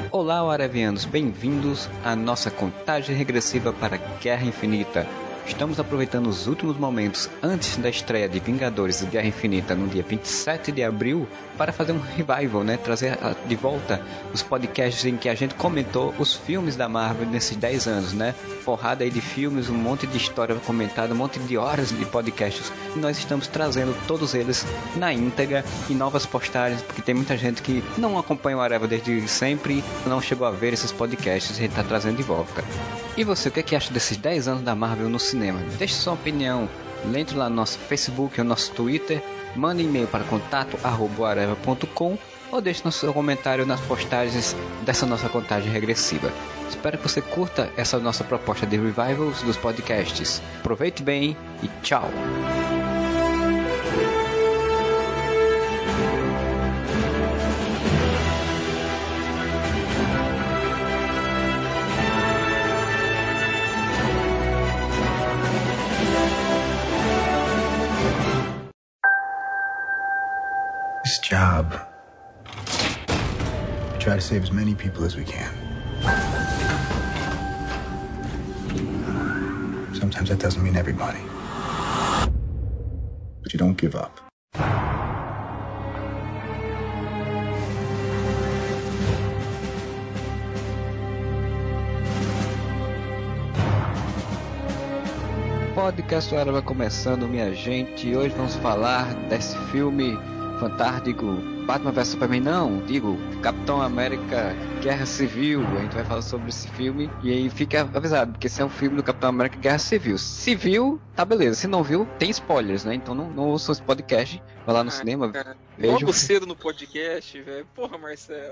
Olá, Aravianos, bem-vindos à nossa contagem regressiva para Guerra Infinita. Estamos aproveitando os últimos momentos antes da estreia de Vingadores Guerra Infinita no dia 27 de abril para fazer um revival, né? Trazer de volta os podcasts em que a gente comentou os filmes da Marvel nesses 10 anos, né? Porrada aí de filmes, um monte de história comentada, um monte de horas de podcasts. E nós estamos trazendo todos eles na íntegra em novas postagens, porque tem muita gente que não acompanha o Areva desde sempre e não chegou a ver esses podcasts, a gente está trazendo de volta. E você, o que acha desses 10 anos da Marvel no cinema? Deixe sua opinião, entre lá no nosso Facebook ou nosso Twitter, mande e-mail para contato@areva.com ou deixe no seu comentário nas postagens dessa nossa contagem regressiva. Espero que você curta essa nossa proposta de revivals dos podcasts. Aproveite bem e tchau! This job, we try to save as many people as we can. Sometimes that doesn't mean everybody. But you don't give up. Podcast Areva começando, minha gente. Hoje vamos falar desse filme fantástico, Batman vs Superman, não, digo, Capitão América Guerra Civil. A gente vai falar sobre esse filme e aí fica avisado, porque esse é um filme do Capitão América Guerra Civil. Se viu, tá beleza, se não viu, tem spoilers, né? Então não ouçam esse podcast, vai lá no cinema, veja. Logo cedo no podcast, velho, porra, Marcelo.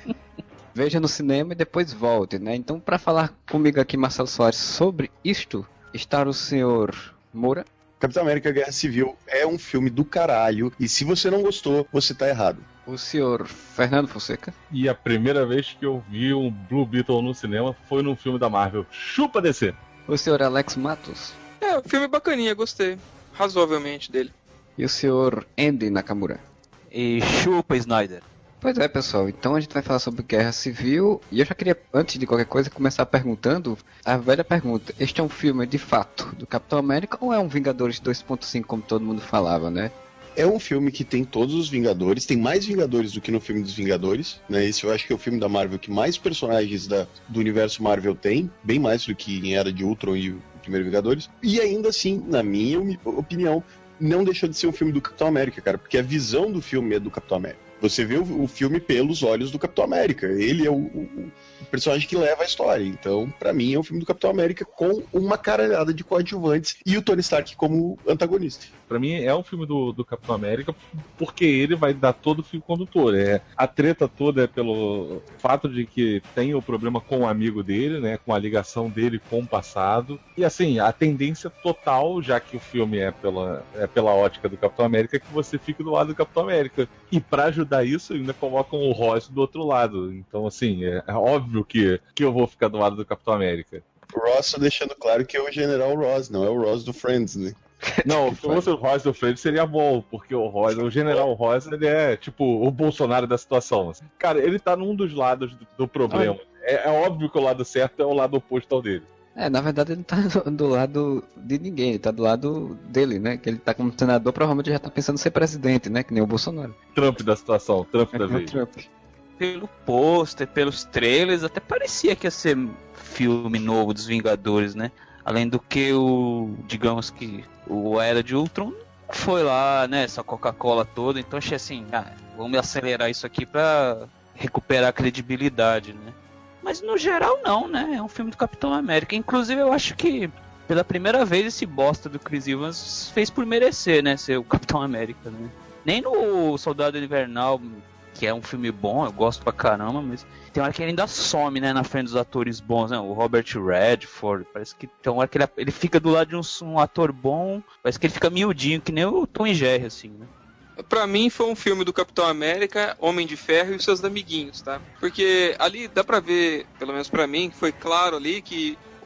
Veja no cinema e depois volte, né? Então, para falar comigo aqui, Marcelo Soares, sobre isto, está o senhor Moura. Capitão América Guerra Civil é um filme do caralho, e se você não gostou, você tá errado. O senhor Fernando Fonseca. E a primeira vez que eu vi um Blue Beetle no cinema foi num filme da Marvel. Chupa DC! O senhor Alex Matos. O filme é bacaninha, gostei razoavelmente dele. E o senhor Andy Nakamura. E chupa Snyder. Pois é, pessoal, então a gente vai falar sobre Guerra Civil, e eu já queria, antes de qualquer coisa, começar perguntando a velha pergunta: este é um filme, de fato, do Capitão América, ou é um Vingadores 2.5, como todo mundo falava, né? É um filme que tem todos os Vingadores, tem mais Vingadores do que no filme dos Vingadores, né? Esse eu acho que é o filme da Marvel que mais personagens do universo Marvel tem, bem mais do que em Era de Ultron e o primeiro Vingadores, e ainda assim, na minha opinião, não deixou de ser um filme do Capitão América, cara, porque a visão do filme é do Capitão América. Você vê o filme pelos olhos do Capitão América. Ele é o personagem que leva a história. Então, pra mim, é um filme do Capitão América com uma caralhada de coadjuvantes e o Tony Stark como antagonista. Pra mim, é um filme do Capitão América porque ele vai dar todo o fio condutor. A treta toda é pelo fato de que tem o problema com o amigo dele, né? Com a ligação dele com o passado. E assim, a tendência total, já que o filme é pela ótica do Capitão América, é que você fique do lado do Capitão América. E pra ajudar isso, ainda colocam o Ross do outro lado. Então, assim, é óbvio que eu vou ficar do lado do Capitão América. O Ross deixando claro que é o General Ross, não é o Ross do Friends, né? Não, se fosse o Ross do Friends seria bom, porque o General Ross, ele é tipo o Bolsonaro da situação. Cara, ele tá num dos lados do problema. É óbvio que o lado certo é o lado oposto ao dele. Na verdade ele não tá do lado de ninguém, ele tá do lado dele, né? Que ele tá como senador, provavelmente já tá pensando em ser presidente, né? Que nem o Bolsonaro. Trump da situação, Trump da vez. Trump. Pelo pôster, pelos trailers, até parecia que ia ser filme novo dos Vingadores, né? Além do que digamos que o Era de Ultron foi lá, né? Essa Coca-Cola toda, então achei assim, vamos acelerar isso aqui pra recuperar a credibilidade, né? Mas no geral não, né? É um filme do Capitão América. Inclusive eu acho que pela primeira vez esse bosta do Chris Evans fez por merecer, né? Ser o Capitão América, né? Nem no Soldado Invernal, que é um filme bom, eu gosto pra caramba, mas tem hora que ele ainda some, né? Na frente dos atores bons, né? O Robert Redford, parece que tem hora que ele fica do lado de um ator bom, parece que ele fica miudinho, que nem o Tom e Jerry, assim, né? Pra mim foi um filme do Capitão América, Homem de Ferro e os seus amiguinhos, tá? Porque ali dá pra ver, pelo menos pra mim, que foi claro ali que o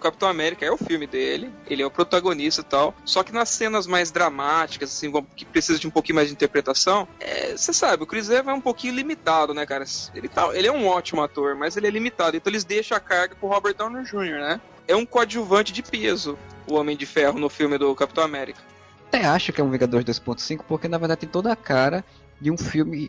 Capitão América é o filme dele, ele é o protagonista e tal, só que nas cenas mais dramáticas, assim, que precisa de um pouquinho mais de interpretação, você sabe, o Chris Evans é um pouquinho limitado, né, cara? Ele é um ótimo ator, mas ele é limitado, então eles deixam a carga pro Robert Downey Jr., né? É um coadjuvante de peso, o Homem de Ferro no filme do Capitão América. Até acho que é um Vingadores 2.5, porque na verdade tem toda a cara de um filme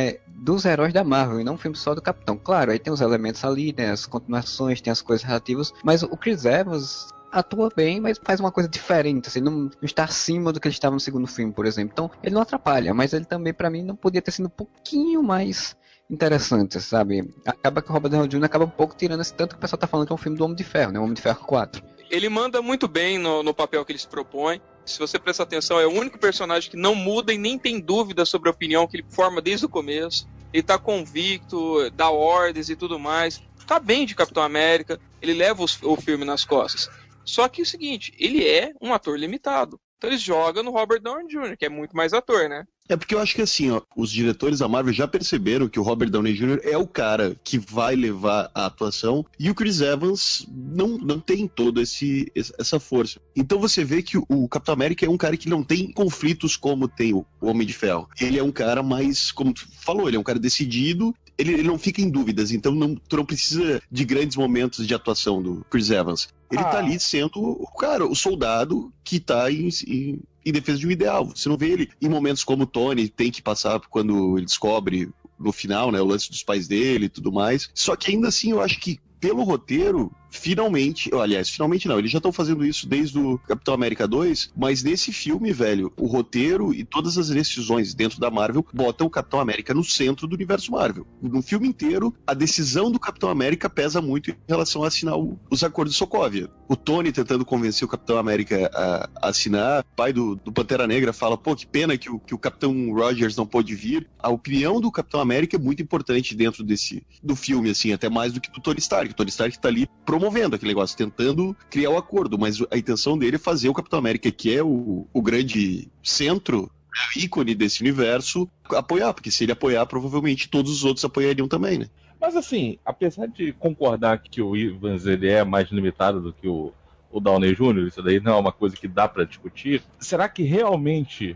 dos heróis da Marvel, e não um filme só do Capitão. Claro, aí tem os elementos ali, tem as continuações, tem as coisas relativas, mas o Chris Evans atua bem, mas faz uma coisa diferente, assim, não está acima do que ele estava no segundo filme, por exemplo. Então, ele não atrapalha, mas ele também, pra mim, não podia ter sido um pouquinho mais interessante, sabe? Acaba que o Robert Downey Jr. acaba um pouco tirando esse tanto que o pessoal tá falando que é um filme do Homem de Ferro, né? O Homem de Ferro 4. Ele manda muito bem no papel que ele se propõe. Se você prestar atenção, é o único personagem que não muda e nem tem dúvida sobre a opinião que ele forma desde o começo. Ele tá convicto, dá ordens e tudo mais. Tá bem de Capitão América, ele leva o filme nas costas. Só que é o seguinte, ele é um ator limitado. Então eles jogam no Robert Downey Jr., que é muito mais ator, né? É porque eu acho que assim, ó, os diretores da Marvel já perceberam que o Robert Downey Jr. é o cara que vai levar a atuação e o Chris Evans não tem toda essa força. Então você vê que o Capitão América é um cara que não tem conflitos como tem o Homem de Ferro. Ele é um cara mais, como tu falou, ele é um cara decidido, ele não fica em dúvidas, então tu não precisa de grandes momentos de atuação do Chris Evans. Ele tá ali sendo o soldado que tá em defesa de um ideal. Você não vê ele em momentos como o Tony tem que passar quando ele descobre no final, né, o lance dos pais dele e tudo mais. Só que ainda assim eu acho que pelo roteiro, finalmente não, eles já estão fazendo isso desde o Capitão América 2, mas nesse filme, velho, o roteiro e todas as decisões dentro da Marvel botam o Capitão América no centro do universo Marvel. No filme inteiro, a decisão do Capitão América pesa muito em relação a assinar os acordos de Sokovia. O Tony tentando convencer o Capitão América a assinar, o pai do Pantera Negra fala, pô, que pena que o Capitão Rogers não pôde vir. A opinião do Capitão América é muito importante dentro do filme, assim, até mais do que do Tony Stark. O Tony Stark tá ali promovendo aquele negócio, tentando criar o acordo, mas a intenção dele é fazer o Capitão América, que é o grande centro, ícone desse universo, apoiar, porque se ele apoiar, provavelmente todos os outros apoiariam também, né? Mas assim, apesar de concordar que o Evans ele é mais limitado do que o Downey Jr., isso daí não é uma coisa que dá pra discutir, será que realmente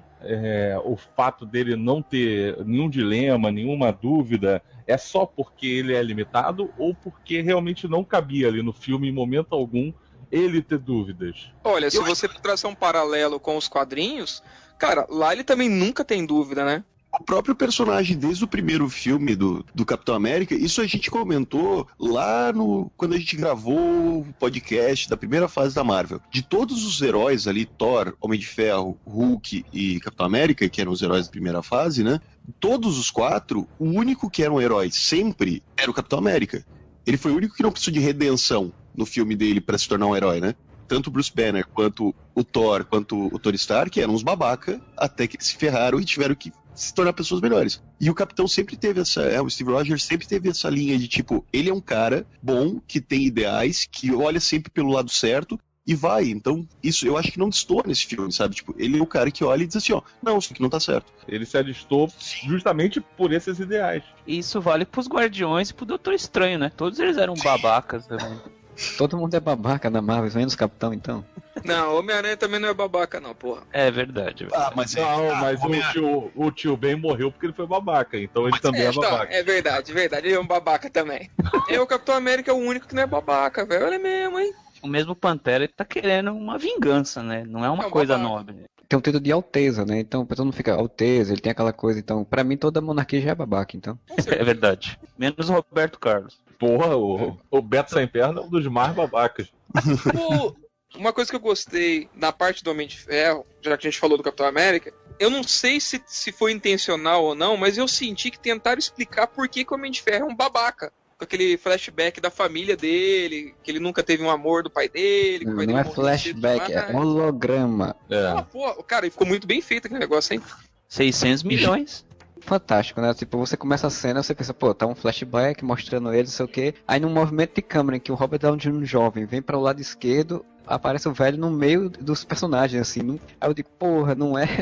o fato dele não ter nenhum dilema, nenhuma dúvida, é só porque ele é limitado ou porque realmente não cabia ali no filme, em momento algum, ele ter dúvidas? Olha, se você traçar um paralelo com os quadrinhos, cara, lá ele também nunca tem dúvida, né? O próprio personagem, desde o primeiro filme do Capitão América, isso a gente comentou lá quando a gente gravou o podcast da primeira fase da Marvel. De todos os heróis ali, Thor, Homem de Ferro, Hulk e Capitão América, que eram os heróis da primeira fase, né? Todos os quatro, o único que era um herói sempre era o Capitão América. Ele foi o único que não precisou de redenção no filme dele pra se tornar um herói, né? Tanto o Bruce Banner, quanto o Thor, quanto o Tony Stark eram uns babaca, até que eles se ferraram e tiveram que se tornar pessoas melhores. E o Capitão sempre teve o Steve Rogers sempre teve essa linha de tipo, ele é um cara bom, que tem ideais, que olha sempre pelo lado certo e vai. Então, isso eu acho que não destoa nesse filme, sabe? Tipo, ele é o cara que olha e diz assim, ó, não, isso aqui não tá certo. Ele se alistou justamente por esses ideais. Isso vale pros Guardiões e pro Doutor Estranho, né? Todos eles eram babacas também. Todo mundo é babaca na Marvel, menos o Capitão, então. Não, Homem-Aranha também não é babaca, não, porra. É verdade. Mas o tio Ben morreu porque ele foi babaca, então ele também é babaca. É verdade, ele é um babaca também. O Capitão América é o único que não é babaca, velho. Olha mesmo, hein? O mesmo Pantera, ele tá querendo uma vingança, né? Não é uma coisa nobre. Tem um título de Alteza, né? Então o pessoal não fica Alteza, ele tem aquela coisa. Então, pra mim, toda monarquia já é babaca, então. É verdade. Menos o Roberto Carlos. Porra, o Beto Sem Perna é um dos mais babacas. Uma coisa que eu gostei na parte do Homem de Ferro, já que a gente falou do Capitão América, eu não sei se foi intencional ou não, mas eu senti que tentaram explicar por que o Homem de Ferro é um babaca. Com aquele flashback da família dele, que ele nunca teve um amor do pai dele. Que o pai não dele é flashback, é holograma. Cara, ficou muito bem feito aquele negócio, hein? 600 milhões. Fantástico, né? Tipo, você começa a cena, você pensa, pô, tá um flashback mostrando ele, não sei o quê. Aí num movimento de câmera em que o Robert Downey Jr. jovem vem para o lado esquerdo, aparece o velho no meio dos personagens, assim. Aí eu digo, porra, não é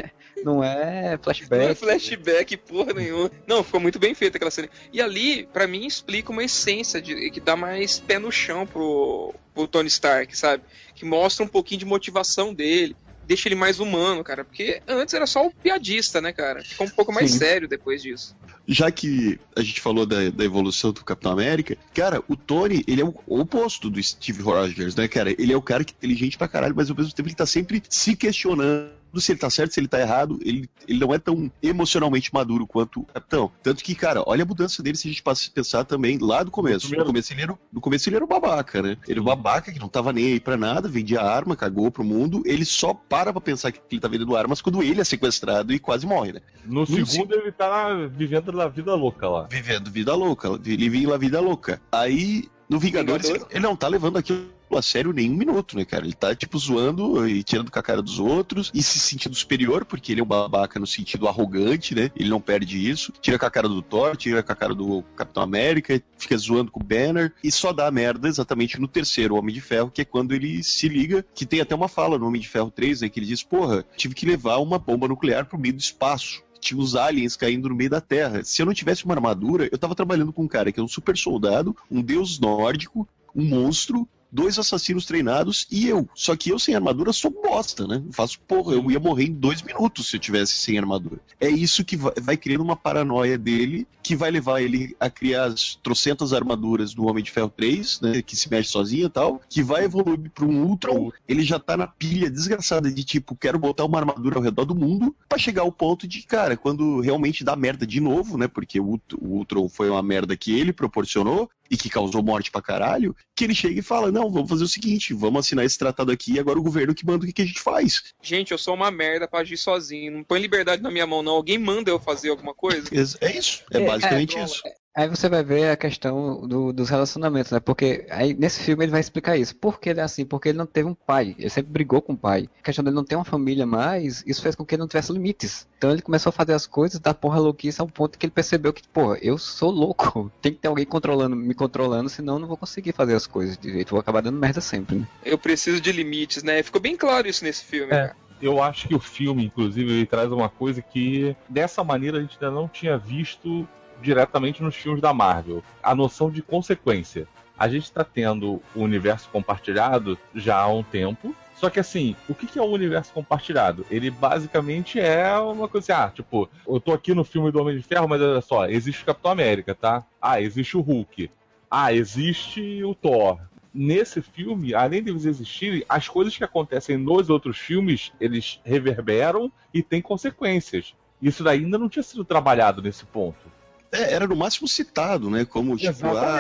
Não é Não é flashback. flashback, porra nenhuma. Não, ficou muito bem feita aquela cena. E ali, pra mim, explica uma essência que dá mais pé no chão pro Tony Stark, sabe? Que mostra um pouquinho de motivação dele. Deixa ele mais humano, cara. Porque antes era só o piadista, né, cara? Ficou um pouco mais Sim. sério depois disso. Já que a gente falou da evolução do Capitão América, cara, o Tony, ele é o oposto do Steve Rogers, né, cara? Ele é o cara que é inteligente pra caralho, mas ao mesmo tempo ele tá sempre se questionando se ele tá certo, se ele tá errado. Ele não é tão emocionalmente maduro quanto o Capitão. Tanto que, cara, olha a mudança dele se a gente passa a pensar também lá do começo. No começo ele era um babaca, né? Ele era um babaca que não tava nem aí pra nada, vendia arma, cagou pro mundo. Ele só para pra pensar que ele tá vendendo armas quando ele é sequestrado e quase morre, né? No segundo ele tá vivendo a vida louca lá. Vivendo vida louca, living a vida louca. Aí, no Vingadores, ele não tá levando aquilo a sério nem um minuto, né, cara? Ele tá, tipo, zoando e tirando com a cara dos outros e se sentindo superior, porque ele é um babaca no sentido arrogante, né? Ele não perde isso. Tira com a cara do Thor, tira com a cara do Capitão América, fica zoando com o Banner e só dá merda exatamente no terceiro Homem de Ferro, que é quando ele se liga, que tem até uma fala no Homem de Ferro 3, né, que ele diz, porra, tive que levar uma bomba nuclear pro meio do espaço. Tinha os aliens caindo no meio da Terra. Se eu não tivesse uma armadura, eu tava trabalhando com um cara que é um super soldado, um deus nórdico, um monstro, 2 assassinos treinados e eu. Só que eu sem armadura sou bosta, né? Eu faço porra, eu ia morrer em 2 minutos se eu tivesse sem armadura. É isso que vai criando uma paranoia dele, que vai levar ele a criar as trocentas armaduras do Homem de Ferro 3, né? Que se mexe sozinho e tal, que vai evoluir para um Ultron. Ele já tá na pilha desgraçada de tipo, quero botar uma armadura ao redor do mundo, pra chegar ao ponto de, cara, quando realmente dá merda de novo, né? Porque o Ultron foi uma merda que ele proporcionou e que causou morte pra caralho, que ele chega e fala, não, vamos fazer o seguinte, vamos assinar esse tratado aqui e agora o governo que manda o que a gente faz. Gente, eu sou uma merda pra agir sozinho. Não põe liberdade na minha mão, não. Alguém manda eu fazer alguma coisa? É isso, é basicamente isso. Aí você vai ver a questão dos relacionamentos, né? Porque aí nesse filme ele vai explicar isso. Por que ele é assim? Porque ele não teve um pai. Ele sempre brigou com o pai. A questão dele não ter uma família mais, isso fez com que ele não tivesse limites. Então ele começou a fazer as coisas da porra louquice ao ponto que ele percebeu que, porra, eu sou louco. Tem que ter alguém me controlando, senão eu não vou conseguir fazer as coisas direito. Vou acabar dando merda sempre, né? Eu preciso de limites, né? Ficou bem claro isso nesse filme, cara. Eu acho que o filme, inclusive, ele traz uma coisa que, dessa maneira, a gente ainda não tinha visto diretamente nos filmes da Marvel. A noção de consequência. A gente está tendo o universo compartilhado já há um tempo. Só que assim, o que é o universo compartilhado? Ele basicamente é uma coisa assim, tipo, eu tô aqui no filme do Homem de Ferro, mas olha só, existe o Capitão América, tá? Ah, existe o Hulk. Ah, existe o Thor. Nesse filme, além de eles existirem, as coisas que acontecem nos outros filmes, eles reverberam e têm consequências. Isso daí ainda não tinha sido trabalhado nesse ponto. Era no máximo citado, né? Como, tipo,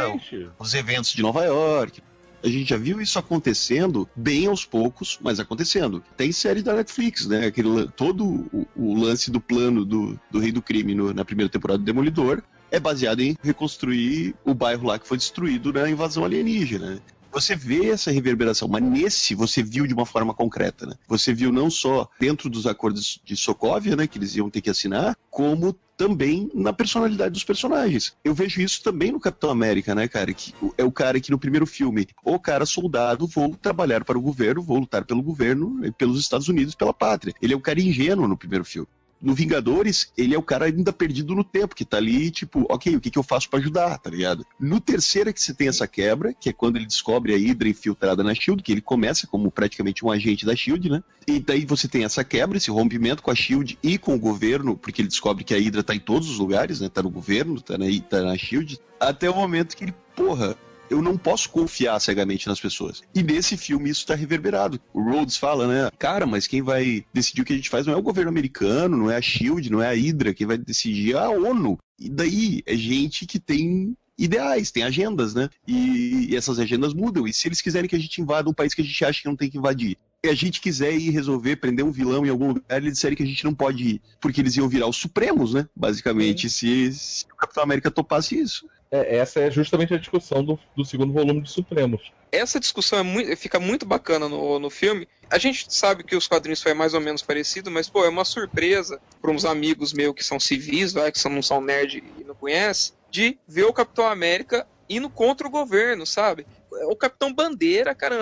os eventos de Nova York. A gente já viu isso acontecendo bem aos poucos, mas acontecendo. Tem série da Netflix, né? Todo o lance do plano do Rei do Crime na primeira temporada do Demolidor é baseado em reconstruir o bairro lá que foi destruído na invasão alienígena. Você vê essa reverberação, mas nesse você viu de uma forma concreta, né? Você viu não só dentro dos acordos de Sokovia, né, que eles iam ter que assinar, como também na personalidade dos personagens. Eu vejo isso também no Capitão América, né, cara? Que é o cara que no primeiro filme, o cara soldado, vou trabalhar para o governo, vou lutar pelo governo, pelos Estados Unidos, pela pátria. Ele é o cara ingênuo no primeiro filme. No Vingadores, ele é o cara ainda perdido no tempo, que tá ali, tipo, ok, o que eu faço pra ajudar, tá ligado? No terceiro é que você tem essa quebra, que é quando ele descobre a Hydra infiltrada na SHIELD, que ele começa como praticamente um agente da SHIELD, né? E daí você tem essa quebra, esse rompimento com a SHIELD e com o governo, porque ele descobre que a Hydra tá em todos os lugares, né? Tá no governo, tá na SHIELD, até o momento que ele, porra, eu não posso confiar cegamente nas pessoas. E nesse filme isso tá reverberado. O Rhodes fala, né? Cara, mas quem vai decidir o que a gente faz não é o governo americano, não é a SHIELD, não é a Hydra. Quem vai decidir é a ONU. E daí é gente que tem ideais, tem agendas, né? E essas agendas mudam. E se eles quiserem que a gente invada um país que a gente acha que não tem que invadir, e a gente quiser ir resolver, prender um vilão em algum lugar, eles disserem que a gente não pode ir, porque eles iam virar os Supremos, né? Basicamente, se o Capitão América topasse isso. Essa é justamente a discussão do segundo volume de Supremos. Essa discussão fica muito bacana no filme. A gente sabe que os quadrinhos foi mais ou menos parecido, mas, pô, é uma surpresa para uns amigos meus que são civis, que não são nerd e não conhecem, de ver o Capitão América indo contra o governo, sabe? O Capitão Bandeira, caramba.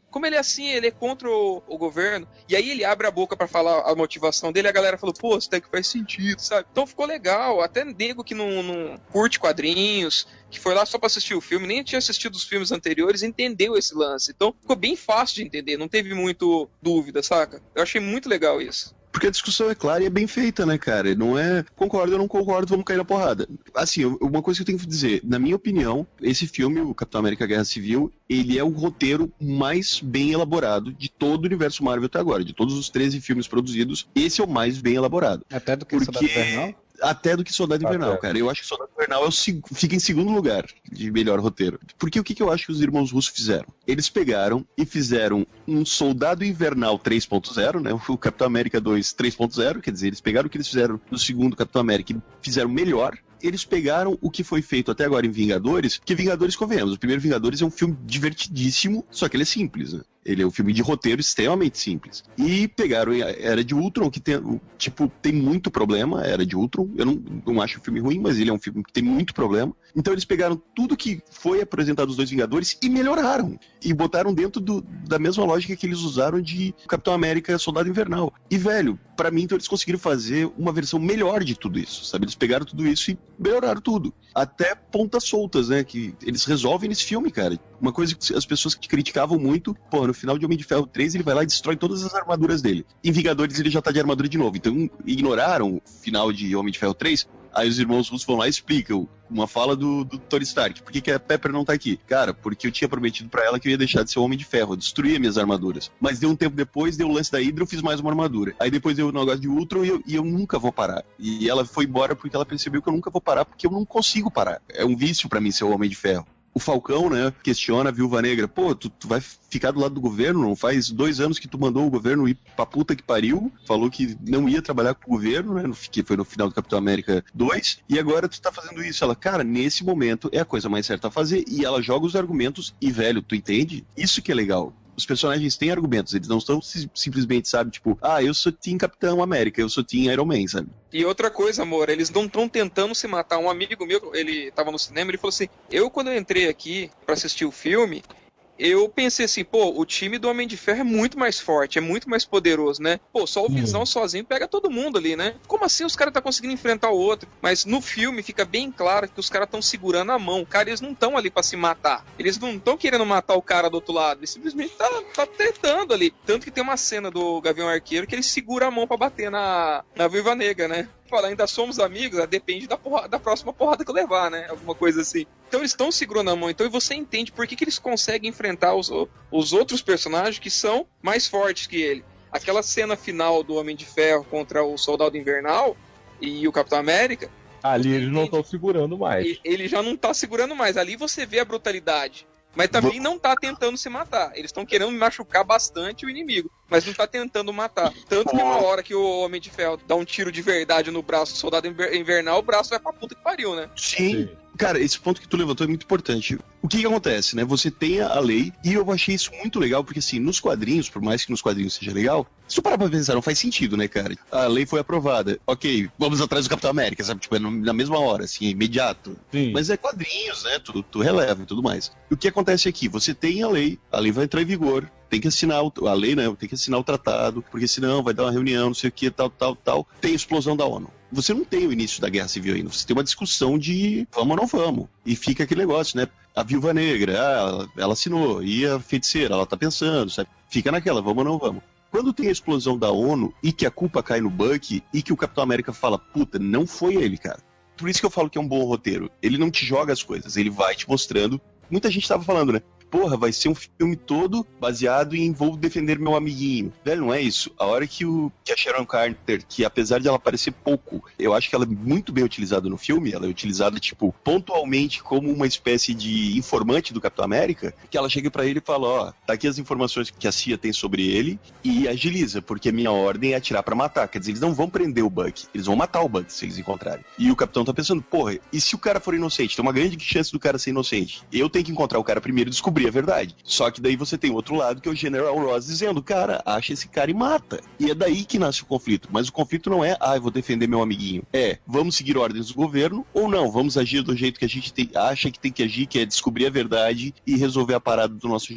como ele é assim, ele é contra o governo. E aí ele abre a boca pra falar a motivação dele, e a galera falou, pô, isso até que faz sentido, sabe? Então ficou legal, até nego que não curte quadrinhos, que foi lá só pra assistir o filme, nem tinha assistido os filmes anteriores, entendeu esse lance. Então ficou bem fácil de entender, não teve muito dúvida, saca? Eu achei muito legal isso. Porque a discussão é clara e é bem feita, né, cara? Não é concordo ou não concordo, vamos cair na porrada. Assim, uma coisa que eu tenho que dizer, na minha opinião, esse filme, o Capitão América Guerra Civil, ele é o roteiro mais bem elaborado de todo o universo Marvel até agora. De todos os 13 filmes produzidos, esse é o mais bem elaborado. Até do que o Soldado Invernal? Até do que Soldado Invernal, cara. Eu acho que Soldado Invernal fica em segundo lugar de melhor roteiro. Porque o que eu acho que os irmãos russos fizeram? Eles pegaram e fizeram um Soldado Invernal 3.0, né? O Capitão América 2 3.0, quer dizer, eles pegaram o que eles fizeram no segundo Capitão América e fizeram melhor. Eles pegaram o que foi feito até agora em Vingadores, que Vingadores, convenhamos, o primeiro Vingadores é um filme divertidíssimo, só que ele é simples, né? Ele é um filme de roteiro extremamente simples. E pegaram a Era de Ultron, que tem muito problema, a Era de Ultron. Eu não acho o filme ruim, mas ele é um filme que tem muito problema. Então eles pegaram tudo que foi apresentado nos dois Vingadores e melhoraram. E botaram dentro da mesma lógica que eles usaram de Capitão América Soldado Invernal. E, velho, pra mim, então eles conseguiram fazer uma versão melhor de tudo isso, sabe? Eles pegaram tudo isso e melhoraram tudo. Até pontas soltas, né? Que eles resolvem nesse filme, cara. Uma coisa que as pessoas que criticavam muito, pô, no final de Homem de Ferro 3, ele vai lá e destrói todas as armaduras dele. Em Vingadores, ele já tá de armadura de novo. Então, ignoraram o final de Homem de Ferro 3. Aí os irmãos russos vão lá e explicam uma fala do Tony Stark. Por que a Pepper não tá aqui? Cara, porque eu tinha prometido pra ela que eu ia deixar de ser o Homem de Ferro, eu destruía minhas armaduras. Mas deu um tempo depois, deu o lance da Hydra, eu fiz mais uma armadura. Aí depois deu o negócio de Ultron e eu nunca vou parar. E ela foi embora porque ela percebeu que eu nunca vou parar, porque eu não consigo parar. É um vício pra mim ser o Homem de Ferro. O Falcão, né, questiona a Viúva Negra. Pô, tu vai ficar do lado do governo? Não faz 2 anos que tu mandou o governo ir pra puta que pariu. Falou que não ia trabalhar com o governo, né, que foi no final do Capitão América 2. E agora tu tá fazendo isso. Ela, cara, nesse momento é a coisa mais certa a fazer. E ela joga os argumentos e, velho, tu entende? Isso que é legal. Os personagens têm argumentos, eles não estão simplesmente, sabe, tipo, eu sou Team Capitão América, eu sou Team Iron Man, sabe? E outra coisa, amor, eles não estão tentando se matar. Um amigo meu, ele tava no cinema, ele falou assim, quando eu entrei aqui pra assistir o filme, eu pensei assim, pô, o time do Homem de Ferro é muito mais forte, é muito mais poderoso, né? Pô, só o Visão sozinho pega todo mundo ali, né? Como assim os caras tá conseguindo enfrentar o outro? Mas no filme fica bem claro que os caras estão segurando a mão. Cara, eles não estão ali pra se matar. Eles não estão querendo matar o cara do outro lado. Eles simplesmente tá tretando ali. Tanto que tem uma cena do Gavião Arqueiro que ele segura a mão pra bater na Viúva Negra, né? Falar, ainda somos amigos, depende da próxima porrada que eu levar, né? Alguma coisa assim. Então eles estão segurando a mão, então você entende por que eles conseguem enfrentar os outros personagens que são mais fortes que ele. Aquela cena final do Homem de Ferro contra o Soldado Invernal e o Capitão América. Ali eles não estão segurando mais. Ele já não tá segurando mais. Ali você vê a brutalidade. Mas também não tá tentando se matar. Eles estão querendo machucar bastante o inimigo, mas não tá tentando matar. Tanto que uma hora que o Homem de Ferro dá um tiro de verdade no braço do Soldado Invernal, o braço vai pra puta que pariu, né? Sim. Cara, esse ponto que tu levantou é muito importante. O que acontece, né? Você tem a lei, e eu achei isso muito legal, porque assim, nos quadrinhos, por mais que nos quadrinhos seja legal, se tu parar pra pensar, não faz sentido, né, cara? A lei foi aprovada. Ok, vamos atrás do Capitão América, sabe? Tipo, é na mesma hora, assim, é imediato. Sim. Mas é quadrinhos, né? Tu releva e tudo mais. E o que acontece aqui? Você tem a lei vai entrar em vigor, tem que assinar a lei, né? Tem que assinar o tratado, porque senão vai dar uma reunião, não sei o que, tal. Tem explosão da ONU. Você não tem o início da Guerra Civil ainda, você tem uma discussão de vamos ou não vamos. E fica aquele negócio, né? A Viúva Negra, ela assinou, e a Feiticeira, ela tá pensando, sabe? Fica naquela, vamos ou não vamos. Quando tem a explosão da ONU e que a culpa cai no Bucky e que o Capitão América fala, puta, não foi ele, cara. Por isso que eu falo que é um bom roteiro. Ele não te joga as coisas, ele vai te mostrando. Muita gente tava falando, né? Porra, vai ser um filme todo baseado em vou defender meu amiguinho. Velho, não é isso. A hora que a Sharon Carter, que apesar de ela parecer pouco, eu acho que ela é muito bem utilizada no filme, ela é utilizada, tipo, pontualmente como uma espécie de informante do Capitão América, que ela chega pra ele e fala, tá aqui as informações que a CIA tem sobre ele e agiliza, porque a minha ordem é atirar pra matar. Quer dizer, eles não vão prender o Bucky, eles vão matar o Bucky se eles encontrarem. E o Capitão tá pensando, porra, e se o cara for inocente? Tem uma grande chance do cara ser inocente. Eu tenho que encontrar o cara primeiro e descobrir a verdade. Só que daí você tem o outro lado, que é o General Ross dizendo, cara, acha esse cara e mata. E é daí que nasce o conflito. Mas o conflito não é, eu vou defender meu amiguinho. Vamos seguir ordens do governo ou não, vamos agir do jeito que a gente acha que tem que agir, que é descobrir a verdade e resolver a parada do nosso jeito.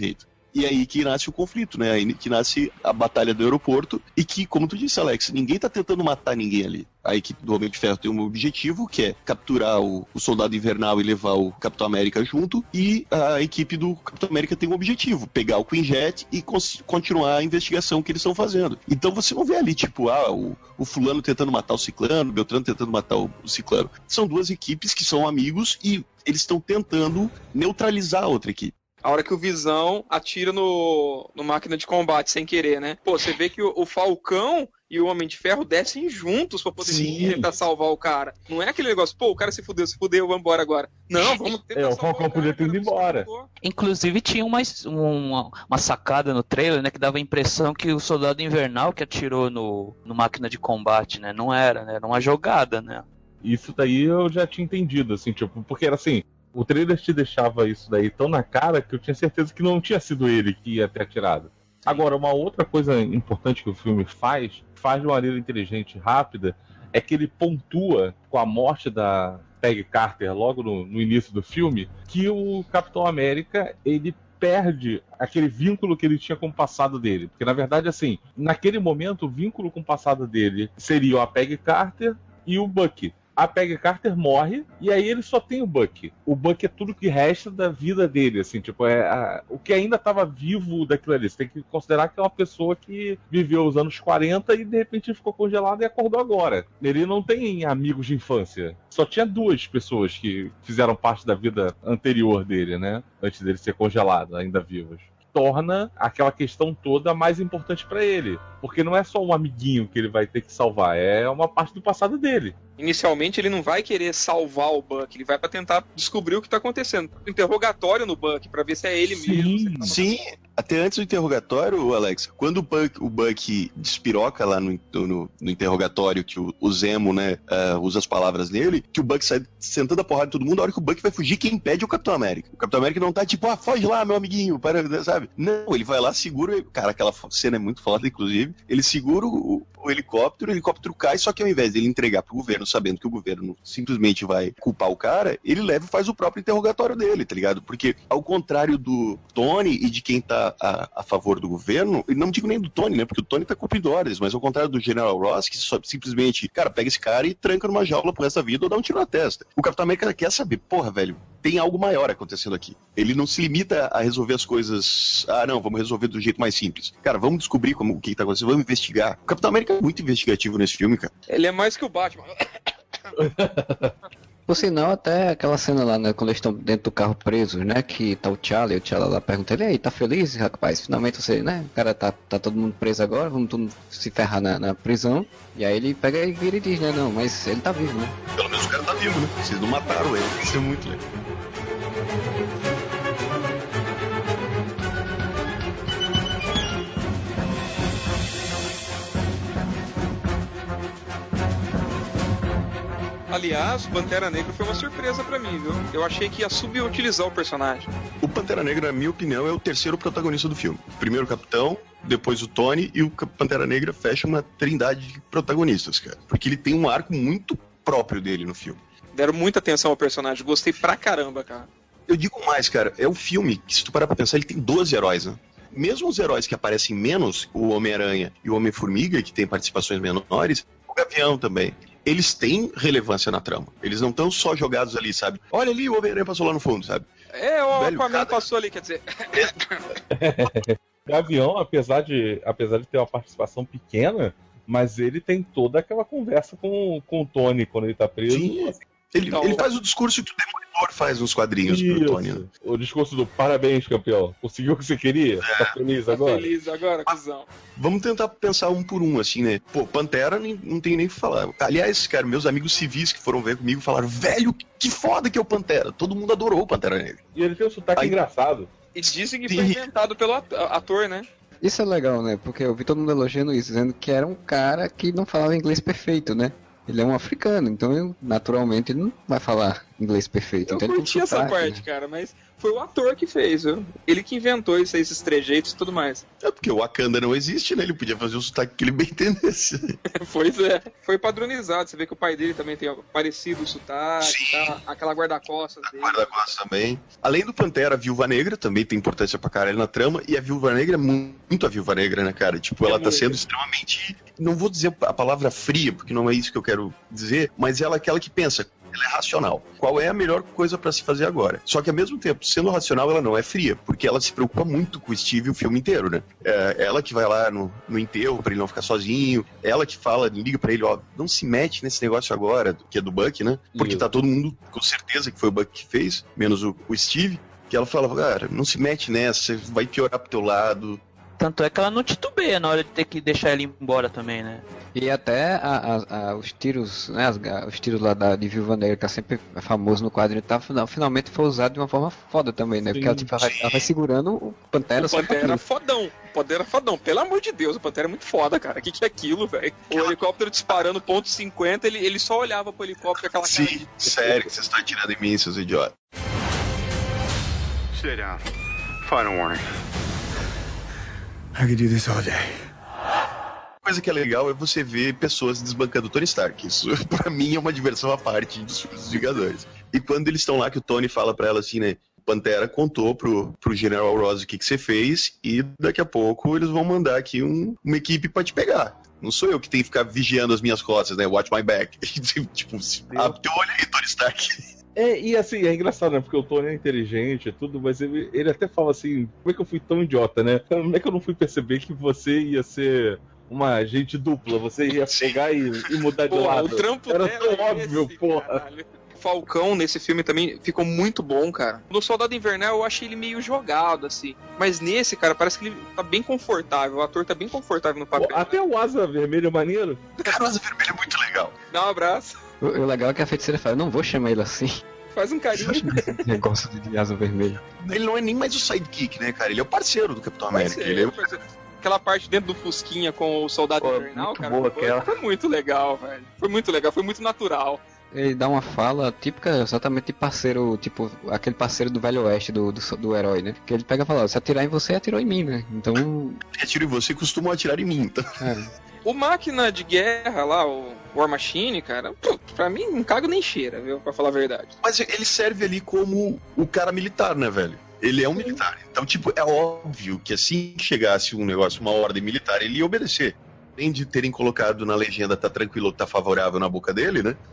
E é aí que nasce o conflito, né? Aí que nasce a batalha do aeroporto e que, como tu disse, Alex, ninguém tá tentando matar ninguém ali. A equipe do Homem de Ferro tem um objetivo, que é capturar o Soldado Invernal e levar o Capitão América junto, e a equipe do Capitão América tem um objetivo, pegar o Quinjet e continuar a investigação que eles estão fazendo. Então você não vê ali, tipo, o fulano tentando matar o ciclano, o Beltrano tentando matar o ciclano. São duas equipes que são amigos e eles estão tentando neutralizar a outra equipe. A hora que o Visão atira no máquina de combate sem querer, né? Pô, você vê que o Falcão e o Homem de Ferro descem juntos pra poder tentar salvar o cara. Não é aquele negócio, pô, o cara se fudeu, vamos embora agora. Não, vamos tentar o Falcão podia ter ido embora. Inclusive tinha uma sacada no trailer, né, que dava a impressão que o Soldado Invernal que atirou no máquina de combate, né? Não era, né? Era uma jogada, né? Isso daí eu já tinha entendido, assim, tipo, porque era assim, o trailer te deixava isso daí tão na cara que eu tinha certeza que não tinha sido ele que ia ter atirado. Agora, uma outra coisa importante que o filme faz de uma maneira inteligente e rápida, é que ele pontua com a morte da Peggy Carter logo no início do filme, que o Capitão América, ele perde aquele vínculo que ele tinha com o passado dele. Porque, na verdade, assim, naquele momento, o vínculo com o passado dele seria a Peggy Carter e o Bucky. A Peggy Carter morre e aí ele só tem o Bucky. O Bucky é tudo que resta da vida dele, assim, tipo, o que ainda estava vivo daquilo ali. Você tem que considerar que é uma pessoa que viveu os anos 40 e de repente ficou congelado e acordou agora. Ele não tem amigos de infância. Só tinha duas pessoas que fizeram parte da vida anterior dele, né? Antes dele ser congelado, ainda vivos. Torna aquela questão toda mais importante para ele. Porque não é só um amiguinho que ele vai ter que salvar, é uma parte do passado dele. Inicialmente ele não vai querer salvar o Bucky, ele vai pra tentar descobrir o que tá acontecendo. Interrogatório no Bucky, pra ver se é ele mesmo. Sim, até antes do interrogatório, Alex, quando o Bucky despiroca lá no interrogatório, que o Zemo, né, usa as palavras dele, que o Bucky sai sentando a porrada de todo mundo, a hora que o Bucky vai fugir, quem impede é o Capitão América. O Capitão América não tá tipo, foge lá, meu amiguinho, para, sabe? Não, ele vai lá, segura, cara, aquela cena é muito foda, inclusive, ele segura o helicóptero cai, só que ao invés dele entregar pro governo, sabendo que o governo simplesmente vai culpar o cara, ele leva e faz o próprio interrogatório dele, tá ligado? Porque, ao contrário do Tony e de quem tá a favor do governo, e não digo nem do Tony, né? Porque o Tony tá cumprindo ordens, mas ao contrário do General Ross, que só simplesmente, cara, pega esse cara e tranca numa jaula por essa vida ou dá um tiro na testa. O Capitão América quer saber, porra, velho, tem algo maior acontecendo aqui. Ele não se limita a resolver as coisas, não, vamos resolver do jeito mais simples. Cara, vamos descobrir o que tá acontecendo, vamos investigar. O Capitão América é muito investigativo nesse filme, cara. Ele é mais que o Batman. Por sinal, até aquela cena lá, né, quando eles estão dentro do carro presos, né, que tá o T'Challa, e o T'Challa lá pergunta ele, aí, tá feliz, rapaz? Finalmente você, né, o cara tá todo mundo preso agora, vamos todo mundo se ferrar na prisão. E aí ele pega e vira e diz, né, não, mas ele tá vivo, né? Pelo menos o cara tá vivo, né? Vocês não mataram ele, isso é muito legal. Aliás, o Pantera Negra foi uma surpresa pra mim, viu? Eu achei que ia subutilizar o personagem. O Pantera Negra, na minha opinião, é o terceiro protagonista do filme. Primeiro o Capitão, depois o Tony e o Pantera Negra fecha uma trindade de protagonistas, cara. Porque ele tem um arco muito próprio dele no filme. Deram muita atenção ao personagem, gostei pra caramba, cara. Eu digo mais, cara, é um filme que, se tu parar pra pensar, ele tem 12 heróis, né? Mesmo os heróis que aparecem menos, o Homem-Aranha e o Homem-Formiga, que tem participações menores, o Gavião também, eles têm relevância na trama. Eles não estão só jogados ali, sabe? Olha ali, o Homem-Aranha passou lá no fundo, sabe? O Aquaman passou ali, quer dizer... Gavião, apesar de ter uma participação pequena, mas ele tem toda aquela conversa com o Tony quando ele tá preso. Sim. Ele faz o discurso que o Demolidor faz nos quadrinhos pro Tony. Né? O discurso do parabéns, campeão. Conseguiu o que você queria? Tá feliz agora? Tá feliz agora, cuzão. Vamos tentar pensar um por um, assim, né? Pô, Pantera não tem nem o que falar. Aliás, cara, meus amigos civis que foram ver comigo falaram, velho, que foda que é o Pantera. Todo mundo adorou o Pantera Negra. E ele tem um sotaque engraçado. E dizem que foi inventado pelo ator, né? Isso é legal, né? Porque eu vi todo mundo elogiando isso, dizendo que era um cara que não falava inglês perfeito, né? Ele é um africano, então naturalmente ele não vai falar inglês perfeito. Eu Então, curti essa sotaque, parte, né? cara, mas foi o ator que fez, viu? Ele que inventou esses trejeitos e tudo mais. É porque o Wakanda não existe, né? Ele podia fazer o sotaque que ele bem entendesse. Pois é. Foi padronizado. Você vê que o pai dele também tem parecido o sotaque, Sim. tá? Aquela guarda-costas dele. Guarda-costas também. Além do Pantera, a Viúva Negra também tem importância pra caralho na trama. E a Viúva Negra é muito a Viúva Negra, né, cara? Tipo, ela tá muito. sendo extremamente... Não vou dizer a palavra fria, porque não é isso que eu quero dizer, mas ela é aquela que pensa... Ela é racional. Qual é a melhor coisa pra se fazer agora? Só que ao mesmo tempo, sendo racional, ela não é fria, porque ela se preocupa muito com o Steve o filme inteiro, né? É ela que vai lá no enterro pra ele não ficar sozinho, ela que fala, liga pra ele, ó, não se mete nesse negócio agora, que é do Buck, né? Porque tá todo mundo com certeza que foi o Buck que fez, menos o Steve, que ela fala, cara, não se mete nessa, vai piorar pro teu lado. Tanto é que ela não titubeia na hora de ter que deixar ele embora também, né? E até os tiros, né? Os tiros lá de Viúva Negra, que é sempre famoso no quadrinho, finalmente foi usado de uma forma foda também, né? Porque ela, tipo, ela vai segurando o Pantera. O Pantera era fodão. O Pantera era fodão. Pelo amor de Deus, o Pantera é muito foda, cara. O que é aquilo, velho? O helicóptero disparando ponto .50, ele só olhava pro helicóptero com aquela cara Sim, sério que vocês estão atirando em mim, seus idiotas. Sit down. Final warning. I could do this all day. Coisa que é legal é você ver pessoas desbancando o Tony Stark. Isso, pra mim, é uma diversão à parte dos Vingadores. E quando eles estão lá, que o Tony fala pra ela assim, né? Pantera contou pro General Ross o que você fez e daqui a pouco eles vão mandar aqui uma equipe pra te pegar. Não sou eu que tenho que ficar vigiando as minhas costas, né? Watch my back. Tipo, abre teu olho aí, Tony Stark. E assim, é engraçado, né? Porque o Tony é inteligente e tudo, mas ele até fala assim, como é que eu fui tão idiota, né? Como é que eu não fui perceber que você ia ser uma agente dupla, você ia pegar e mudar de lado? O trampo era dela tão é óbvio, esse, porra. Caralho. Falcão nesse filme também ficou muito bom, cara. No Soldado Invernal eu achei ele meio jogado, assim. Mas nesse, cara, parece que ele tá bem confortável. O ator tá bem confortável no papel. Até o Asa Vermelho é maneiro. Cara, o Asa Vermelho é muito legal. Dá um abraço. O legal é que a feiticeira fala, eu não vou chamar ele assim. Faz um carinho. Esse negócio de asa vermelha. Ele não é nem mais o sidekick, né, cara? Ele é o parceiro do Capitão América. Ele é... Aquela parte dentro do Fusquinha com o Soldado Invernal, cara, foi muito legal, velho. Foi muito legal, foi muito natural. Ele dá uma fala típica exatamente de parceiro, tipo, aquele parceiro do Velho Oeste do herói, né? Que ele pega e fala, se atirar em você, atirou em mim, né? Então... Atiro em você, costumam atirar em mim, então... O Máquina de Guerra lá, o War Machine, cara, pra mim não cago nem cheira, viu? Pra falar a verdade. Mas ele serve ali como o cara militar, né, velho? Ele é um militar. Então, tipo, é óbvio que assim que chegasse um negócio, uma ordem militar, ele ia obedecer. Além de terem colocado na legenda tá tranquilo, tá favorável na boca dele, né?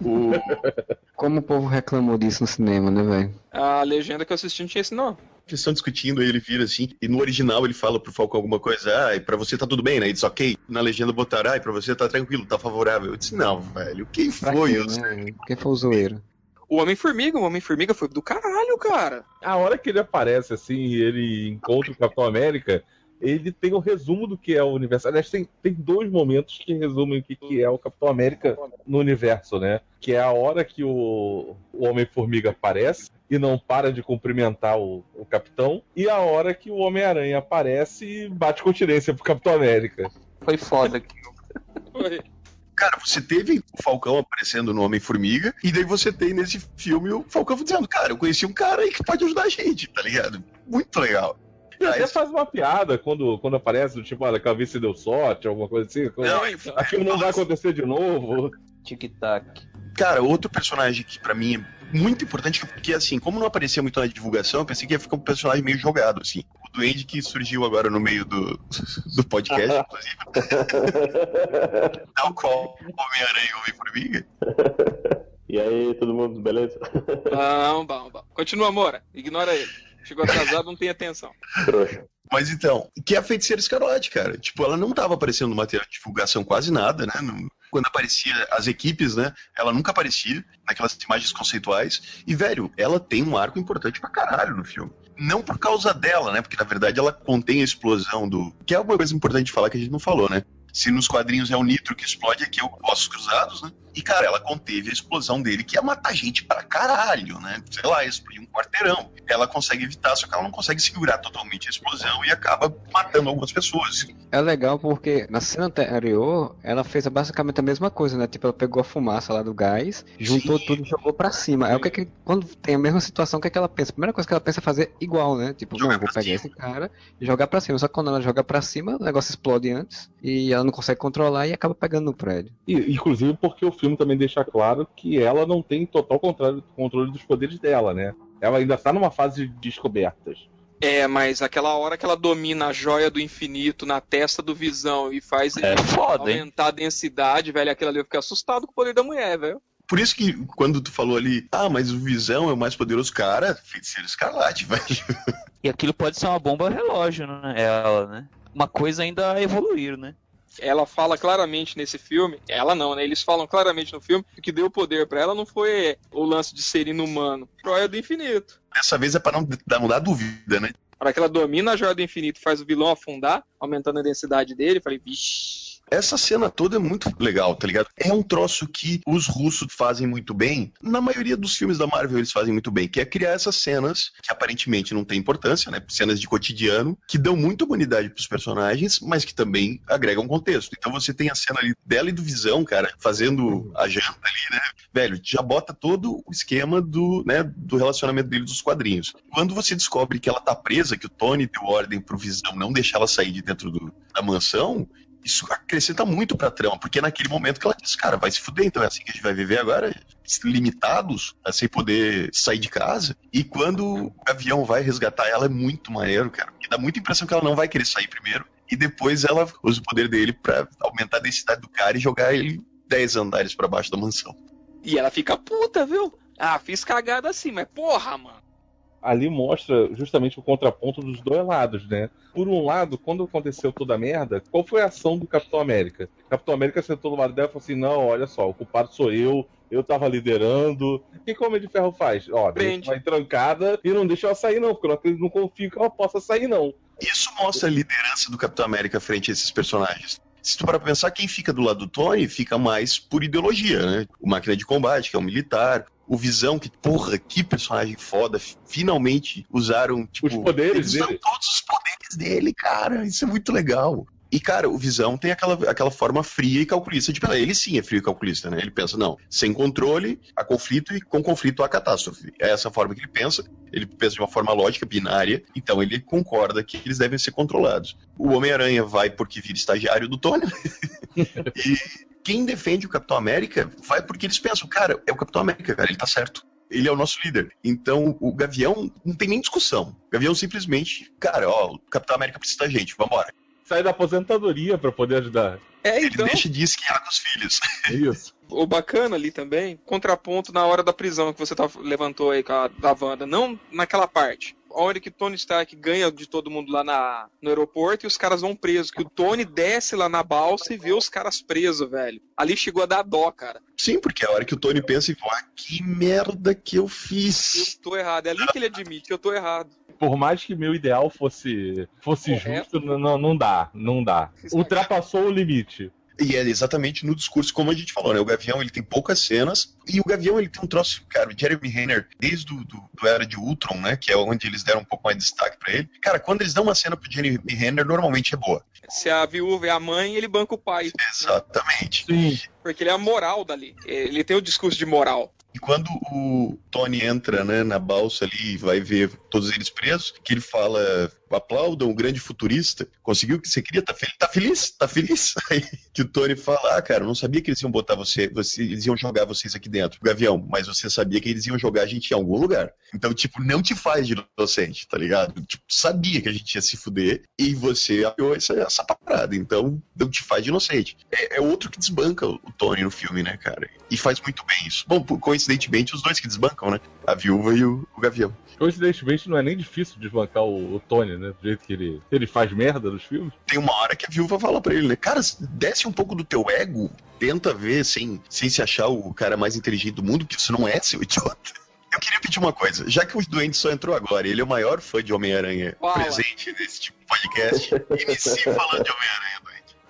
Como o povo reclamou disso no cinema, né, velho? A legenda que eu assisti não tinha esse nome. Eles estão discutindo, aí ele vira assim, e no original ele fala pro Falcão alguma coisa, e pra você tá tudo bem, né? Ele diz, ok. Na legenda botaram, e pra você tá tranquilo, tá favorável. Eu disse, não, velho, quem foi isso? Né? Quem foi o zoeiro? O Homem-Formiga foi do caralho, cara. A hora que ele aparece assim e ele encontra o Capitão América, ele tem o resumo do que é o universo. Aliás, tem dois momentos que resumem o que é o Capitão América no universo, né? Que é a hora que o Homem-Formiga aparece e não para de cumprimentar o Capitão, e a hora que o Homem-Aranha aparece e bate continência pro Capitão América. Foi foda aquilo. Foi. Cara, você teve o Falcão aparecendo no Homem-Formiga, e daí você tem nesse filme o Falcão dizendo, cara, eu conheci um cara aí que pode ajudar a gente, tá ligado? Muito legal. E até faz uma piada quando aparece, tipo, olha, que a vice deu sorte, alguma coisa assim. Aquilo não vai acontecer de novo. Tic-tac. Cara, outro personagem que pra mim é muito importante, porque assim, como não aparecia muito na divulgação, eu pensei que ia ficar um personagem meio jogado, assim. O Duende que surgiu agora no meio do podcast, inclusive. Tal qual Homem-Aranha e Homem-Formiga. E aí, todo mundo, beleza? Bom. Continua, Moura. Ignora ele. Chegou atrasado, não tem atenção. Trouxa. Mas então, que é a Feiticeira Escarlate, cara. Tipo, ela não tava aparecendo no material de divulgação quase nada, né? Quando aparecia as equipes, né? Ela nunca aparecia naquelas imagens conceituais. E, velho, ela tem um arco importante pra caralho no filme. Não por causa dela, né? Porque, na verdade, ela contém a explosão do... Que é uma coisa importante de falar que a gente não falou, né? Se nos quadrinhos é o Nitro que explode, aqui é o Ossos Cruzados, né? E, cara, ela conteve a explosão dele, que ia matar gente pra caralho, né? Sei lá, explodir um quarteirão. Ela consegue evitar, só que ela não consegue segurar totalmente a explosão e acaba matando algumas pessoas. É legal porque na cena anterior ela fez basicamente a mesma coisa, né? Tipo, ela pegou a fumaça lá do gás, juntou tudo e jogou pra cima. Aí o que quando tem a mesma situação, o que ela pensa? A primeira coisa que ela pensa é fazer igual, né? Tipo, não, vou pegar esse cara e jogar pra cima. Só que quando ela joga pra cima, o negócio explode antes e ela não consegue controlar e acaba pegando no prédio. Inclusive porque o filme também deixa claro que ela não tem total controle dos poderes dela, né? Ela ainda tá numa fase de descobertas. Mas aquela hora que ela domina a joia do infinito na testa do Visão e faz ele aumentar a densidade, velho, aquilo ali eu fiquei assustado com o poder da mulher, velho. Por isso que quando tu falou ali, mas o Visão é o mais poderoso, cara, Feiticeiro Escarlate, velho. E aquilo pode ser uma bomba relógio, né? Ela, né? Uma coisa ainda a evoluir, né? Ela fala claramente nesse filme, ela não, né? Eles falam claramente no filme que o que deu poder pra ela não foi o lance de ser inumano, joia do infinito. Dessa vez é pra não dar dúvida, né? Para que ela domina a joia do infinito e faz o vilão afundar, aumentando a densidade dele, eu falei, vixi. Essa cena toda é muito legal, tá ligado? É um troço que os russos fazem muito bem. Na maioria dos filmes da Marvel eles fazem muito bem, que é criar essas cenas que aparentemente não tem importância, né? Cenas de cotidiano, que dão muita humanidade pros personagens, mas que também agregam contexto. Então você tem a cena ali dela e do Visão, cara, fazendo a janta ali, né? Velho, já bota todo o esquema do relacionamento deles dos quadrinhos. Quando você descobre que ela tá presa, que o Tony deu ordem pro Visão não deixar ela sair de dentro da mansão, isso acrescenta muito pra trama, porque é naquele momento que ela diz, cara, vai se fuder, então é assim que a gente vai viver agora, limitados, sem poder sair de casa. E quando o Gavião vai resgatar ela, é muito maneiro, cara, porque dá muita impressão que ela não vai querer sair primeiro, e depois ela usa o poder dele pra aumentar a densidade do cara e jogar ele 10 andares pra baixo da mansão. E ela fica puta, viu? Fiz cagada assim, mas porra, mano. Ali mostra justamente o contraponto dos dois lados, né? Por um lado, quando aconteceu toda a merda, qual foi a ação do Capitão América? O Capitão América sentou do lado dela e falou assim, não, olha só, o culpado sou eu tava liderando. O que o Homem de Ferro faz? Deixa ela trancada e não deixa ela sair não, porque eu não confio que ela possa sair não. Isso mostra a liderança do Capitão América frente a esses personagens. Se tu parar pra pensar, quem fica do lado do Tony fica mais por ideologia, né? O Máquina de Combate, que é um militar. O Visão, que, porra, que personagem foda. Finalmente usaram, tipo... os poderes dele. Usaram todos os poderes dele, cara. Isso é muito legal. E, cara, o Visão tem aquela forma fria e calculista. Tipo, ele sim é frio e calculista, né? Ele pensa, não, sem controle há conflito e com conflito há catástrofe. É essa forma que ele pensa. Ele pensa de uma forma lógica, binária. Então ele concorda que eles devem ser controlados. O Homem-Aranha vai porque vira estagiário do Tony. E... quem defende o Capitão América vai porque eles pensam, cara, é o Capitão América, cara, ele tá certo. Ele é o nosso líder. Então, o Gavião não tem nem discussão. O Gavião simplesmente, cara, o Capitão América precisa da gente, vambora. Sai da aposentadoria pra poder ajudar. Ele deixa de esquiar com os filhos. Isso. O bacana ali também, contraponto na hora da prisão que você levantou aí com a da Wanda, não naquela parte. A hora que Tony Stark ganha de todo mundo lá no aeroporto e os caras vão presos. Que o Tony desce lá na balsa e vê os caras presos, velho. Ali chegou a dar dó, cara. Sim, porque é a hora que o Tony pensa e fala, que merda que eu fiz. Eu tô errado. É ali que ele admite que eu tô errado. Por mais que meu ideal fosse justo, não dá. Ultrapassou o limite. E é exatamente no discurso, como a gente falou, né? O Gavião, ele tem poucas cenas, e o Gavião, ele tem um troço, cara, o Jeremy Renner, desde do Era de Ultron, né? Que é onde eles deram um pouco mais de destaque pra ele. Cara, quando eles dão uma cena pro Jeremy Renner, normalmente é boa. Se a viúva é a mãe, ele banca o pai. Exatamente. Sim. Porque ele é a moral dali. Ele tem o discurso de moral. E quando o Tony entra, né, na balsa ali e vai ver todos eles presos, que ele fala, aplaudam o grande futurista, conseguiu o que você queria, tá feliz? Tá feliz? Aí que o Tony fala, cara, eu não sabia que eles iam botar eles iam jogar vocês aqui dentro, Gavião, mas você sabia que eles iam jogar a gente em algum lugar. Então, tipo, não te faz de inocente, tá ligado? Tipo, sabia que a gente ia se fuder e você apoiou essa parada, então não te faz de inocente. É outro que desbanca o Tony no filme, né, cara? E faz muito bem isso. Bom, coincidentemente, os dois que desbancam, né? A viúva e o Gavião. Coincidentemente, não é nem difícil desbancar o Tony, né? Do jeito que ele faz merda nos filmes. Tem uma hora que a viúva fala pra ele, né? Cara, desce um pouco do teu ego, tenta ver sem se achar o cara mais inteligente do mundo, que você não é, seu idiota. Eu queria pedir uma coisa, já que o Doente só entrou agora, ele é o maior fã de Homem-Aranha presente nesse tipo de podcast, inicie falando de Homem-Aranha, Doente.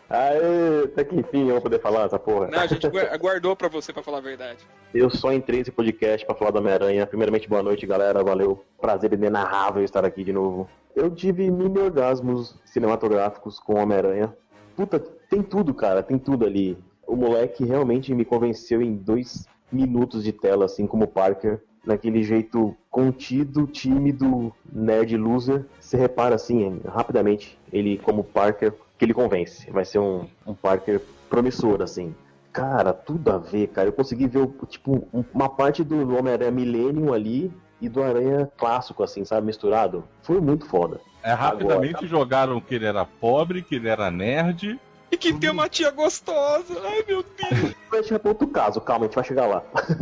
Aê, até que enfim eu vou poder falar essa porra. Não, a gente aguardou pra você pra falar a verdade. Eu só entrei nesse podcast pra falar do Homem-Aranha. Primeiramente, boa noite, galera. Valeu. Prazer inenarrável estar aqui de novo. Eu tive mini orgasmos cinematográficos com o Homem-Aranha. Puta, tem tudo, cara. Tem tudo ali. O moleque realmente me convenceu em 2 minutos de tela, assim como o Parker. Naquele jeito contido, tímido, nerd loser. Você repara, assim, rapidamente, ele como Parker, que ele convence. Vai ser um Parker promissor, assim. Cara, tudo a ver, cara. Eu consegui ver, tipo, uma parte do Homem-Aranha Millennium ali e do Aranha clássico, assim, sabe, misturado. Foi muito foda. Rapidamente jogaram que ele era pobre, que ele era nerd. E que tem uma tia gostosa. Ai, meu Deus. Vai chegar pra outro caso, calma, a gente vai chegar lá.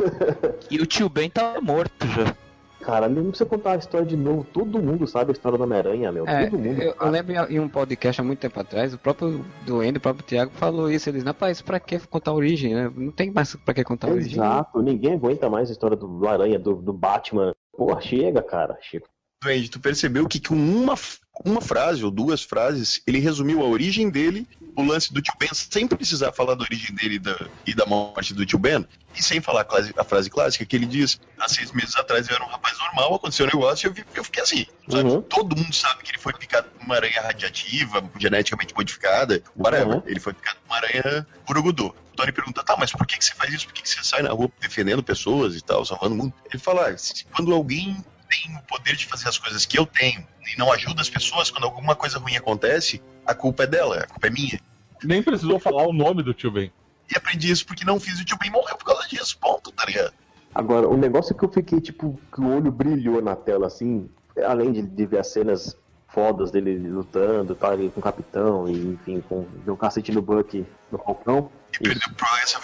E o tio Ben tá morto já. Cara, não precisa contar a história de novo. Todo mundo sabe a história do Homem-Aranha, meu. Todo mundo. Eu lembro em um podcast há muito tempo atrás, o próprio Duende, o próprio Thiago falou isso. Ele disse, rapaz, pra que contar a origem, né? Não tem mais pra que contar a origem. Exato, ninguém aguenta mais a história do Aranha, do Batman. Porra, chega, cara, chega. Duende, tu percebeu que com uma frase ou 2 frases, ele resumiu a origem dele, o lance do tio Ben, sem precisar falar da origem dele e da morte do tio Ben, e sem falar a frase clássica que ele diz, há 6 meses atrás eu era um rapaz normal, aconteceu um negócio e eu fiquei assim, sabe? Uhum. Todo mundo sabe que ele foi picado por uma aranha radiativa, geneticamente modificada, whatever. Uhum. Ele foi picado por uma aranha Borogodó. O Tony pergunta, tá, mas por que você faz isso? Por que você sai na rua defendendo pessoas e tal, salvando o mundo? Ele fala, quando alguém tem o poder de fazer as coisas que eu tenho e não ajuda as pessoas, quando alguma coisa ruim acontece, a culpa é dela, a culpa é minha. Nem precisou falar o nome do tio Ben. E aprendi isso porque não fiz, o tio Ben morreu por causa disso, ponto, tá ligado? Agora, o negócio que eu fiquei, tipo, que o olho brilhou na tela, assim, além de ver as cenas fodas dele lutando, tá, ali com o Capitão, e enfim, com o cacete no Bucky no Falcão. E perdeu pro essa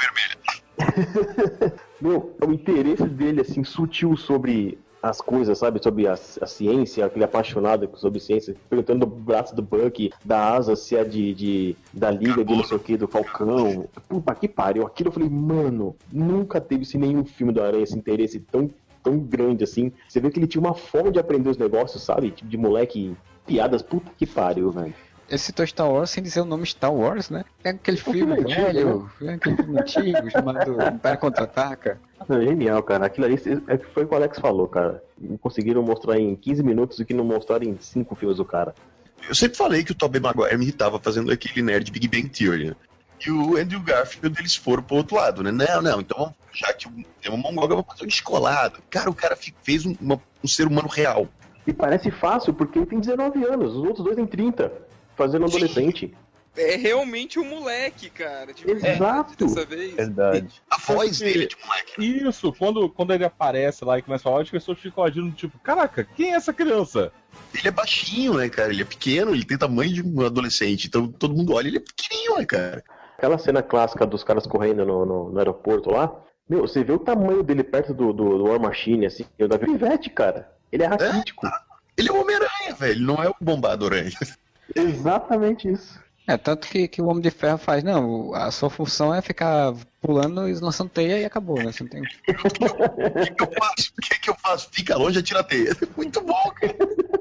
vermelha. Meu, o interesse dele, assim, sutil sobre as coisas, sabe? Sobre a ciência, aquele apaixonado sobre ciência, perguntando do braço do Bucky, da asa, se é da liga de não sei o que, do Falcão. Puta que pariu. Aquilo eu falei, mano, nunca teve em nenhum filme do Aranha esse interesse tão grande assim. Você vê que ele tinha uma forma de aprender os negócios, sabe? Tipo de moleque, piadas, puta que pariu, velho. Ele citou Star Wars sem dizer o nome Star Wars, né? É aquele filme antigo, velho, aquele filme antigo chamado Império Contra-Ataca. Genial, cara. Aquilo ali foi o que o Alex falou, cara. Conseguiram mostrar em 15 minutos o que não mostraram em 5 filmes do cara. Eu sempre falei que o Tobey Maguire me irritava fazendo aquele nerd Big Bang Theory, né? E o Andrew Garfield, eles foram pro outro lado, né? Não, então já que tem uma mongoga, vamos fazer um descolado. Cara, o cara fez um ser humano real. E parece fácil, porque ele tem 19 anos, os outros 2 têm 30. Fazendo um adolescente. É realmente um moleque, cara. De Exato. dessa vez. Verdade. A voz dele é de moleque. Isso, quando ele aparece lá e começa a falar, as pessoas ficam agindo tipo, caraca, quem é essa criança? Ele é baixinho, né, cara? Ele é pequeno, ele tem tamanho de um adolescente. Então todo mundo olha, ele é pequenininho, né, cara? Aquela cena clássica dos caras correndo no aeroporto lá. Meu, você vê o tamanho dele perto do War Machine, assim. O da Vivete, cara. Ele é raquítico. Ele é o Homem-Aranha, velho. Ele não é o Bombado Aranha. Exatamente isso. Tanto que o Homem de Ferro faz, não, a sua função é ficar pulando e lançando teia e acabou, né? Você não tem... O que eu faço? Fica longe e atira a teia. Muito bom, cara.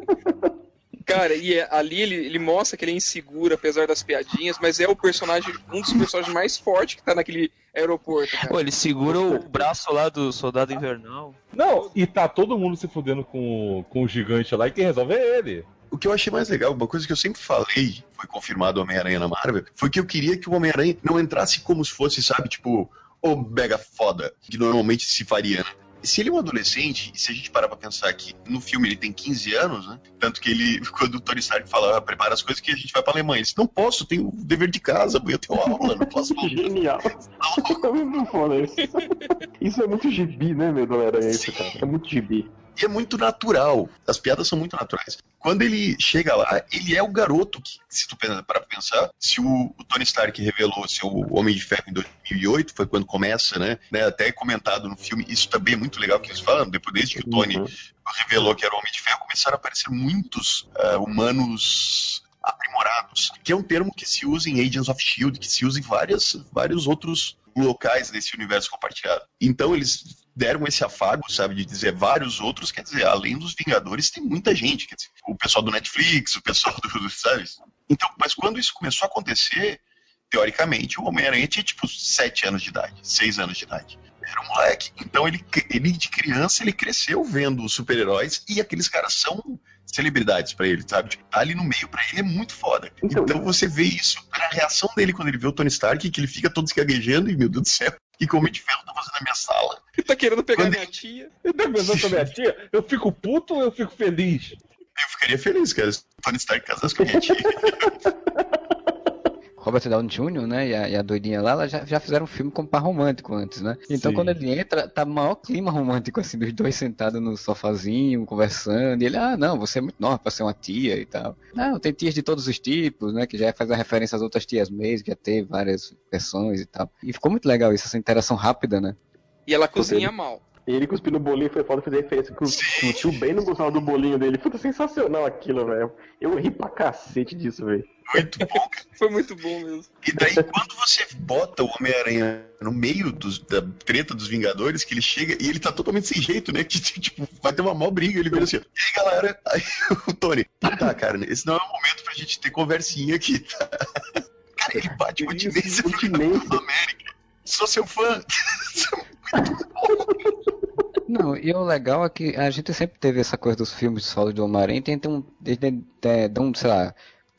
Cara, e ali ele mostra que ele é inseguro, apesar das piadinhas, mas é um dos personagens mais fortes que tá naquele aeroporto, cara. Pô, ele segura o braço lá do Soldado Invernal. Não, e tá todo mundo se fudendo com o gigante lá e quem resolve é ele. O que eu achei mais legal, uma coisa que eu sempre falei, foi confirmado o Homem-Aranha na Marvel, foi que eu queria que o Homem-Aranha não entrasse como se fosse, sabe, tipo, o mega foda, que normalmente se faria, né? Se ele é um adolescente, e se a gente parar pra pensar que no filme ele tem 15 anos, né? Tanto que ele, quando o Tony Stark fala, prepara as coisas que a gente vai pra Alemanha, ele diz, não posso, tenho dever de casa, eu tenho aula, não posso. Genial. É muito foda isso. Isso é muito gibi, né, meu Homem-Aranha, isso, cara. É muito gibi. E é muito natural. As piadas são muito naturais. Quando ele chega lá, ele é o garoto que, se tu para pensar, se o Tony Stark revelou seu Homem de Ferro em 2008, foi quando começa, né? Até é comentado no filme, isso também é muito legal que eles falam, depois desde que o Tony revelou que era o Homem de Ferro, começaram a aparecer muitos humanos aprimorados, que é um termo que se usa em Agents of S.H.I.E.L.D., que se usa em vários outros locais desse universo compartilhado. Então eles deram esse afago, sabe, de dizer vários outros, quer dizer, além dos Vingadores tem muita gente, quer dizer, o pessoal do Netflix, o pessoal do, sabe? Então, mas quando isso começou a acontecer, teoricamente, o Homem-Aranha tinha, tipo, 7 anos de idade, 6 anos de idade. Era um moleque. Então, ele de criança, ele cresceu vendo os super-heróis e aqueles caras são celebridades pra ele, sabe? Tipo, tá ali no meio pra ele é muito foda. Então você vê isso, a reação dele quando ele vê o Tony Stark, que ele fica todo esgaguejando e, meu Deus do céu, o que o Homem de Ferro tá fazendo na minha sala? Ele tá querendo pegar minha tia. Ele tá pensando com a minha tia? Eu fico puto ou eu fico feliz? Eu ficaria feliz, cara, se o Tony Stark casasse com a minha tia. Robert Downey Jr., né, e a doidinha lá, ela já fizeram um filme com par romântico antes, né? Então Sim. quando ele entra, tá maior clima romântico, assim, dos dois sentados no sofazinho, conversando, e ele, não, você é muito nova pra ser uma tia e tal. Não, tem tias de todos os tipos, né, que já faz a referência às outras tias mesmo, que já teve várias versões e tal. E ficou muito legal isso, essa interação rápida, né? E ela cozinha mal. Ele cuspiu no bolinho, foi foda fazer referência que o tio Ben não gostava do bolinho dele. Foi sensacional aquilo, velho. Eu ri pra cacete disso, velho. Muito bom, cara. Foi muito bom mesmo. E daí, quando você bota o Homem-Aranha no meio da treta dos Vingadores, que ele chega e ele tá totalmente sem jeito, né? Que, tipo, vai ter uma maior briga. Ele vira assim, e aí, galera? Aí o Tony, tá, cara, esse não é o momento pra gente ter conversinha aqui, tá? Cara, ele bate continência pro Capitão América. Sou seu fã. Não, e o legal é que a gente sempre teve essa coisa dos filmes solo do Homem-Aranha, tem sei lá,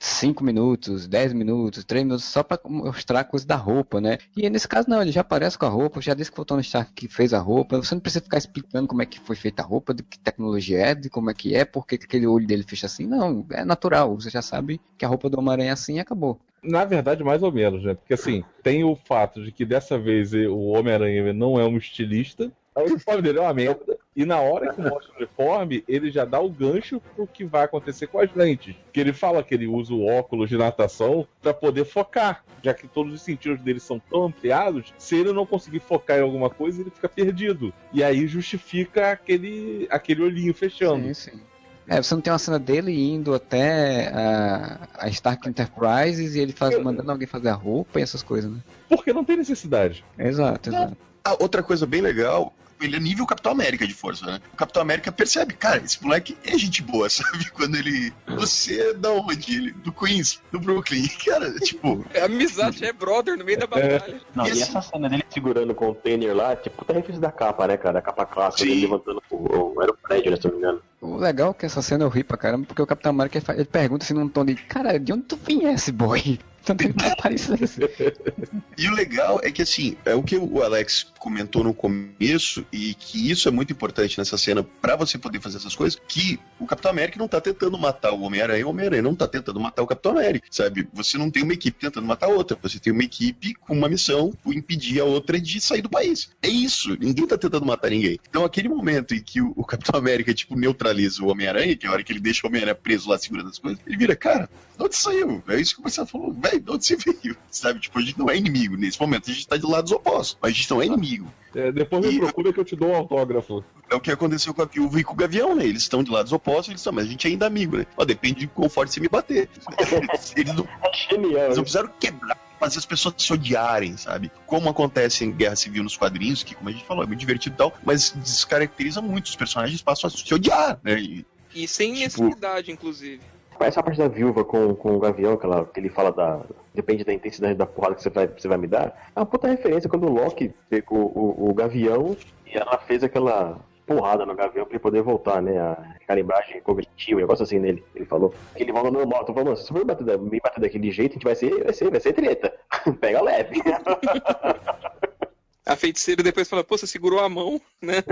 5 minutos, 10 minutos, 3 minutos, só pra mostrar a coisa da roupa, né? E nesse caso não, ele já aparece com a roupa, já disse que foi o Tony Stark que fez a roupa, você não precisa ficar explicando como é que foi feita a roupa, de que tecnologia é, de como é que é, por que aquele olho dele fecha assim, não, é natural, você já sabe que a roupa do Homem-Aranha é assim e acabou. Na verdade, mais ou menos, né? Porque assim, tem o fato de que dessa vez o Homem-Aranha não é um estilista, o uniforme dele é uma merda, e na hora que mostra o uniforme, ele já dá o gancho pro que vai acontecer com as lentes. Que ele fala que ele usa o óculos de natação pra poder focar, já que todos os sentidos dele são tão ampliados, se ele não conseguir focar em alguma coisa, ele fica perdido. E aí justifica aquele olhinho fechando. Sim, sim. Você não tem uma cena dele indo até a Stark Enterprises e ele mandando alguém fazer a roupa e essas coisas, né? Porque não tem necessidade. Exato. Outra coisa bem legal, ele é nível Capitão América de força, né? O Capitão América percebe, cara, esse moleque é gente boa, sabe? Quando ele... Você é da onde? Do Queens, do Brooklyn. Cara, tipo... A amizade é brother no meio da batalha. Não, e essa cena dele segurando o container lá, tipo, tá referência da capa, né, cara? A capa clássica dele levantando era o prédio, né, se não me engano. O legal é que essa cena eu ri pra caramba, porque o Capitão América ele pergunta assim num tom de, cara, de onde tu viesse, boy? Então tem mais parecer. E o legal é que, assim, é o que o Alex comentou no começo, e que isso é muito importante nessa cena pra você poder fazer essas coisas, que o Capitão América não tá tentando matar o Homem-Aranha não tá tentando matar o Capitão América, sabe? Você não tem uma equipe tentando matar a outra, você tem uma equipe com uma missão, por impedir a outra de sair do país. É isso, ninguém tá tentando matar ninguém. Então aquele momento em que o Capitão América, tipo, neutraliza o Homem-Aranha, que é a hora que ele deixa o Homem-Aranha preso lá segurando as coisas, ele vira, cara, de onde saiu? É isso que o Marcelo falou, velho, de onde você veio? Sabe, tipo, a gente não é inimigo nesse momento, a gente tá de lados opostos, mas a gente não é inimigo. Depois me procura que eu te dou um autógrafo. É o que aconteceu com a Viúva e com o Gavião, né? Eles estão de lados opostos, eles estão, mas a gente é ainda amigo, né? Depende de quão forte você me bater. Eles não precisaram quebrar, fazer as pessoas se odiarem, sabe? Como acontece em Guerra Civil nos quadrinhos, que, como a gente falou, é muito divertido e tal, mas descaracteriza muito. Os personagens passam a se odiar, né? E sem necessidade, inclusive. Essa parte da Viúva com o Gavião, que ele fala depende da intensidade da porrada que você vai me dar, é uma puta referência quando o Loki pegou o Gavião e ela fez aquela porrada no Gavião pra ele poder voltar, né? A calibragem cognitiva, um negócio assim nele. Ele falou que ele volta normal. Tô falando, se você for me bater daquele jeito, a gente vai ser treta. Pega leve. A feiticeira depois fala, pô, você segurou a mão, né?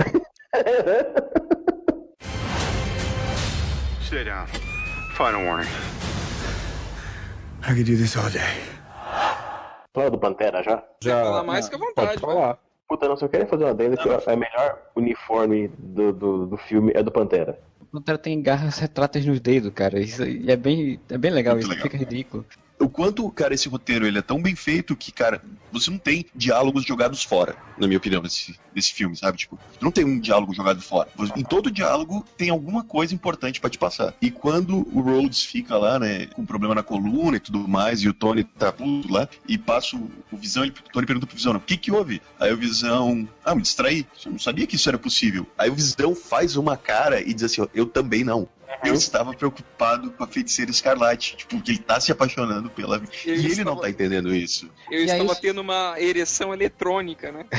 Sit down. Final warning. I could do this all day. Fala do Pantera já? Já Falar mais que à vontade, pode falar. Puta, não, só queria fazer uma adenda que o melhor uniforme do filme é do Pantera. O Pantera tem garras retráteis nos dedos, cara. Isso é bem legal, Muito isso legal. fica ridículo. O quanto, cara, esse roteiro ele é tão bem feito que, cara, você não tem diálogos jogados fora, na minha opinião, nesse filme, sabe? Tipo, tu não tem um diálogo jogado fora. Em todo diálogo tem alguma coisa importante pra te passar. E quando o Rhodes fica lá, né, com problema na coluna e tudo mais, e o Tony tá puto lá, e passa o Visão, o Tony pergunta pro Visão, o que houve? Aí o Visão, me distraí, eu não sabia que isso era possível. Aí o Visão faz uma cara e diz assim, eu também não. Eu estava preocupado com a Feiticeira Escarlate, tipo, que ele tá se apaixonando pela... E ele não tá entendendo isso. Eu estava tendo uma ereção eletrônica, né?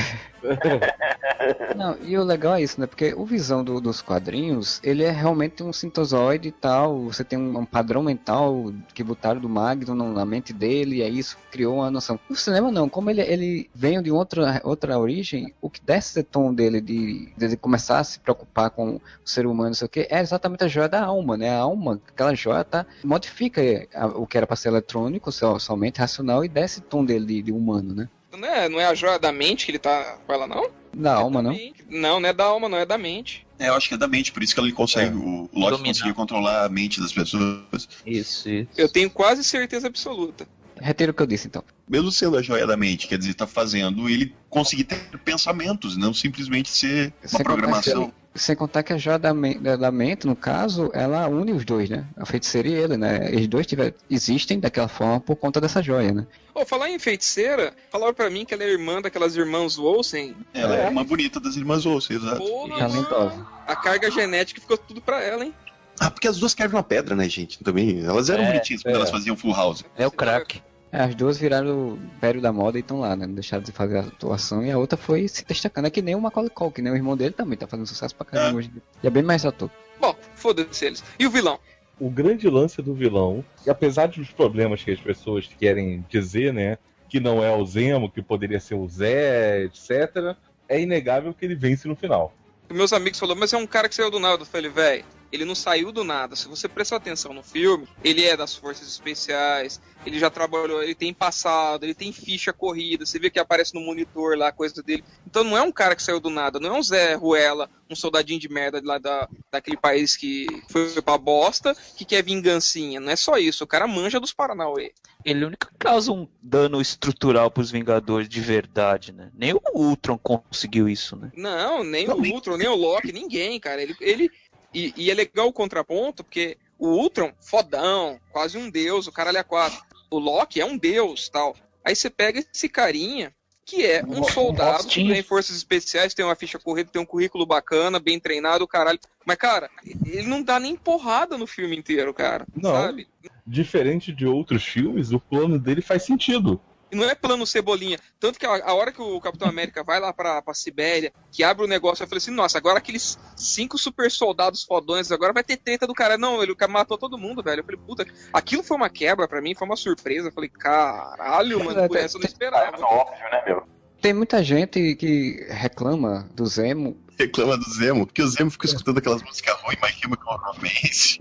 Não, e o legal é isso, né? Porque o Visão dos quadrinhos, ele é realmente um sintozoide e tal. Você tem um padrão mental que botaram do Magno na mente dele, e aí isso criou uma noção. No cinema não, como ele veio de outra origem, o que dá esse tom dele de começar a se preocupar com o ser humano, não sei o que, é exatamente a joia da alma, né? A alma, aquela joia modifica o que era para ser eletrônico, somente racional, e dá esse tom dele de humano, né? Não é a joia da mente que ele tá com ela, não? Da alma, não? Não é da alma, não, é da mente. Eu acho que é da mente, por isso que ele consegue, o Loki conseguiu controlar a mente das pessoas. Isso. Eu tenho quase certeza absoluta. Retiro o que eu disse, então. Mesmo sendo a joia da mente, quer dizer, tá fazendo ele conseguir ter pensamentos, não simplesmente ser uma programação. Sem contar que a joia da mente, no caso, ela une os dois, né? A feiticeira e ele, né? Eles dois existem daquela forma por conta dessa joia, né? Falar em feiticeira, falaram pra mim que ela é irmã daquelas irmãs Olsen. Ela é uma bonita das irmãs Olsen, exato. Porra, talentosa. A carga genética ficou tudo pra ela, hein? Porque as duas quebram a pedra, né, gente? Também. Elas eram bonitinhas quando elas faziam Full House. É o crack. As duas viraram o império da moda e estão lá, né? Não deixaram de fazer a atuação, e a outra foi se destacando. É que nem o Macaulay Culkin, né? O irmão dele também tá fazendo sucesso pra caramba hoje. E é bem mais ator. Bom, foda-se eles. E o vilão? O grande lance do vilão, e apesar dos problemas que as pessoas querem dizer, né? Que não é o Zemo, que poderia ser o Zé, etc., é inegável que ele vence no final. Meus amigos falaram, mas é um cara que saiu do nada. Eu falei, velho, ele não saiu do nada. Se você prestar atenção no filme, ele é das forças especiais, ele já trabalhou, ele tem passado, ele tem ficha corrida, você vê que aparece no monitor lá, coisa dele. Então não é um cara que saiu do nada, não é um Zé Ruela, um soldadinho de merda lá daquele país que foi pra bosta, que quer vingancinha. Não é só isso, o cara manja dos Paranauê. Ele nunca causa um dano estrutural pros Vingadores de verdade, né? Nem o Ultron conseguiu isso, né? Não, nem o Ultron, nem o Loki, ninguém, cara. E é legal o contraponto, porque o Ultron, fodão, quase um deus, o caralho é 4. O Loki é um deus, tal. Aí você pega esse carinha, que é um soldado, que tem forças especiais, tem uma ficha corrida, tem um currículo bacana, bem treinado, caralho. Mas, cara, ele não dá nem porrada no filme inteiro, cara. Não. Sabe? Diferente de outros filmes, o plano dele faz sentido. E não é plano Cebolinha. Tanto que a hora que o Capitão América vai lá pra Sibéria, que abre o negócio, eu falei assim, nossa, agora aqueles 5 super soldados fodões, agora vai ter treta do cara. Não, ele matou todo mundo, velho. Eu falei, puta, aquilo foi uma quebra pra mim, foi uma surpresa. Eu falei, caralho, mano, por essa eu não esperava. É óbvio, né, meu? Tem muita gente que reclama do Zemo. Reclama do Zemo, porque o Zemo fica escutando aquelas músicas ruins, mas rima com romance.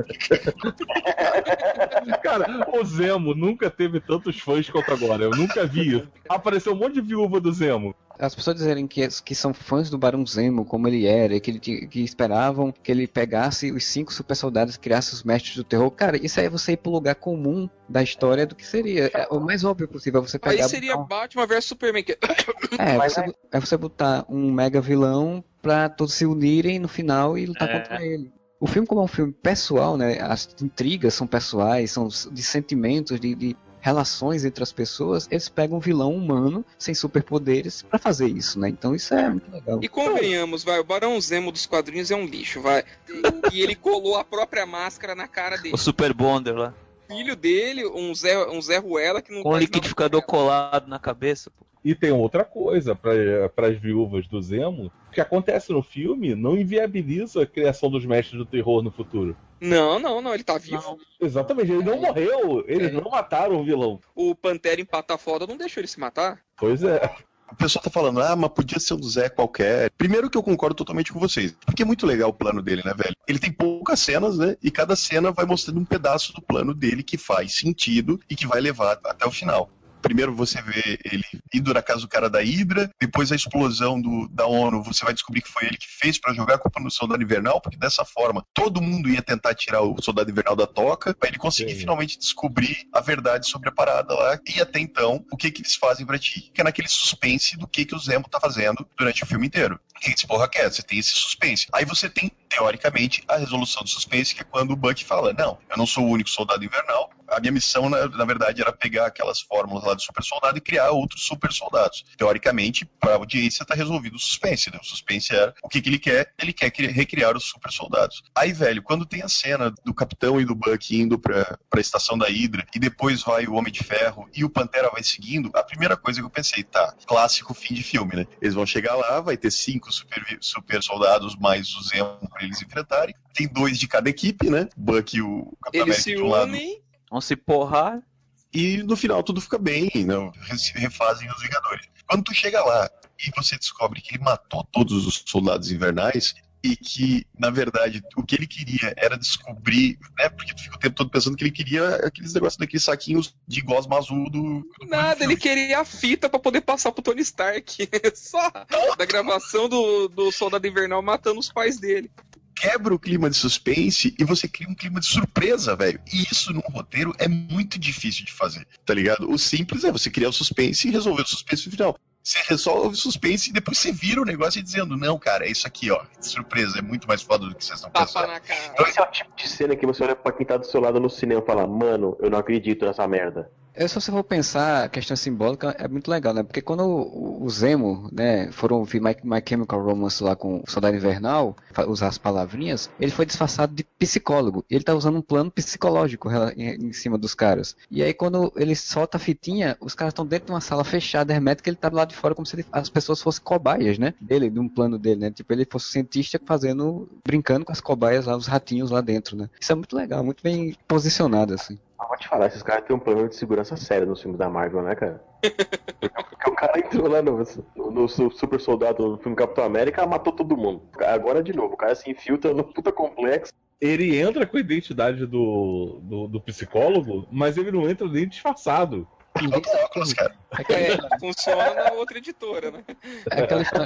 Cara, o Zemo nunca teve tantos fãs quanto agora. Eu nunca vi isso. Apareceu um monte de viúva do Zemo. As pessoas dizerem que são fãs do Barão Zemo, como ele era, que esperavam que ele pegasse os 5 super soldados e criasse os mestres do terror. Cara, isso aí é você ir pro lugar comum da história do que seria. É o mais óbvio possível, você pegar... Aí seria Batman vs Superman. É você botar um mega vilão pra todos se unirem no final e lutar contra ele. O filme, como é um filme pessoal, né? As intrigas são pessoais, são de sentimentos, de relações entre as pessoas. Eles pegam um vilão humano sem superpoderes pra fazer isso, né? Então isso é muito legal. E convenhamos, o Barão Zemo dos quadrinhos é um lixo, E ele colou a própria máscara na cara dele. O Super Bonder lá. Filho dele, um Zé Ruela que não... Com liquidificador colado na cabeça, pô. E tem outra coisa para as viúvas do Zemo. O que acontece no filme não inviabiliza a criação dos mestres do terror no futuro. Não, ele tá vivo. Não. Exatamente, ele não morreu. Eles não mataram o vilão. O Pantera empata foda não deixou ele se matar. Pois é. O pessoal tá falando, mas podia ser um Zé qualquer. Primeiro que eu concordo totalmente com vocês. Porque é muito legal o plano dele, né, velho? Ele tem poucas cenas, né? E cada cena vai mostrando um pedaço do plano dele que faz sentido e que vai levar até o final. Primeiro você vê ele indo na casa do cara da Hydra, depois a explosão da ONU, você vai descobrir que foi ele que fez pra jogar a culpa no Soldado Invernal, porque dessa forma todo mundo ia tentar tirar o Soldado Invernal da toca, pra ele conseguir finalmente descobrir a verdade sobre a parada lá, e até então, o que eles fazem pra ti, que é naquele suspense do que o Zemo tá fazendo durante o filme inteiro. O que esse porra quer? Você tem esse suspense. Aí você tem, teoricamente, a resolução do suspense, que é quando o Bucky fala, não, eu não sou o único Soldado Invernal, a minha missão, na verdade, era pegar aquelas fórmulas lá do super soldado e criar outros super soldados. Teoricamente, para a audiência tá resolvido o suspense, né? O suspense era o que ele quer recriar os super soldados. Aí, velho, quando tem a cena do Capitão e do Buck indo pra estação da Hydra, e depois vai o Homem de Ferro e o Pantera vai seguindo, a primeira coisa que eu pensei, tá, clássico fim de filme, né? Eles vão chegar lá, vai ter 5 super soldados mais o Zemo pra eles enfrentarem. Tem 2 de cada equipe, né? Buck e o Capitão Eles América se de um lado. unem. Vão se porrar. E no final tudo fica bem, né? Refazem os Vingadores. Quando tu chega lá e você descobre que ele matou todos os soldados invernais e que, na verdade, o que ele queria era descobrir, né? Porque tu fica o tempo todo pensando que ele queria aqueles negócios daqueles saquinhos de gosma azul do Nada, ele queria a fita pra poder passar pro Tony Stark. Só da gravação do Soldado Invernal matando os pais dele. Quebra o clima de suspense e você cria um clima de surpresa, velho. E isso num roteiro é muito difícil de fazer, tá ligado? O simples é você criar o suspense e resolver o suspense no final. Você resolve o suspense e depois você vira o negócio e dizendo, não, cara, é isso aqui, ó. Surpresa, é muito mais foda do que vocês estão pensando. Tapa na cara. Esse é o tipo de cena que você olha pra quem tá do seu lado no cinema e fala, mano, eu não acredito nessa merda. Se você for pensar, a questão simbólica é muito legal, né? Porque quando o Zemo, né, foram ouvir My Chemical Romance lá com o Soldado Invernal, usar as palavrinhas, ele foi disfarçado de psicólogo. Ele tá usando um plano psicológico em cima dos caras. E aí quando ele solta a fitinha, os caras estão dentro de uma sala fechada, hermética, ele tá do lado de fora como se as pessoas fossem cobaias, né? De um plano dele, né? Tipo, ele fosse cientista brincando com as cobaias lá, os ratinhos lá dentro, né? Isso é muito legal, muito bem posicionado, assim. Vou te falar, esses caras têm um plano de segurança sério nos filmes da Marvel, né, cara? Porque o cara entrou lá no Super Soldado, no filme Capitão América, matou todo mundo. Agora, de novo, o cara se infiltra no puta complexo. Ele entra com a identidade do psicólogo, mas ele não entra nem disfarçado. Bota óculos, cara. Funciona na outra editora, né? É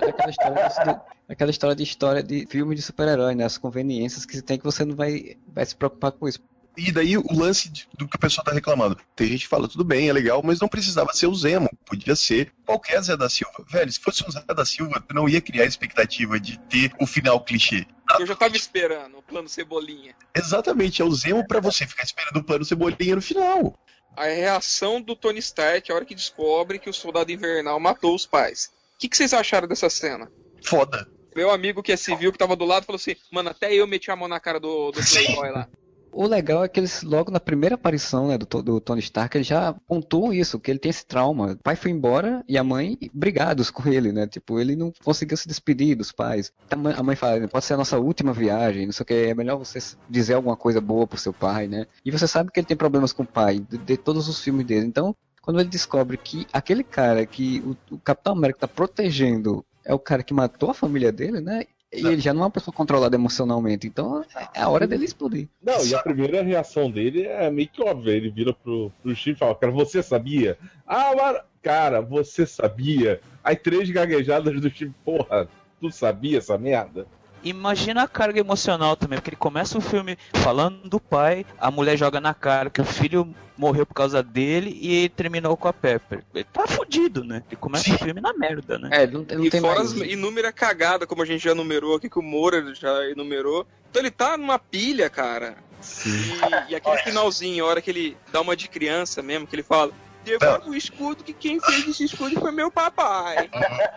aquela história de filme de super-herói, né? As conveniências que tem que você não vai se preocupar com isso. E daí o lance do que o pessoal tá reclamando. Tem gente que fala, tudo bem, é legal, mas não precisava ser o Zemo. Podia ser qualquer Zé da Silva. Velho, se fosse um Zé da Silva, tu não ia criar a expectativa de ter o final clichê. Eu já tava esperando o plano Cebolinha. Exatamente, é o Zemo pra você ficar esperando o plano Cebolinha no final. A reação do Tony Stark, a hora que descobre que o Soldado Invernal matou os pais. O que vocês acharam dessa cena? Foda. Meu amigo que é civil, que tava do lado, falou assim, mano, até eu meti a mão na cara do Playboy lá. O legal é que eles, logo na primeira aparição, né, do Tony Stark, eles já pontuam isso, que ele tem esse trauma. O pai foi embora e a mãe brigados com ele, né? Tipo, ele não conseguiu se despedir dos pais. A mãe fala, pode ser a nossa última viagem, não sei o que, é melhor você dizer alguma coisa boa pro seu pai, né? E você sabe que ele tem problemas com o pai, de todos os filmes dele. Então, quando ele descobre que aquele cara que o Capitão América tá protegendo é o cara que matou a família dele, né? E ele já não é uma pessoa controlada emocionalmente, então é a hora dele explodir. Não, e a primeira reação dele é meio que óbvia. Ele vira pro Steve e fala, cara, você sabia? Cara, você sabia? Aí 3 gaguejadas do Steve, porra, tu sabia essa merda? Imagina a carga emocional também, porque ele começa o filme falando do pai, a mulher joga na cara que o filho morreu por causa dele e ele terminou com a Pepper. Ele tá fudido, né? Ele começa o filme na merda, né? Ele não e tem fora mais... as inúmeras cagadas, como a gente já enumerou aqui, que o Moura já enumerou. Então ele tá numa pilha, cara. E aquele finalzinho, a hora que ele dá uma de criança mesmo, que ele fala, devolve o escudo, que quem fez esse escudo foi meu papai.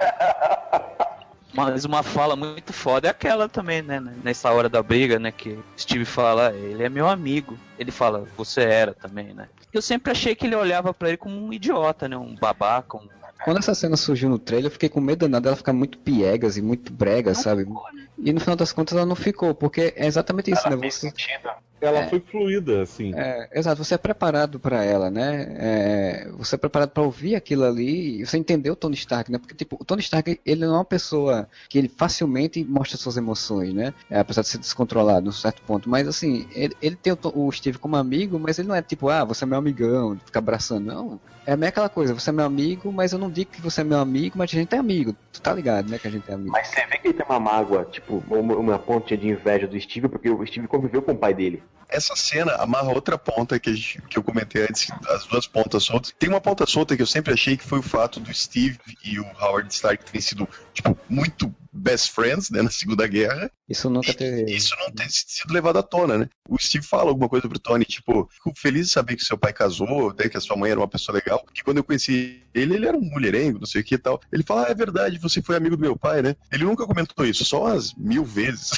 Mas uma fala muito foda é aquela também, né? Nessa hora da briga, né? Que Steve fala, ele é meu amigo. Ele fala, você era também, né? Eu sempre achei que ele olhava pra ele como um idiota, né? Um babaca, Quando essa cena surgiu no trailer, eu fiquei com medo danado dela ficar muito piegas e muito brega, sabe? E no final das contas ela não ficou, porque é exatamente isso, né? Ela foi fluida, assim. Exato, você é preparado pra ela, né? Você é preparado pra ouvir aquilo ali e você entendeu o Tony Stark, né? Porque, tipo, o Tony Stark, ele não é uma pessoa que ele facilmente mostra suas emoções, né? Apesar de ser descontrolado, num certo ponto. Mas, assim, ele tem o Steve como amigo, mas ele não é tipo, você é meu amigão, fica abraçando. Não, é meio aquela coisa, você é meu amigo, mas eu não digo que você é meu amigo, mas a gente é amigo. Tu tá ligado, né, que a gente é amigo. Mas você vê que ele tem uma mágoa, tipo, uma pontinha de inveja do Steve, porque o Steve conviveu com o pai dele. essa cena amarra outra ponta que eu comentei antes, as duas pontas soltas. Tem uma ponta solta que eu sempre achei que foi o fato do Steve e o Howard Stark terem sido, tipo, muito best friends, né, na Segunda Guerra. Isso nunca teve... Isso não tem sido levado à tona, né? O Steve fala alguma coisa pro Tony, tipo, fico feliz de saber que seu pai casou, até que a sua mãe era uma pessoa legal, porque quando eu conheci ele era um mulherengo, não sei o que e tal. Ele fala, é verdade, você foi amigo do meu pai, né? Ele nunca comentou isso, só umas 1000 vezes.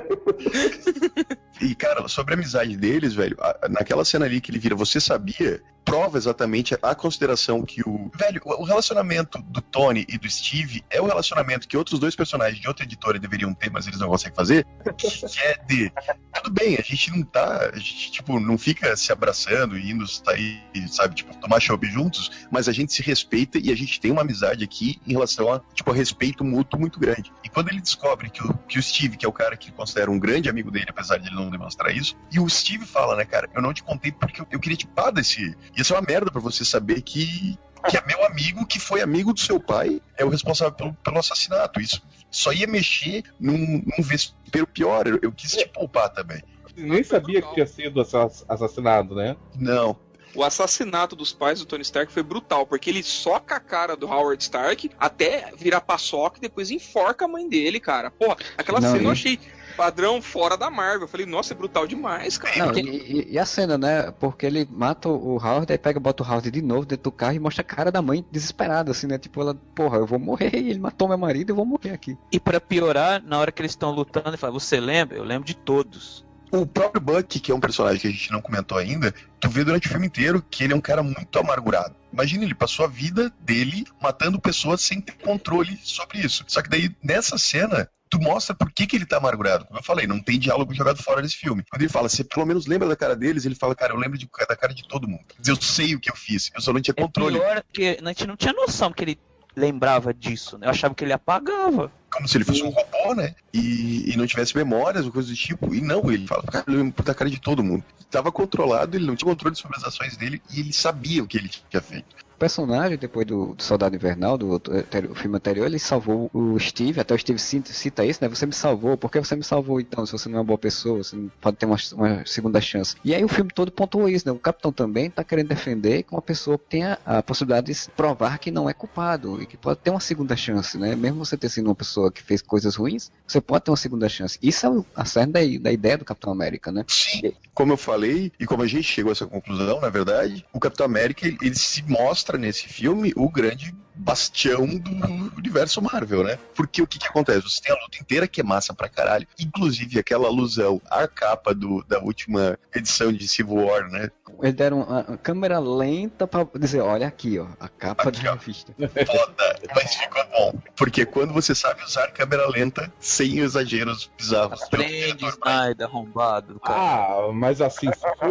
E, cara, sobre a amizade deles, velho, naquela cena ali que ele vira, você sabia, prova exatamente a consideração que o... Velho, o relacionamento do Tony e do Steve é o relacionamento que outros dois personagens de outra editora deveriam ter, mas eles não conseguem fazer, que é de... Tudo bem, a gente não tá... A gente, tipo, não fica se abraçando e indo sair, sabe, tipo, tomar chopp juntos, mas a gente se respeita e a gente tem uma amizade aqui em relação a, tipo, a respeito mútuo muito grande. E quando ele descobre que o Steve, que é o cara que ele considera um grande amigo dele, apesar de ele não demonstrar isso, e o Steve fala, né, cara, eu não te contei porque eu queria te pá desse... Isso é uma merda pra você saber que é meu amigo, que foi amigo do seu pai, é o responsável pelo assassinato. Isso só ia mexer num vespeiro pior. Eu quis te poupar também. Nem sabia que tinha sido assassinado, né? Não. O assassinato dos pais do Tony Stark foi brutal, porque ele soca a cara do Howard Stark até virar paçoca e depois enforca a mãe dele, cara. Porra, aquela cena eu achei padrão fora da Marvel. Eu falei, nossa, é brutal demais, cara. Não, e a cena, né? Porque ele mata o Howard, aí pega, bota o Howard de novo dentro do carro e mostra a cara da mãe desesperada, assim, né? Tipo, ela, porra, eu vou morrer, ele matou meu marido, eu vou morrer aqui. E pra piorar, na hora que eles estão lutando, ele fala, você lembra? Eu lembro de todos. O próprio Bucky, que é um personagem que a gente não comentou ainda, tu vê durante o filme inteiro que ele é um cara muito amargurado. Imagina, ele passou a vida dele matando pessoas sem ter controle sobre isso. Só que daí, nessa cena, tu mostra por que ele tá amargurado. Como eu falei, não tem diálogo jogado fora desse filme. Quando ele fala, você pelo menos lembra da cara deles, ele fala, cara, eu lembro da cara de todo mundo. Eu sei o que eu fiz, eu só não tinha controle. Pior que a gente não tinha noção que ele lembrava disso, né? Eu achava que ele apagava. Como se ele fosse um robô, né? E não tivesse memórias ou coisa do tipo. E não, ele fala, cara, eu lembro da cara de todo mundo. Estava controlado, ele não tinha controle sobre as ações dele e ele sabia o que ele tinha feito. O personagem, depois do Soldado Invernal, do filme anterior, ele salvou o Steve, até o Steve cita isso, né? Você me salvou, por que você me salvou então? Se você não é uma boa pessoa, você não pode ter uma segunda chance. E aí o filme todo pontuou isso, né? O Capitão também tá querendo defender que uma pessoa tenha a possibilidade de provar que não é culpado e que pode ter uma segunda chance, né? Mesmo você ter sido uma pessoa que fez coisas ruins, você pode ter uma segunda chance. Isso é a cerne da ideia do Capitão América, né? Sim, como eu falei, e como a gente chegou a essa conclusão, na verdade, o Capitão América, ele se mostra nesse filme o grande bastião do universo Marvel, né? Porque o que acontece? Você tem a luta inteira que é massa pra caralho, inclusive aquela alusão à capa da última edição de Civil War, né? Eles deram a câmera lenta pra dizer, olha aqui, ó, a capa aqui, da ó. revista. Foda, mas ficou bom. Porque quando você sabe usar câmera lenta, sem exageros bizarros. Aprende, Snyder, arrombado, cara. Mas assim,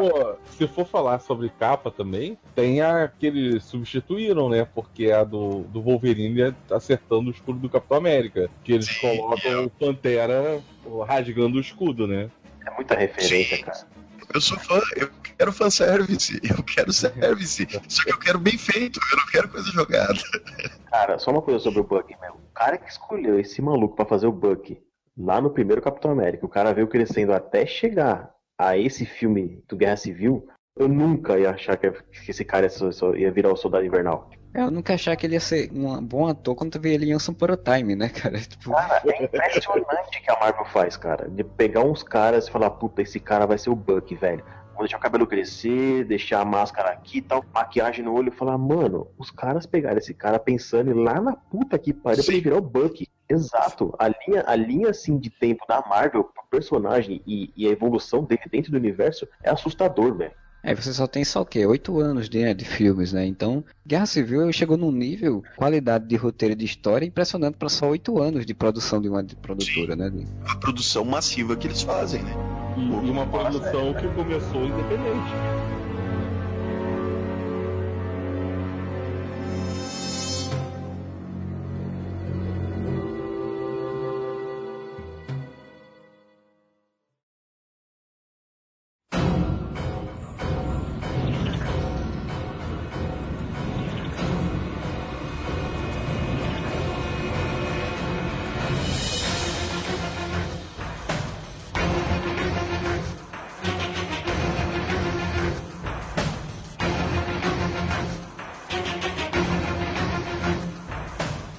se for falar sobre capa também, tem a que eles substituíram, né? Porque é a do Wolverine acertando o escudo do Capitão América. Que eles colocam o Pantera rasgando o escudo, né? É muita referência, cara. Eu sou fã, eu quero fanservice, eu quero service. Só que eu quero bem feito, eu não quero coisa jogada. Cara, só uma coisa sobre o Bucky, meu. O cara que escolheu esse maluco pra fazer o Bucky lá no primeiro Capitão América, o cara veio crescendo até chegar a esse filme do Guerra Civil, eu nunca ia achar que esse cara ia virar o Soldado Invernal. Eu nunca achava que ele ia ser um bom ator quando tu vê ele em Ansem Time, né, cara? Tipo... Cara, é impressionante que a Marvel faz, cara. De pegar uns caras e falar, puta, esse cara vai ser o Bucky, velho. Vou deixar o cabelo crescer, deixar a máscara aqui e tal, maquiagem no olho e falar, mano, os caras pegaram esse cara pensando em lá na puta que pariu pra ele virar o Bucky. Exato. A linha assim de tempo da Marvel pro personagem e a evolução dele dentro do universo é assustador, velho. Aí você só tem o quê? 8 anos de filmes, né? Então, Guerra Civil chegou num nível, qualidade de roteiro e de história impressionante para só 8 anos de produção de uma produtora, né? A produção massiva que eles fazem, né? E uma produção que começou independente.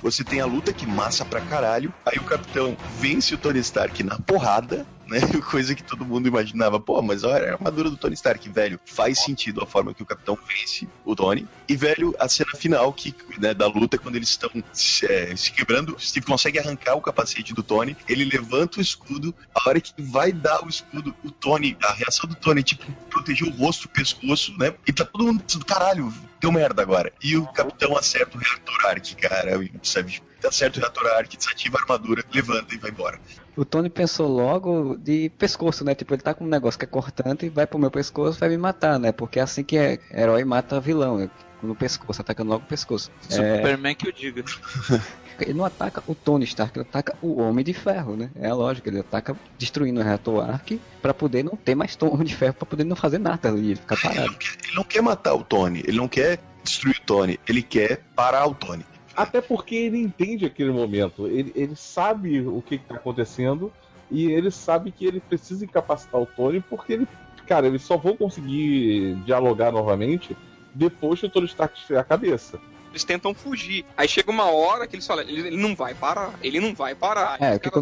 você tem a luta que massa pra caralho, aí o Capitão vence o Tony Stark na porrada, né? Coisa que todo mundo imaginava, pô, mas olha a armadura do Tony Stark, velho. Faz sentido a forma que o Capitão vence o Tony. E, velho, a cena final né, da luta, quando eles estão se quebrando, o Steve consegue arrancar o capacete do Tony, ele levanta o escudo, a hora que vai dar o escudo, o Tony, a reação do Tony, tipo, proteger o rosto, o pescoço, né? E tá todo mundo dizendo, caralho, deu merda agora. E o Capitão acerta o reator Arc, cara, sabe? Acerta o reator Arc, desativa a armadura, levanta e vai embora. O Tony pensou logo de pescoço, né? Tipo, ele tá com um negócio que é cortante e vai pro meu pescoço, vai me matar, né? Porque é assim que herói mata vilão, né? No pescoço, atacando logo o pescoço. Superman que eu diga. Ele não ataca o Tony Stark, ele ataca o Homem de Ferro, né? É a lógica, ele ataca destruindo o reator Arc pra poder não ter mais Homem de Ferro, pra poder não fazer nada ali, ficar parado. Ele não quer matar o Tony, ele não quer destruir o Tony, ele quer parar o Tony. Até porque ele entende aquele momento, ele sabe o que está acontecendo e ele sabe que ele precisa incapacitar o Tony porque eles só vão conseguir dialogar novamente depois que o Tony Stark tiver a cabeça. Eles tentam fugir. Aí chega uma hora que eles falam, ele não vai parar, ele não vai parar.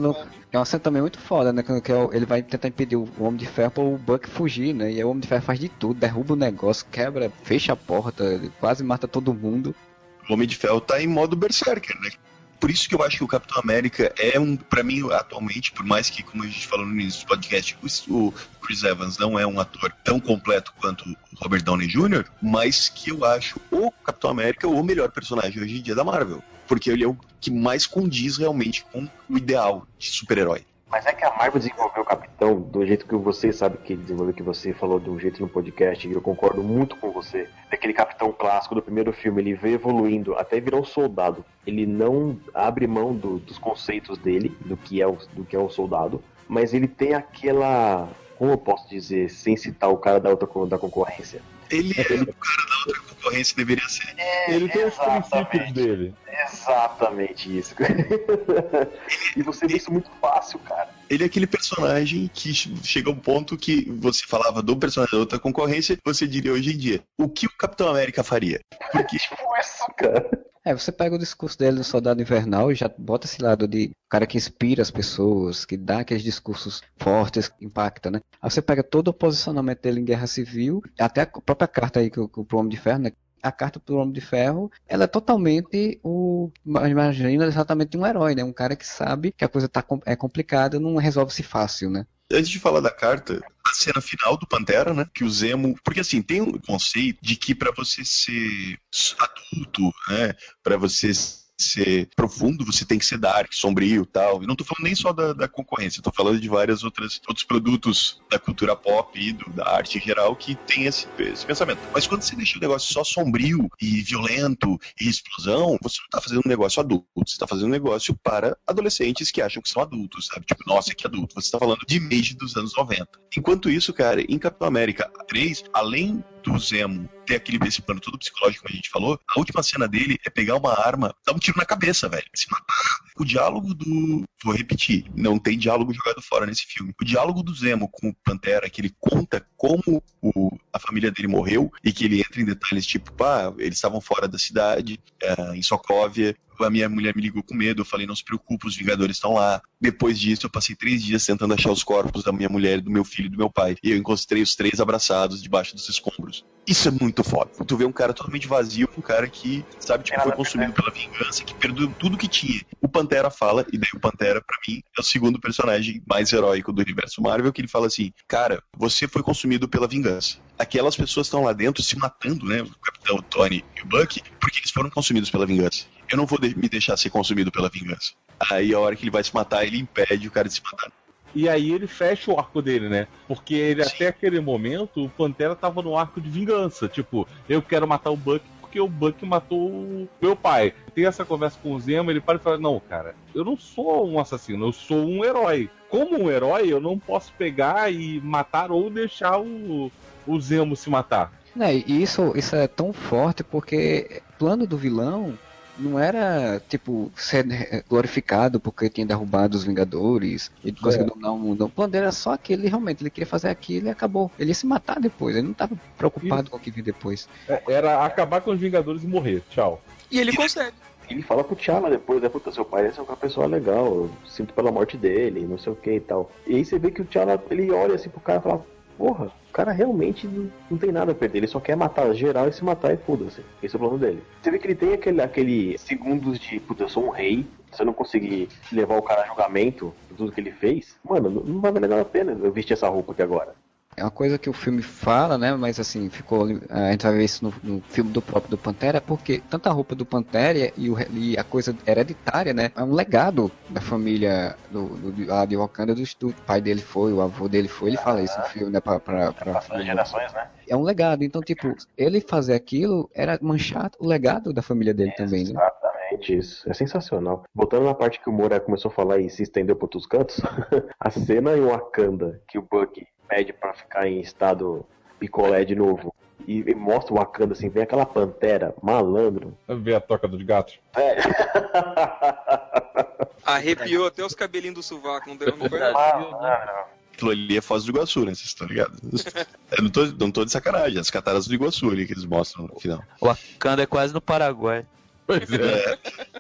É uma cena também muito foda, né? Que ele vai tentar impedir o Homem de Ferro para o Buck fugir, né? E aí o Homem de Ferro faz de tudo, derruba o negócio, quebra, fecha a porta, quase mata todo mundo. O Homem de Ferro tá em modo Berserker, né? Por isso que eu acho que o Capitão América pra mim, atualmente, por mais que, como a gente falou no início do podcast, o Chris Evans não é um ator tão completo quanto o Robert Downey Jr., mas que eu acho o Capitão América o melhor personagem hoje em dia da Marvel. Porque ele é o que mais condiz realmente com o ideal de super-herói. Mas é que a Marvel desenvolveu o Capitão do jeito que você sabe que ele desenvolveu, que você falou de um jeito no podcast, e eu concordo muito com você. Daquele Capitão clássico do primeiro filme, ele veio evoluindo até virar um soldado. Ele não abre mão dos conceitos dele, do que é um soldado, mas ele tem aquela, como eu posso dizer, sem citar o cara da concorrência. Ele é o cara da outra concorrência, deveria ser. Ele tem os princípios dele. Exatamente isso. E você vê isso muito fácil, cara. Ele é aquele personagem que chega a um ponto que você falava do personagem da outra concorrência, você diria hoje em dia, o que o Capitão América faria? Porque tipo isso, cara. Você pega o discurso dele no Soldado Invernal e já bota esse lado de cara que inspira as pessoas, que dá aqueles discursos fortes, que impacta, né? Aí você pega todo o posicionamento dele em Guerra Civil, até a própria carta aí pro Homem de Ferro, né? A carta pro Homem de Ferro, ela é totalmente imagina exatamente um herói, né? Um cara que sabe que a coisa é complicada, não resolve-se fácil, né? Antes de falar da carta, a cena final do Pantera, né? Que o Zemo... Porque assim, tem um conceito de que pra você ser adulto, né? Pra você ser profundo, você tem que ser dark, sombrio e tal. E não tô falando nem só da concorrência, tô falando de vários outros produtos da cultura pop e da arte em geral que tem esse pensamento. Mas quando você deixa o negócio só sombrio e violento e explosão, você não tá fazendo um negócio adulto, você tá fazendo um negócio para adolescentes que acham que são adultos, sabe? Tipo, nossa, que adulto. Você tá falando de Image dos anos 90. Enquanto isso, cara, em Capitão América 3, além do Zemo ter esse plano todo psicológico que a gente falou, a última cena dele é pegar uma arma, dar um tiro na cabeça, velho, se matar. O diálogo vou repetir, não tem diálogo jogado fora nesse filme. O diálogo do Zemo com o Pantera, que ele conta como a família dele morreu e que ele entra em detalhes tipo, eles estavam fora da cidade, em Sokovia, a minha mulher me ligou com medo, eu falei, não se preocupe, os Vingadores estão lá. Depois disso, eu passei 3 dias tentando achar os corpos da minha mulher, do meu filho e do meu pai. E eu encontrei os 3 abraçados debaixo dos escombros. Isso é muito foda. Tu vê um cara totalmente vazio, um cara que, sabe, tipo, foi consumido pela vingança, que perdeu tudo que tinha. O Pantera fala, e daí o Pantera, pra mim, é o segundo personagem mais heróico do universo Marvel, que ele fala assim, cara, você foi consumido pela vingança. Aquelas pessoas estão lá dentro se matando, né, o Capitão, o Tony e o Bucky, porque eles foram consumidos pela vingança. Eu não vou me deixar ser consumido pela vingança. Aí a hora que ele vai se matar, ele impede o cara de se matar. E aí ele fecha o arco dele, né? Porque ele, até aquele momento, o Pantera tava no arco de vingança. Tipo, eu quero matar o Bucky porque o Bucky matou o meu pai. Tem essa conversa com o Zemo, ele para e fala, não, cara, eu não sou um assassino, eu sou um herói. Como um herói, eu não posso pegar e matar ou deixar o Zemo se matar. E isso é tão forte porque o plano do vilão não era, tipo, ser glorificado porque tinha derrubado os Vingadores e conseguiu dominar o mundo. O plano dele era só aquele, realmente, ele queria fazer aquilo e acabou. Ele ia se matar depois, ele não estava preocupado com o que vir depois. Era acabar com os Vingadores e morrer, tchau. E ele consegue. Ele fala pro T'Challa depois, puta, seu pai é uma pessoa legal, eu sinto pela morte dele, não sei o que e tal. E aí você vê que o T'Challa, ele olha assim pro cara e fala, porra, o cara realmente não tem nada a perder, ele só quer matar geral e se matar e foda-se. Esse é o plano dele. Você vê que ele tem aquele segundos de, puta, eu sou um rei, se eu não conseguir levar o cara a julgamento por tudo que ele fez, mano, não vai valer nada a pena eu vestir essa roupa aqui agora. É uma coisa que o filme fala, né? Mas assim, a gente vai ver isso no filme do próprio do Pantera, porque tanto a roupa do Pantera e a coisa hereditária, né? É um legado da família de Wakanda, do pai dele foi, o avô dele foi, ele fala isso no filme, né? Pra gerações, né? É um legado, então, tipo, ele fazer aquilo era manchar o legado da família dele também, né? Exatamente, isso. É sensacional. Voltando na parte que o Moura começou a falar e se estendeu para outros cantos, a cena em Wakanda, que o Bucky pede pra ficar em estado picolé de novo, e mostra o Wakanda assim, vem aquela pantera, malandro. Vê a toca dos gatos. Arrepiou até os cabelinhos do sovaco, não foi? Aquilo ali é Foz do Iguaçu, né? Vocês estão ligados? Eu não tô de sacanagem, as cataratas do Iguaçu ali que eles mostram no final. O Wakanda é quase no Paraguai. Pois é.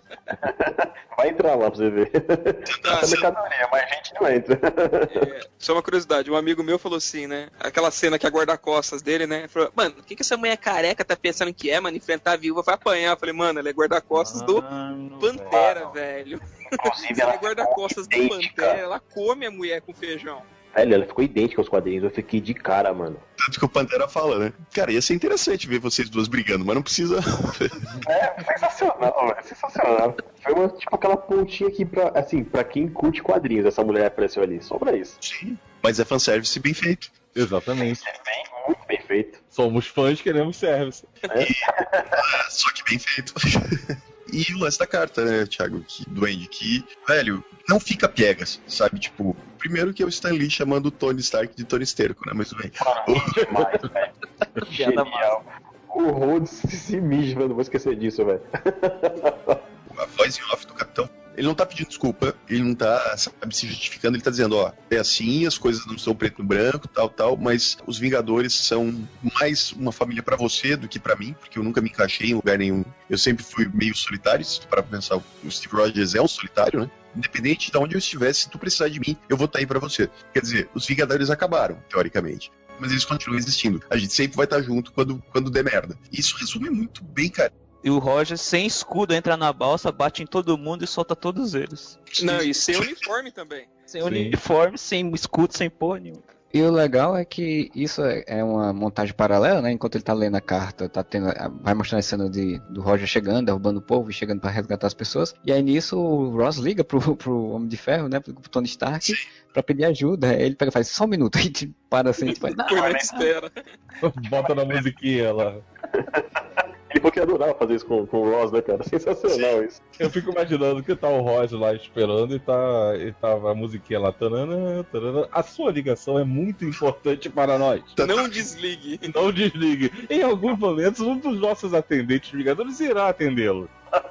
Vai entrar lá pra você ver. Essa mercadoria, mas a gente não entra. Só uma curiosidade, um amigo meu falou assim, né? Aquela cena que é guarda-costas dele, né? Falou, mano, o que essa mulher careca tá pensando que é, mano? Enfrentar a viúva vai apanhar. Eu falei, mano, ela é guarda-costas do Pantera, velho. Inclusive, ela é guarda-costas do Pantera, ela come a mulher com feijão. Velho, ela ficou idêntica aos quadrinhos, eu fiquei de cara, mano. Tanto que o Pantera fala, né? Cara, ia ser interessante ver vocês duas brigando, mas não precisa. Sensacional, velho, sensacional. Foi tipo aquela pontinha aqui pra quem curte quadrinhos, essa mulher apareceu ali, só pra isso. Sim, mas é fanservice bem feito. Exatamente. Muito bem feito. Somos fãs, queremos service. Só que bem feito. E o lance da carta, né, Thiago, do Andy, que, velho, não fica piegas, sabe? Tipo, primeiro que é o Stan Lee chamando o Tony Stark de Tony Esterco, né? Mas tudo bem. Demais, velho. Genial. O Rhodes se mija, não vou esquecer disso, velho. A voz em off do Capitão, ele não tá pedindo desculpa, ele não tá, sabe, se justificando, ele tá dizendo, ó, é assim, as coisas não são preto no branco, tal, mas os Vingadores são mais uma família pra você do que pra mim, porque eu nunca me encaixei em lugar nenhum. Eu sempre fui meio solitário, se tu parar pra pensar, o Steve Rogers é um solitário, né? Independente de onde eu estivesse, se tu precisar de mim, eu vou estar aí pra você. Quer dizer, os Vingadores acabaram, teoricamente, mas eles continuam existindo. A gente sempre vai estar junto quando der merda. Isso resume muito bem, cara. E o Roger, sem escudo, entra na balsa, bate em todo mundo e solta todos eles. Não, e sem uniforme também. Sem uniforme, sem escudo, sem porra nenhuma. E o legal é que isso é uma montagem paralela, né? Enquanto ele tá lendo a carta, vai mostrando a cena do Roger chegando, derrubando o povo e chegando pra resgatar as pessoas. E aí nisso o Ross liga pro Homem de Ferro, né? Pro Tony Stark, sim, pra pedir ajuda. Aí ele pega e faz só um minuto, aí para assim, tipo, não, espera. Bota na musiquinha lá. Ele falou que ia adorar fazer isso com o Ross, né, cara? Sensacional isso. Eu fico imaginando que tá o Ross lá esperando e tá a musiquinha lá. Tanana, tanana. A sua ligação é muito importante para nós. Não desligue. Não desligue. Em alguns momentos, um dos nossos atendentes Vingadores irá atendê-lo.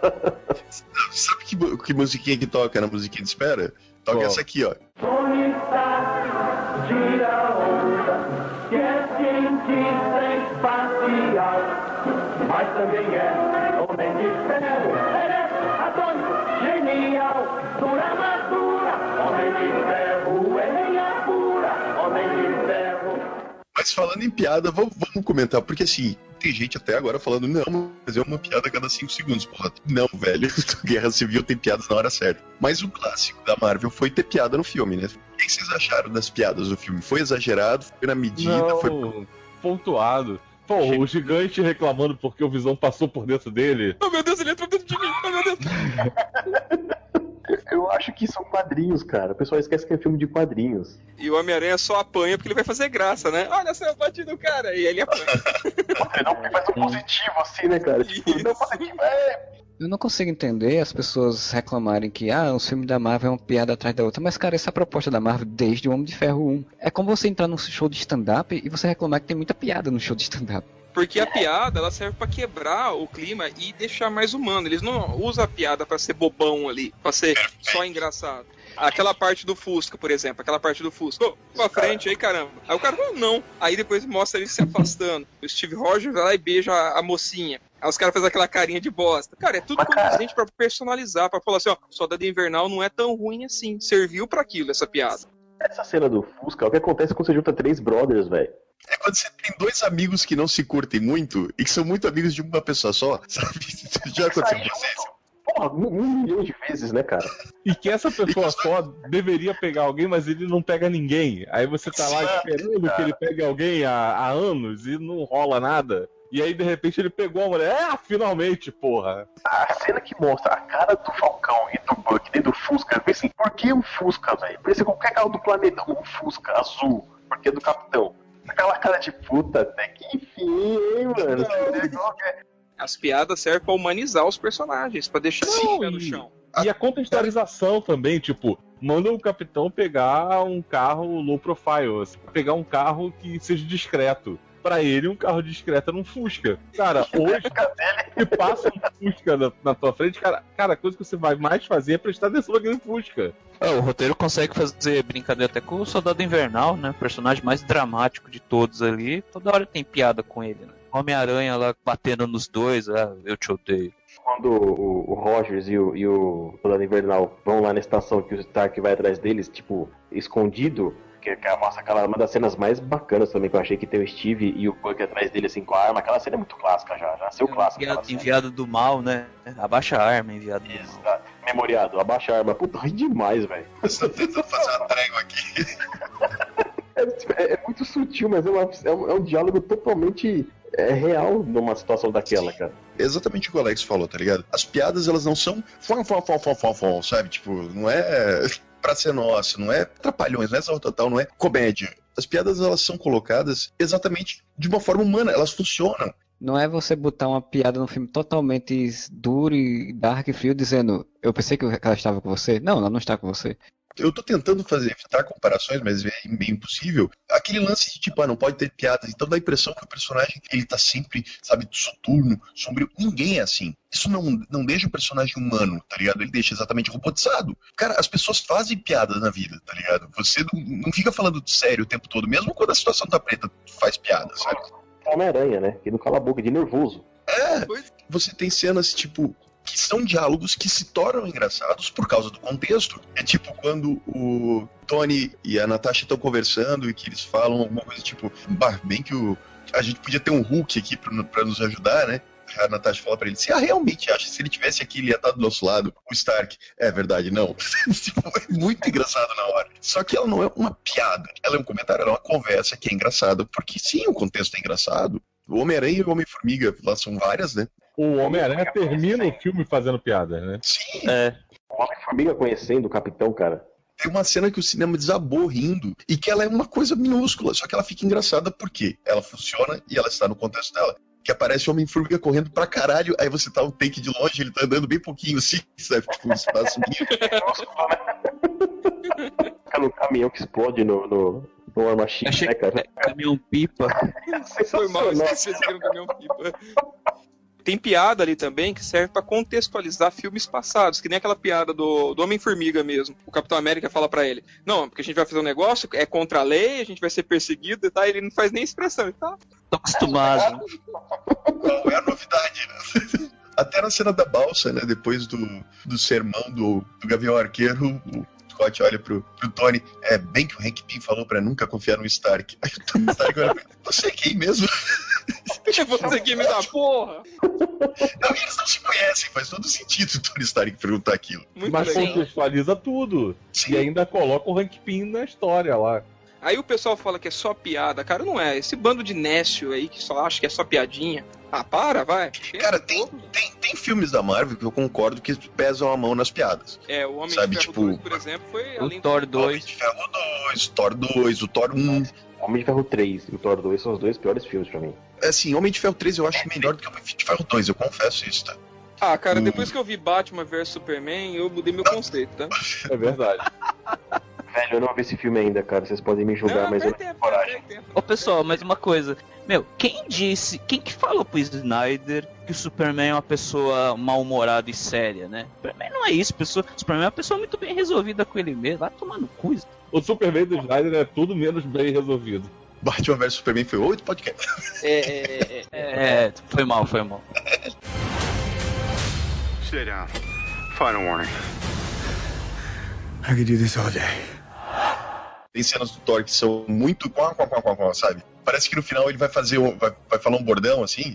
Sabe que musiquinha que toca na musiquinha de espera? Toca essa aqui, ó. Tony Stark, gira a onda, que é cientista espacial. Mas também é homem de ferro, ele é atômico, genial, dura armadura, homem de ferro, ele é pura, homem de ferro. Mas falando em piada, vamos comentar, porque assim, tem gente até agora falando, não, fazer uma piada a cada 5 segundos, porra. Não, velho, Guerra Civil tem piadas na hora certa. Mas o clássico da Marvel foi ter piada no filme, né? O que vocês acharam das piadas do filme? Foi exagerado? Foi na medida? Não, foi pontuado. Pô, o gigante reclamando porque o Visão passou por dentro dele. Oh meu Deus, ele entrou dentro de mim, oh meu Deus. Eu acho que são quadrinhos, cara. O pessoal esquece que é filme de quadrinhos. E o Homem-Aranha só apanha porque ele vai fazer graça, né? Olha só, eu bati no cara. E ele apanha. Não faz um positivo assim, né, cara? Tipo, não positivo, Eu não consigo entender as pessoas reclamarem que o filme da Marvel é uma piada atrás da outra. Mas, cara, essa é a proposta da Marvel desde o Homem de Ferro 1. É como você entrar num show de stand-up e você reclamar que tem muita piada no show de stand-up. Porque a piada, ela serve pra quebrar o clima e deixar mais humano. Eles não usam a piada pra ser bobão ali, pra ser só engraçado. Aquela parte do Fusca, por exemplo, Ô, pra frente aí, caramba. Aí o cara falou, não. Aí depois mostra ele se afastando. O Steve Rogers vai lá e beija a mocinha. Aí os caras fazem aquela carinha de bosta. Cara, é tudo condizente pra personalizar, pra falar assim, ó, Soldado Invernal não é tão ruim assim. Serviu pra aquilo, essa piada. Essa cena do Fusca, o que acontece quando você junta 3 brothers, velho? É quando você tem 2 amigos que não se curtem muito e que são muito amigos de uma pessoa só, sabe? Já aconteceu com vocês? Porra, 1 milhão de vezes, né, cara? E que essa pessoa só deveria pegar alguém, mas ele não pega ninguém. Aí você tá lá esperando que ele pegue alguém há anos e não rola nada. E aí, de repente, ele pegou a mulher. Finalmente, porra. A cena que mostra a cara do Falcão e do Buck dentro do Fusca, eu pensei, por que o Fusca, velho? Parecia qualquer carro do planeta, um Fusca azul, porque é do Capitão. Aquela cara de puta, até que enfim, hein, mano? As piadas servem pra humanizar os personagens, pra deixar o pé no chão. E a contextualização também, tipo, manda o Capitão pegar um carro low profile, assim, pegar um carro que seja discreto. Pra ele, um carro discreto era um Fusca. Cara, hoje, se passa um Fusca na tua frente, cara, a coisa que você vai mais fazer é prestar atenção naquele Fusca. O roteiro consegue fazer brincadeira até com o Soldado Invernal, né? O personagem mais dramático de todos ali. Toda hora tem piada com ele, né? Homem-Aranha lá batendo nos dois, eu te odeio. Quando o Rogers e o Soldado Invernal vão lá na estação que o Stark vai atrás deles, tipo, escondido, que mostra uma das cenas mais bacanas também, que eu achei, que tem o Steve e o Buck atrás dele, assim, com a arma. Aquela cena é muito clássica já nasceu clássica. Enviado do mal, né? Abaixa a arma, enviado do mal. Memoriado, abaixa a arma. Puta, ri demais, velho. Estou tentando fazer uma trégua aqui. É muito sutil, mas é um diálogo totalmente real numa situação daquela, cara. Exatamente o que o Alex falou, tá ligado? As piadas, elas não são sabe? Tipo, não é pra ser nossa, não é trapalhões, não é Zorra Total, não é comédia. As piadas, elas são colocadas exatamente de uma forma humana, elas funcionam. Não é você botar uma piada num filme totalmente duro e dark e frio dizendo, eu pensei que ela estava com você. Não, ela não está com você. Eu tô tentando evitar comparações, mas é bem impossível. Aquele lance de tipo, não pode ter piadas. Então dá a impressão que o personagem, ele tá sempre, sabe, soturno, sombrio. Ninguém é assim. Isso não deixa o personagem humano, tá ligado? Ele deixa exatamente robotizado. Cara, as pessoas fazem piadas na vida, tá ligado? Você não fica falando sério o tempo todo, mesmo quando a situação tá preta, faz piada, sabe? Homem-Aranha, né? Que não cala a boca, de nervoso. Você tem cenas, tipo, que são diálogos que se tornam engraçados por causa do contexto. É tipo quando o Tony e a Natasha estão conversando e que eles falam alguma coisa tipo, bem que a gente podia ter um Hulk aqui pra nos ajudar, né? A Natasha fala pra ele, você realmente acha que se ele tivesse aqui, ele ia estar do nosso lado? O Stark, é verdade, não. É muito engraçado na hora. Só que ela não é uma piada, ela é um comentário, ela é uma conversa que é engraçada, porque sim, o contexto é engraçado. O Homem-Aranha e o Homem-Formiga, lá são várias, né? O Homem-Aranha termina o filme fazendo piada, né? Sim. O Homem-Formiga conhecendo o Capitão, cara. Tem uma cena que o cinema desabou rindo e que ela é uma coisa minúscula, só que ela fica engraçada porque ela funciona e ela está no contexto dela. Que aparece o Homem-Formiga correndo pra caralho, aí você tá um take de longe, ele tá andando bem pouquinho assim, sabe? Tipo, um espaço Fica no caminhão que explode no War Machine, né, cara? Caminhão-pipa. Foi mal, esqueci que era um caminhão-pipa. Tem piada ali também que serve pra contextualizar filmes passados, que nem aquela piada do Homem-Formiga mesmo. O Capitão América fala pra ele, não, porque a gente vai fazer um negócio, é contra a lei, a gente vai ser perseguido e tal, ele não faz nem expressão, ele tá... Tô acostumado. Não é a novidade, né? Até na cena da balsa, né, depois do sermão do Gavião Arqueiro, o Scott olha pro Tony, bem que o Hank Pym falou pra nunca confiar no Stark. Aí o Tony Stark olha pra ele, você é quem mesmo? Você que me dá porra! Não, eles não se conhecem, faz todo sentido o Tony Stark perguntar aquilo. Mas contextualiza tudo. Sim. E ainda coloca o Hank Pym na história lá. Aí o pessoal fala que é só piada. Cara, não é. Esse bando de nécio aí que só acha que é só piadinha. Ah, para, vai. Cara, tem filmes da Marvel que eu concordo que pesam a mão nas piadas. O Homem de Ferro 2, por exemplo, foi... O Thor 2. Homem de Ferro 2, Thor 2, o Thor 1... Homem de Ferro 3 e o Thor 2 são os dois piores filmes pra mim. Assim, Homem de Ferro 3 eu acho melhor do que Homem de Ferro 2, eu confesso isso, tá? Ah, cara, depois que eu vi Batman vs Superman, eu mudei meu conceito, tá? É verdade. Velho, eu não vi esse filme ainda, cara. Vocês podem me julgar, mas eu não tenho coragem. Ô, pessoal, mais uma coisa. Meu, quem que falou pro Snyder que o Superman é uma pessoa mal-humorada e séria, né? O Superman não é isso, Superman é uma pessoa muito bem resolvida com ele mesmo. Vai tomar no cu. O Superman do Snyder é tudo menos bem resolvido. Batman vs Superman foi 8 podcasts. Foi mal. Sit down. Final warning. I could do this all day. Tem cenas do Thor que são muito sabe? Parece que no final ele vai fazer vai falar um bordão assim.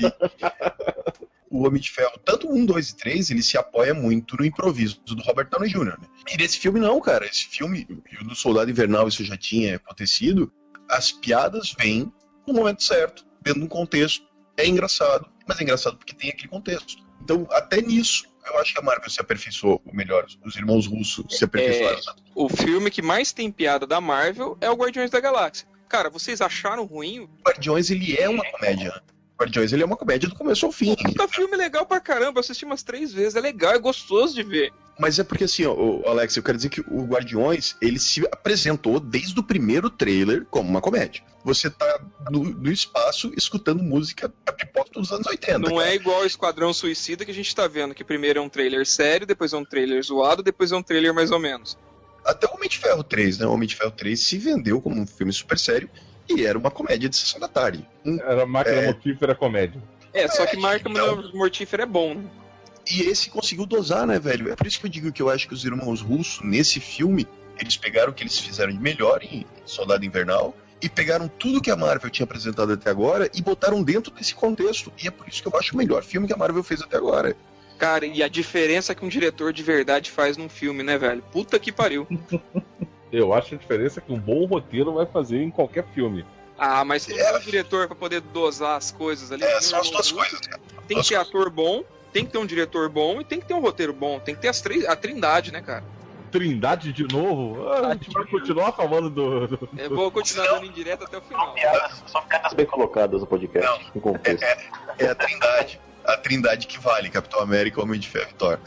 O Homem de Ferro, tanto 1, 2 e 3, ele se apoia muito no improviso do Robert Downey Jr., né? E nesse filme não, cara. Esse filme, e o do Soldado Invernal, isso já tinha acontecido. As piadas vêm no momento certo, dentro de um contexto. É engraçado, mas é engraçado porque tem aquele contexto. Então, até nisso, eu acho que a Marvel se aperfeiçoou, ou melhor, os irmãos russos se aperfeiçoaram. O filme que mais tem piada da Marvel é o Guardiões da Galáxia. Cara, vocês acharam ruim? O Guardiões, ele é uma comédia. O Guardiões, ele é uma comédia do começo ao fim. Puta filme legal pra caramba, eu assisti umas 3 vezes, é legal, é gostoso de ver. Mas é porque assim, ó, Alex, eu quero dizer que o Guardiões, ele se apresentou desde o primeiro trailer como uma comédia. Você tá no espaço escutando música a pipoca dos anos 80. Não cara. É igual o Esquadrão Suicida que a gente tá vendo, que primeiro é um trailer sério, depois é um trailer zoado, depois é um trailer mais ou menos. Até o Homem de Ferro 3, né? O Homem de Ferro 3 se vendeu como um filme super sério e era uma comédia de sessão da tarde. Era máquina mortífera comédia. Só que máquina mortífera é bom, né? E esse conseguiu dosar, né, velho? É por isso que eu digo que eu acho que os irmãos russos, nesse filme, eles pegaram o que eles fizeram de melhor em Soldado Invernal e pegaram tudo que a Marvel tinha apresentado até agora e botaram dentro desse contexto. E é por isso que eu acho o melhor filme que a Marvel fez até agora. Cara, e a diferença que um diretor de verdade faz num filme, né, velho? Puta que pariu. Eu acho a diferença que um bom roteiro vai fazer em qualquer filme. Ah, mas tem um diretor pra poder dosar as coisas ali. São as duas coisas, cara. Tem que ter ator bom, tem que ter um diretor bom e tem que ter um roteiro bom. Tem que ter a trindade, né, cara? Trindade de novo? A gente vai continuar falando do... Eu vou continuar dando indireta até o final. São piadas bem colocadas no podcast. Não, no contexto. É a trindade. A trindade que vale, Capitão América, Homem de Ferro e Thor.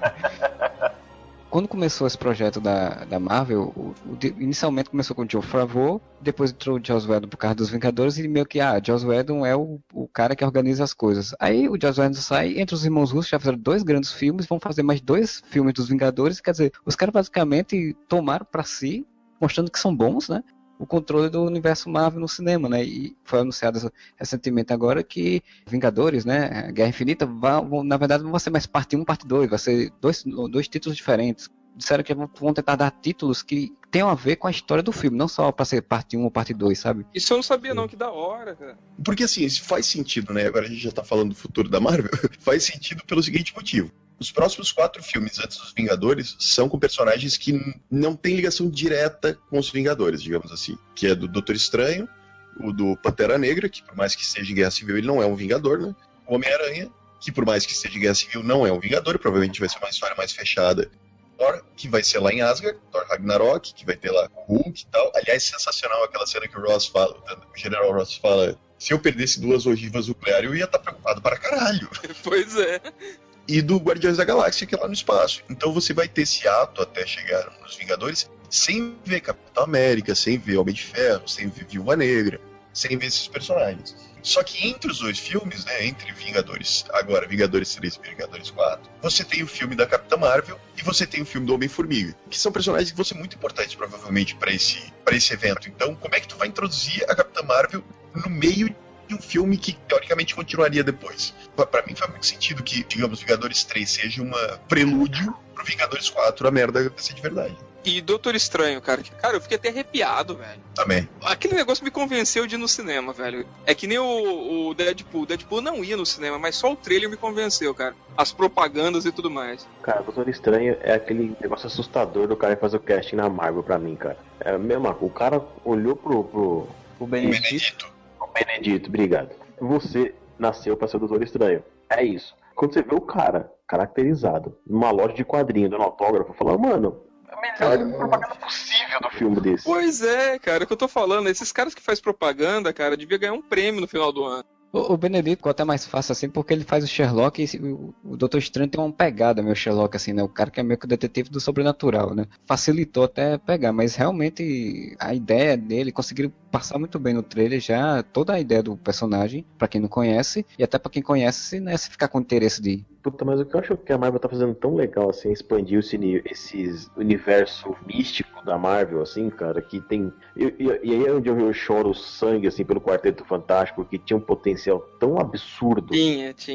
Quando começou esse projeto da Marvel, inicialmente começou com o Jon Favreau, depois entrou o Joss Whedon por causa dos Vingadores, e meio que, Joss Whedon é o cara que organiza as coisas. Aí o Joss Whedon sai, entre os irmãos russos já fizeram 2 grandes filmes, vão fazer mais 2 filmes dos Vingadores, quer dizer, os caras basicamente tomaram pra si, mostrando que são bons, né? O controle do universo Marvel no cinema, né? E foi anunciado recentemente agora que Vingadores, né? Guerra Infinita, na verdade não vai ser mais parte 1, parte 2, vai ser dois títulos diferentes. Disseram que vão tentar dar títulos que tenham a ver com a história do filme, não só pra ser parte 1 ou parte 2, sabe? Isso eu não sabia não, que da hora, cara. Porque assim, isso faz sentido, né? Agora a gente já tá falando do futuro da Marvel. Faz sentido pelo seguinte motivo. Os próximos 4 filmes antes dos Vingadores são com personagens que não têm ligação direta com os Vingadores, digamos assim. Que é do Doutor Estranho, o do Pantera Negra, que por mais que esteja em Guerra Civil, ele não é um Vingador, né? O Homem-Aranha, que por mais que esteja em Guerra Civil, não é um Vingador, provavelmente vai ser uma história mais fechada. Thor, que vai ser lá em Asgard, Thor Ragnarok, que vai ter lá o Hulk e tal. Aliás, sensacional aquela cena que o Ross fala, o General Ross fala, se eu perdesse 2 ogivas nucleares, eu ia estar preocupado para caralho. Pois é. E do Guardiões da Galáxia, que é lá no espaço. Então você vai ter esse ato até chegar nos Vingadores, sem ver Capitão América, sem ver Homem de Ferro, sem ver Viúva Negra, sem ver esses personagens. Só que entre os 2 filmes, né, entre Vingadores, agora Vingadores 3 e Vingadores 4, você tem o filme da Capitã Marvel e você tem o filme do Homem-Formiga, que são personagens que vão ser muito importantes provavelmente para esse evento. Então, como é que tu vai introduzir a Capitã Marvel no meio de um filme que teoricamente continuaria depois? Pra mim faz muito sentido que, digamos, Vingadores 3 seja uma prelúdio pro Vingadores 4 a merda acontecer de verdade. E Doutor Estranho, cara. Cara, eu fiquei até arrepiado, velho. Também. Aquele negócio me convenceu de ir no cinema, velho. É que nem o Deadpool. Deadpool não ia no cinema, mas só o trailer me convenceu, cara. As propagandas e tudo mais. Cara, Doutor Estranho é aquele negócio assustador do cara que faz o casting na Marvel pra mim, cara. É mesmo, o cara olhou pro Benedito. O Benedito, obrigado. Você nasceu pra ser o Doutor Estranho. É isso. Quando você vê o cara caracterizado numa loja de quadrinho, dando autógrafo, fala, mano, é a melhor propaganda possível do filme desse. Pois é, cara, é o que eu tô falando. Esses caras que faz propaganda, cara, devia ganhar um prêmio no final do ano. O Benedito ficou até mais fácil assim, porque ele faz o Sherlock e o Doutor Estranho tem uma pegada meio Sherlock assim, né? O cara que é meio que o detetive do sobrenatural, né? Facilitou até pegar, mas realmente a ideia dele, conseguiram passar muito bem no trailer já, toda a ideia do personagem, pra quem não conhece, e até pra quem conhece, né, se ficar com interesse de... Puta, mas o que eu acho que a Marvel tá fazendo tão legal, assim, é expandir esse universo místico da Marvel, assim, cara, que tem... E aí é onde eu choro sangue, assim, pelo Quarteto Fantástico, que tinha um potencial tão absurdo. Tinha.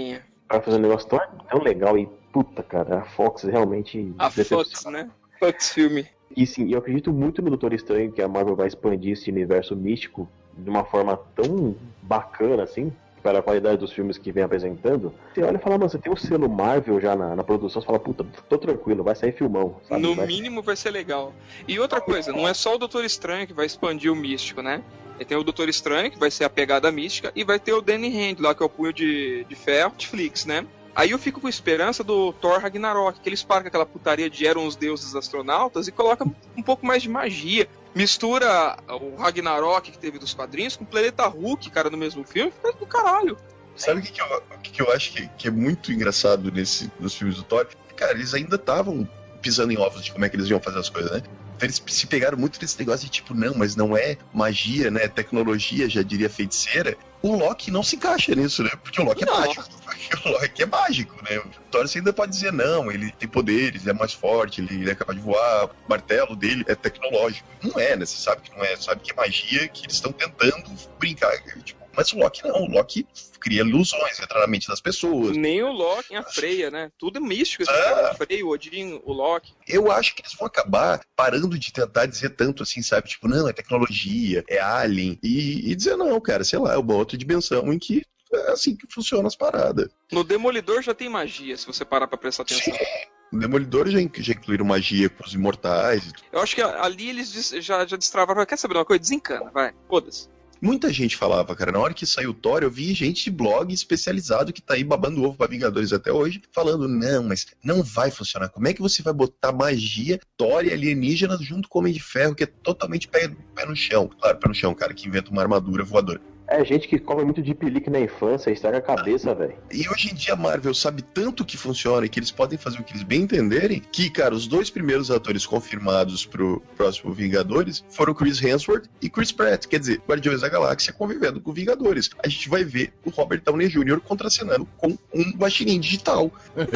Pra fazer um negócio tão legal e puta, cara, a Fox realmente... A Fox, né? Fox filme. E sim, eu acredito muito no Doutor Estranho, que a Marvel vai expandir esse universo místico de uma forma tão bacana, assim, para a qualidade dos filmes que vem apresentando. Você olha e fala, mano, você tem um selo Marvel já na produção, você fala, puta, tô tranquilo, vai sair filmão. Sabe? No mínimo vai ser legal. E outra coisa, não é só o Doutor Estranho que vai expandir o místico, né? Tem o Doutor Estranho, que vai ser a pegada mística, e vai ter o Danny Hand lá, que é o Punho de Ferro, Netflix, né? Aí eu fico com esperança do Thor Ragnarok, que eles param com aquela putaria de eram os deuses astronautas e colocam um pouco mais de magia. Mistura o Ragnarok que teve dos quadrinhos com o Planeta Hulk, cara, no mesmo filme, fica do caralho. Sabe o que eu acho que é muito engraçado nos filmes do Thor? Cara, eles ainda estavam pisando em ovos de como é que eles iam fazer as coisas, né? Eles se pegaram muito nesse negócio de tipo, não, mas não é magia, né? Tecnologia, já diria feiticeira. O Loki não se encaixa nisso, né? Porque o Loki é mágico. O Loki é mágico, né? O Thor você ainda pode dizer, não, ele tem poderes, ele é mais forte, ele é capaz de voar, o martelo dele é tecnológico. Não é, né? Você sabe que não é, sabe que é magia, que eles estão tentando brincar. Tipo, mas o Loki não, o Loki cria ilusões, entra na mente das pessoas. Nem o Loki, a Freya, né? Tudo é místico, esse cara. A Freya, o Odin, o Loki. Eu acho que eles vão acabar parando de tentar dizer tanto assim, sabe? Tipo, não, é tecnologia, é alien. E dizer, não, cara, sei lá, é uma outra dimensão em que é assim que funcionam as paradas. No Demolidor já tem magia, se você parar pra prestar atenção. Sim. No Demolidor já incluíram magia com os imortais. Eu acho que ali eles já destravaram. Quer saber de uma coisa? Desencana, vai. Foda-se. Muita gente falava, cara, na hora que saiu o Thor, eu vi gente de blog especializado que tá aí babando ovo pra Vingadores até hoje, falando, não, mas não vai funcionar. Como é que você vai botar magia, Thor e alienígenas junto com o Homem de Ferro, que é totalmente pé no chão? Claro, pé no chão, cara, que inventa uma armadura voadora. É gente que come muito de pelique na infância, estraga a cabeça, velho. E hoje em dia a Marvel sabe tanto que funciona e que eles podem fazer o que eles bem entenderem, que, cara, os dois primeiros atores confirmados pro próximo Vingadores foram Chris Hemsworth e Chris Pratt. Quer dizer, Guardiões da Galáxia convivendo com Vingadores. A gente vai ver o Robert Downey Jr. contracenando com um guaxinim digital.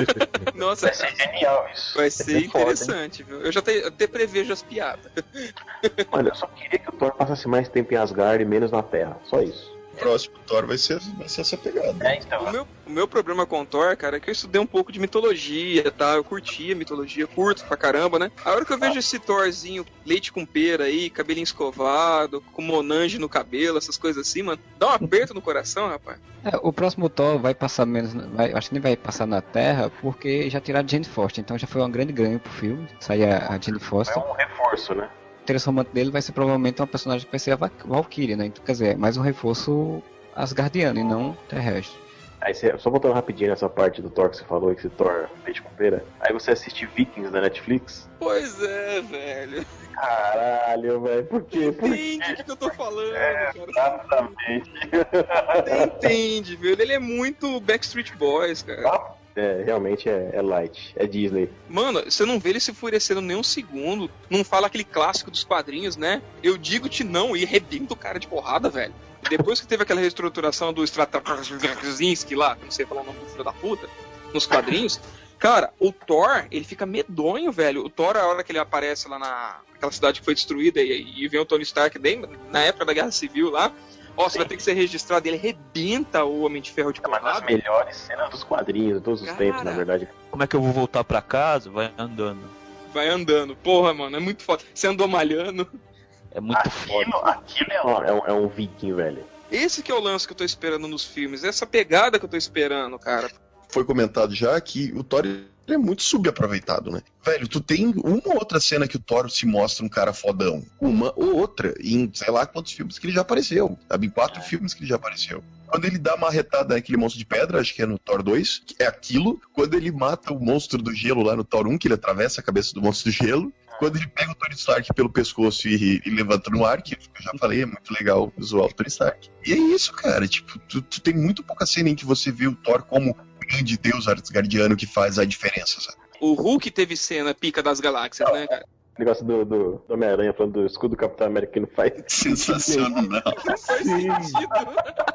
Nossa, vai ser genial isso. Vai ser interessante, viu? Eu já até prevejo as piadas. Mano, eu só queria que o Thor passasse mais tempo em Asgard e menos na Terra. Só isso. O próximo Thor vai ser essa pegada. Então. O meu problema com o Thor, cara, é que eu estudei um pouco de mitologia, tá? Eu curtia mitologia, curto pra caramba, né? A hora que eu vejo esse Thorzinho, leite com pera aí, cabelinho escovado, com monange no cabelo, essas coisas assim, mano, dá um aperto no coração, rapaz. O próximo Thor vai passar menos, acho que nem vai passar na Terra, porque já tiraram Jane Foster, então já foi um grande ganho pro filme, sair a Jane Foster. É um reforço, né? O interessante dele vai ser provavelmente uma personagem que vai ser a Valkyria, né? Então, quer dizer, mais um reforço asgardiano e não terrestre. Aí você, só voltando rapidinho nessa parte do Thor que você falou, que esse Thor leite com pera, aí você assiste Vikings na Netflix? Pois é, velho. Caralho, velho, por quê? Entende o que eu tô falando, cara. Exatamente. Você entende, velho. Ele é muito Backstreet Boys, cara. É, realmente é light, é Disney. Mano, você não vê ele se enfurecendo nem um segundo. Não fala aquele clássico dos quadrinhos, né? Eu digo-te não e arrebenta o cara de porrada, velho. Depois que teve aquela reestruturação do Straczynski lá, não sei falar o nome do filho da puta, nos quadrinhos, cara, o Thor, ele fica medonho, velho. O Thor, a hora que ele aparece lá naquela cidade que foi destruída e vem o Tony Stark bem na época da Guerra Civil lá, ó, você vai ter que ser registrado, ele arrebenta o Homem de Ferro de porrada. É uma das melhores cenas dos quadrinhos de todos os tempos, na verdade. Como é que eu vou voltar pra casa? Vai andando. Vai andando. Porra, mano, é muito foda. Você andou malhando. É muito foda. Aquilo é um viking, velho. Esse que é o lance que eu tô esperando nos filmes. Essa pegada que eu tô esperando, cara. Foi comentado já que o Thor é muito subaproveitado, né? Velho, tu tem uma ou outra cena que o Thor se mostra um cara fodão. Uma ou outra. Em sei lá quantos filmes que ele já apareceu. Sabe? Em 4 filmes que ele já apareceu. Quando ele dá uma marretada naquele monstro de pedra, acho que é no Thor 2, que é aquilo. Quando ele mata o monstro do gelo lá no Thor 1, que ele atravessa a cabeça do monstro do gelo. Quando ele pega o Tony Stark pelo pescoço e levanta no ar, que eu já falei, é muito legal zoar o Tony Stark. E é isso, cara. Tipo, tu tem muito pouca cena em que você vê o Thor como o grande deus asgardiano que faz a diferença, sabe? O Hulk teve cena pica das galáxias, né, cara? O negócio do Homem-Aranha falando do escudo do Capitão América que não faz sensacional. Não faz sentido.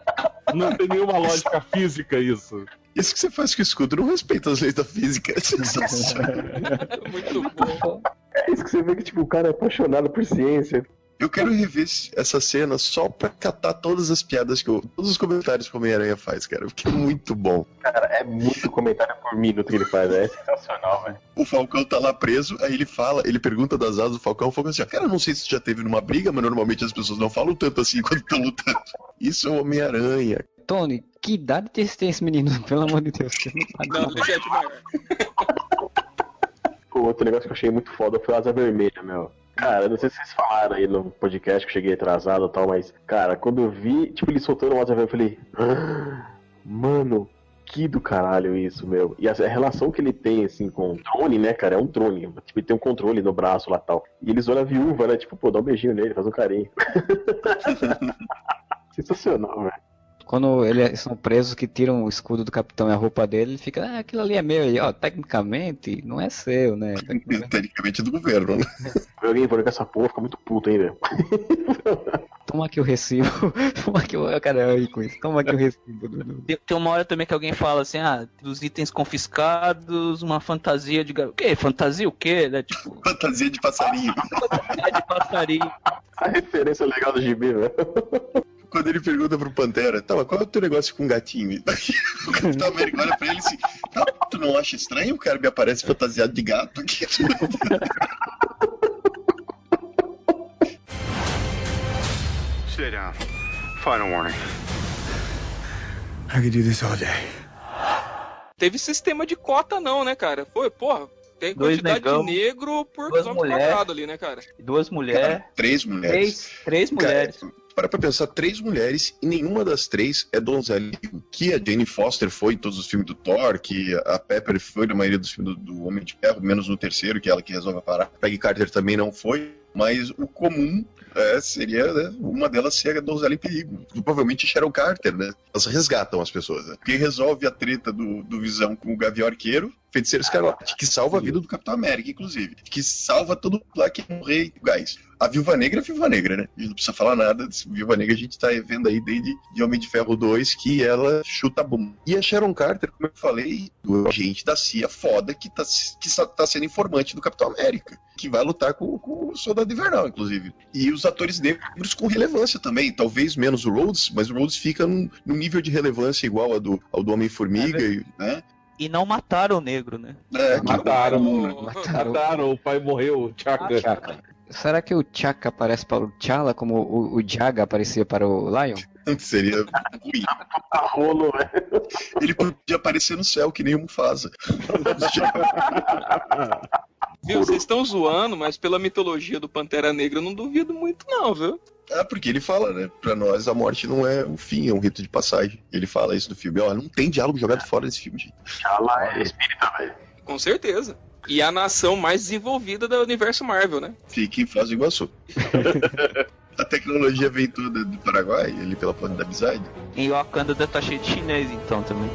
Não tem nenhuma lógica física isso. Isso que você faz com o escudo não respeita as leis da física. É sensacional. Muito bom. É isso que você vê que tipo, o cara é apaixonado por ciência. Eu quero rever essa cena só pra catar todas as piadas todos os comentários que o Homem-Aranha faz, cara. Porque é muito bom. Cara, é muito comentário por minuto que ele faz, é sensacional, velho. O Falcão tá lá preso, aí ele pergunta das asas do Falcão, o Falcão assim, cara, não sei se já teve numa briga, mas normalmente as pessoas não falam tanto assim quando estão lutando. Isso é o Homem-Aranha. Tony, que idade tem esse menino? Pelo amor de Deus. Não, deixa eu te maior. Outro negócio que eu achei muito foda foi a Asa Vermelha, meu. Cara, não sei se vocês falaram aí no podcast que eu cheguei atrasado e tal, mas, cara, quando eu vi, tipo, ele soltando o Asa Vermelha, eu falei, mano, que do caralho isso, meu. E a relação que ele tem, assim, com o drone, né, cara, é um drone. Tipo, ele tem um controle no braço lá e tal. E eles olham a viúva, né, tipo, pô, dá um beijinho nele, faz um carinho. Sensacional, velho. Quando eles são presos, que tiram o escudo do capitão e a roupa dele, ele fica, aquilo ali é meu. E, tecnicamente, não é seu, né? Tecnicamente é do governo, né? Alguém for com essa porra, fica muito puto, hein, velho. Toma aqui o recibo. Toma aqui o... Cara, aí com isso. Toma aqui o recibo. Tem uma hora também que alguém fala assim, dos itens confiscados, uma fantasia de... O quê? Fantasia o quê? Né? Tipo... Fantasia de passarinho. Fantasia de passarinho. A referência legal do gibi, velho. Quando ele pergunta pro Pantera, tá, mas qual é o teu negócio com gatinho? O Capitão América olha pra ele assim, tu não acha estranho o cara me aparece fantasiado de gato aqui? Sit down. Final warning. I could do this all day. Teve sistema de cota não, né, cara? Foi, porra, tem quantidade de negro por quilômetro quadrado ali, né, cara? 2 mulheres. 3 mulheres. 3 mulheres. Cara, para pra pensar, 3 mulheres e nenhuma das 3 é donzela. Que a Jane Foster foi em todos os filmes do Thor, que a Pepper foi na maioria dos filmes do Homem de Ferro, menos no terceiro, que é ela que resolve parar. Peggy Carter também não foi, mas o comum seria, né, uma delas ser a donzela em perigo. Provavelmente Sharon Carter, né? Elas resgatam as pessoas. Né? Quem resolve a treta do Visão com o Gavião Arqueiro, Feiticeiro Escarlate, que salva a vida do Capitão América, inclusive. Que salva todo lá que morrer o gás. A Viúva Negra é a Viúva Negra, né? A gente não precisa falar nada. Viúva Negra a gente tá vendo aí desde de Homem de Ferro 2 que ela chuta bom. E a Sharon Carter, como eu falei, do agente da CIA foda que tá sendo informante do Capitão América. Que vai lutar com o Soldado Invernal, inclusive. E os atores negros com relevância também. Talvez menos o Rhodes, mas o Rhodes fica num nível de relevância igual ao do Homem-Formiga, né? E não mataram o negro, né? Mataram. O pai morreu, o Chaka. Será que o Chaka aparece para o T'Challa como o Jaga aparecia para o Lion? Seria ruim. Rolo, velho. Ele podia aparecer no céu, que nem o Mufasa. Viu, vocês estão zoando, mas pela mitologia do Pantera Negra eu não duvido muito não, viu? Porque ele fala, né? Pra nós a morte não é o fim, é um rito de passagem. Ele fala isso no filme. Não tem diálogo jogado fora desse filme, gente. T'Challa é espírita, velho. Com certeza. E a nação mais desenvolvida do universo Marvel, né? Fica em Foz do Iguaçu. A tecnologia vem toda do Paraguai, ali pela Ponte da Amizade. Em Wakanda deve estar cheio de chinês, então, também.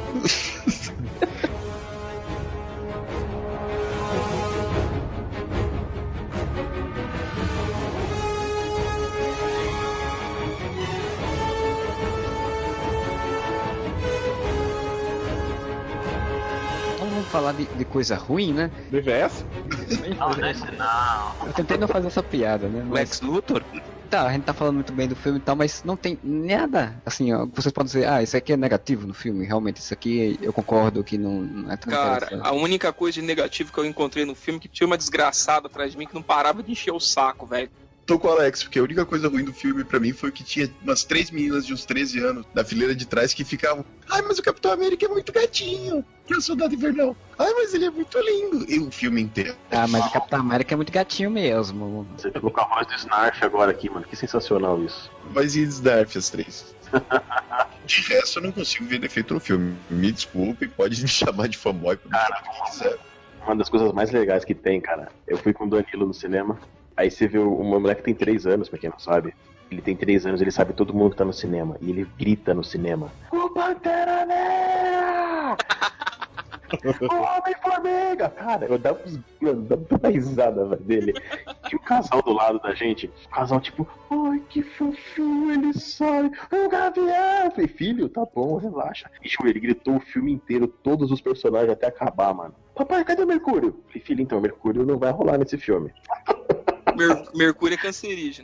Vamos falar de coisa ruim, né? BVS? Não. Eu tentei não fazer essa piada, né? Lex Luthor? Tá, a gente tá falando muito bem do filme e tal, mas não tem nada, assim, ó, vocês podem dizer, isso aqui é negativo no filme, realmente, isso aqui eu concordo que não é tão Cara, a única coisa de negativo que eu encontrei no filme é que tinha uma desgraçada atrás de mim que não parava de encher o saco, velho. Tô com o Alex, porque a única coisa ruim do filme pra mim foi que tinha umas 3 meninas de uns 13 anos na fileira de trás que ficavam, mas o Capitão América é muito gatinho, e o Soldado Invernal, mas ele é muito lindo, e o filme inteiro. Mas o Capitão América é muito gatinho mesmo. Você ficou com a voz do Snarf agora aqui, mano, que sensacional isso. Mas e Snarf, as 3? De resto eu não consigo ver defeito no filme, me desculpe, pode me chamar de fanboy, cara, o que quiser. Uma das coisas mais legais que tem, cara, eu fui com o Danilo no cinema. Aí você vê uma mulher que tem 3 anos, pra quem não sabe. Ele tem 3 anos, ele sabe todo mundo que tá no cinema. E ele grita no cinema: o Pantera Negra! O Homem-Formiga! Cara, eu dava uma risada dele. Tinha um casal do lado da gente. O casal tipo, ai que fofinho, ele sai. O Gavião! Eu falei, filho, tá bom, relaxa. E ele gritou o filme inteiro, todos os personagens até acabar, mano. Papai, cadê o Mercúrio? Eu falei, filho, então, o Mercúrio não vai rolar nesse filme. Mercúrio é cancerígeno.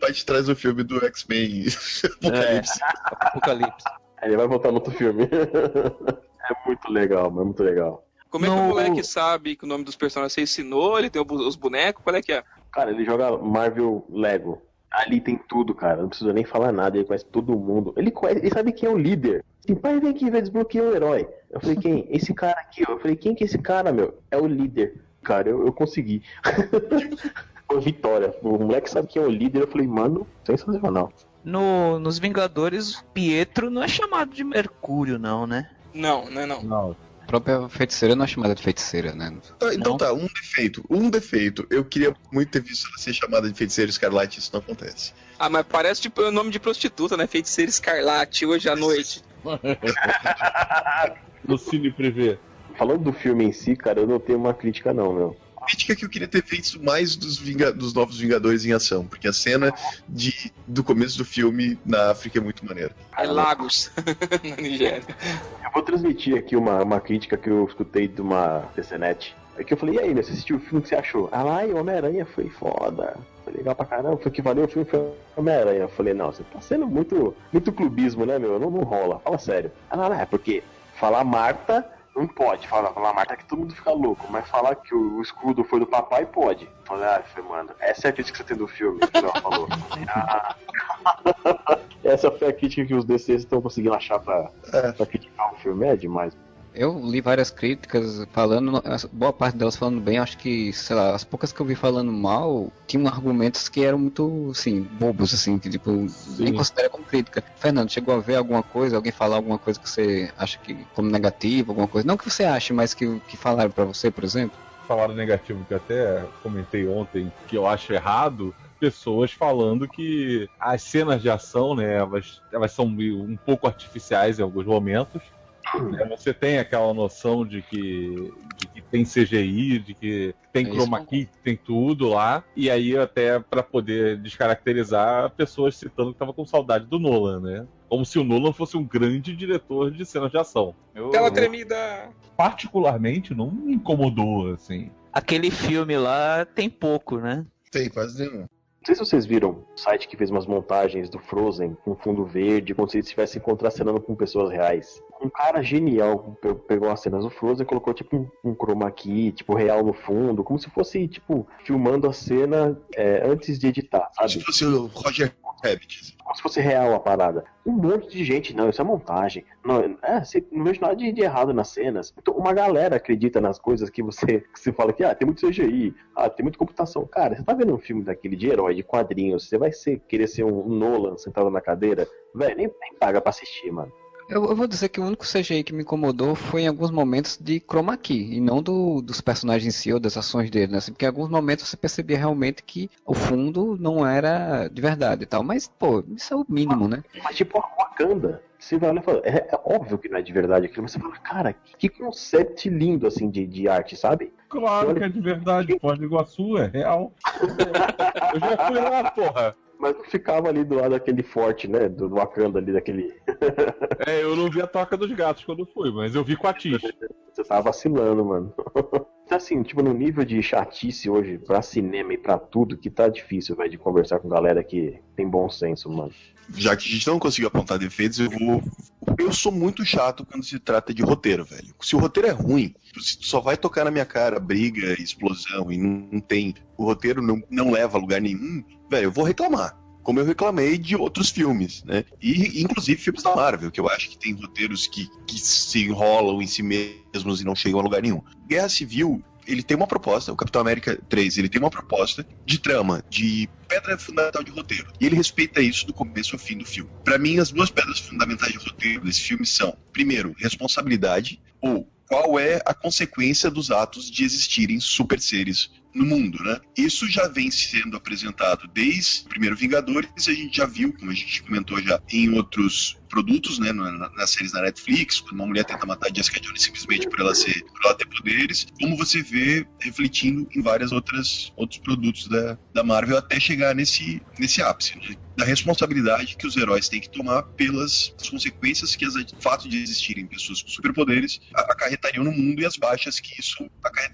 parte de trás do filme do X-Men Apocalipse. Apocalipse. Ele vai voltar no outro filme. É muito legal, mano, muito legal. Como é que o moleque sabe que o nome dos personagens você ensinou? Ele tem os bonecos? Qual é que é? Cara, ele joga Marvel Lego. Ali tem tudo, cara. Não precisa nem falar nada. Ele conhece todo mundo. Ele sabe quem é o líder. Assim, pai, vem aqui, vai desbloquear o herói. Eu falei, quem? Esse cara aqui, ó. Eu falei, quem que é esse cara, meu? É o líder. Cara, eu consegui. Foi vitória. O moleque sabe quem é o líder. Eu falei, mano, sensacional. Nos Vingadores, Pietro não é chamado de Mercúrio, não, né? Não. A própria feiticeira não é chamada de feiticeira, né? Então tá, um defeito. Eu queria muito ter visto ela ser chamada de Feiticeira Escarlate, isso não acontece. Ah, mas parece tipo o nome de prostituta, né? Feiticeira Escarlate, hoje à noite. No Cine Privé. Falando do filme em si, cara, eu não tenho uma crítica não, meu. A crítica é que eu queria ter feito mais dos Novos Vingadores em ação, porque a cena do começo do filme na África é muito maneira. É Lagos, na Nigéria. Eu vou transmitir aqui uma crítica que eu escutei de uma TCNet. É que eu falei, e aí, você assistiu o filme, o que você achou? Ah lá, e o Homem-Aranha foi foda. Foi legal pra caramba, foi que valeu o filme, foi Homem-Aranha. Eu falei, não, você tá sendo muito clubismo, né, meu? Não rola, fala sério. Ah não, é porque falar Marta... Não pode falar Marta que todo mundo fica louco, mas falar que o escudo foi do papai pode. Falei, mano, essa é a crítica que você tem do filme. Ela falou. Essa foi a crítica que os DCs estão conseguindo achar pra criticar o filme, é demais. Eu li várias críticas falando, boa parte delas falando bem, acho que, sei lá, as poucas que eu vi falando mal, tinham argumentos que eram muito, assim, bobos, assim, que tipo, nem considera como crítica. Fernando, chegou a ver alguma coisa, alguém falar alguma coisa que você acha que como negativa, alguma coisa, não que você ache, mas que falaram pra você, por exemplo? Falaram negativo que eu até comentei ontem, que eu acho errado, pessoas falando que as cenas de ação, né, elas são um pouco artificiais em alguns momentos. Você tem aquela noção de que tem CGI, de que tem chroma key, tem tudo lá, e aí até para poder descaracterizar pessoas citando que estavam com saudade do Nolan, né? Como se o Nolan fosse um grande diretor de cenas de ação. Tela tremida! Particularmente não me incomodou, assim. Aquele filme lá tem pouco, né? Tem, quase nenhum. Não sei se vocês viram o site que fez umas montagens do Frozen com fundo verde, como se eles estivessem contracenando com pessoas reais. Um cara genial pegou as cenas do Frozen e colocou tipo um chroma key, tipo real no fundo, como se fosse tipo filmando a cena antes de editar, sabe? Se fosse o Roger Rabbit. Como se fosse real a parada. Um monte de gente, não, isso é montagem. Não vejo nada de errado nas cenas. Então uma galera acredita nas coisas que você fala que tem muito CGI, tem muita computação. Cara, você tá vendo um filme daquele de herói, de quadrinhos, você vai querer ser um Nolan sentado na cadeira? Velho, nem paga pra assistir, mano. Eu vou dizer que o único CGI que me incomodou foi em alguns momentos de chroma key, e não dos personagens em si ou das ações dele, né? Assim, porque em alguns momentos você percebia realmente que o fundo não era de verdade e tal. Mas, pô, isso é o mínimo, né? Mas tipo a Wakanda, você vai olhar e fala, é óbvio que não é de verdade aquilo, mas você fala, cara, que conceito lindo, assim, de arte, sabe? Claro que é de verdade, Foz do Iguaçu é real. Eu já fui lá, porra. Mas não ficava ali do lado daquele forte, né? Do Wakanda ali, daquele... Eu não vi a Toca dos Gatos quando fui, mas eu vi com a Tish. Você tava vacilando, mano. Então, assim, tipo, no nível de chatice hoje, pra cinema e pra tudo, que tá difícil, velho, de conversar com galera que tem bom senso, mano. Já que a gente não conseguiu apontar defeitos, eu sou muito chato quando se trata de roteiro, velho. Se o roteiro é ruim, se tu só vai tocar na minha cara briga, explosão, e não tem... O roteiro não leva a lugar nenhum, velho, eu vou reclamar. Como eu reclamei de outros filmes, né? E inclusive filmes da Marvel, que eu acho que tem roteiros que se enrolam em si mesmos e não chegam a lugar nenhum. Guerra Civil, ele tem uma proposta, o Capitão América 3, ele tem uma proposta de trama, de pedra fundamental de roteiro. E ele respeita isso do começo ao fim do filme. Pra mim, as duas pedras fundamentais de roteiro desse filme são, primeiro, responsabilidade, ou qual é a consequência dos atos de existirem super seres no mundo, né? Isso já vem sendo apresentado desde o primeiro Vingadores, a gente já viu, como a gente comentou já, em outros produtos, né, nas séries da Netflix, quando uma mulher tenta matar a Jessica Jones simplesmente por ela ter poderes, como você vê refletindo em vários outros produtos da Marvel até chegar nesse ápice, né? Da responsabilidade que os heróis têm que tomar pelas consequências que o fato de existirem pessoas com superpoderes acarretariam no mundo e as baixas que isso acarretaria.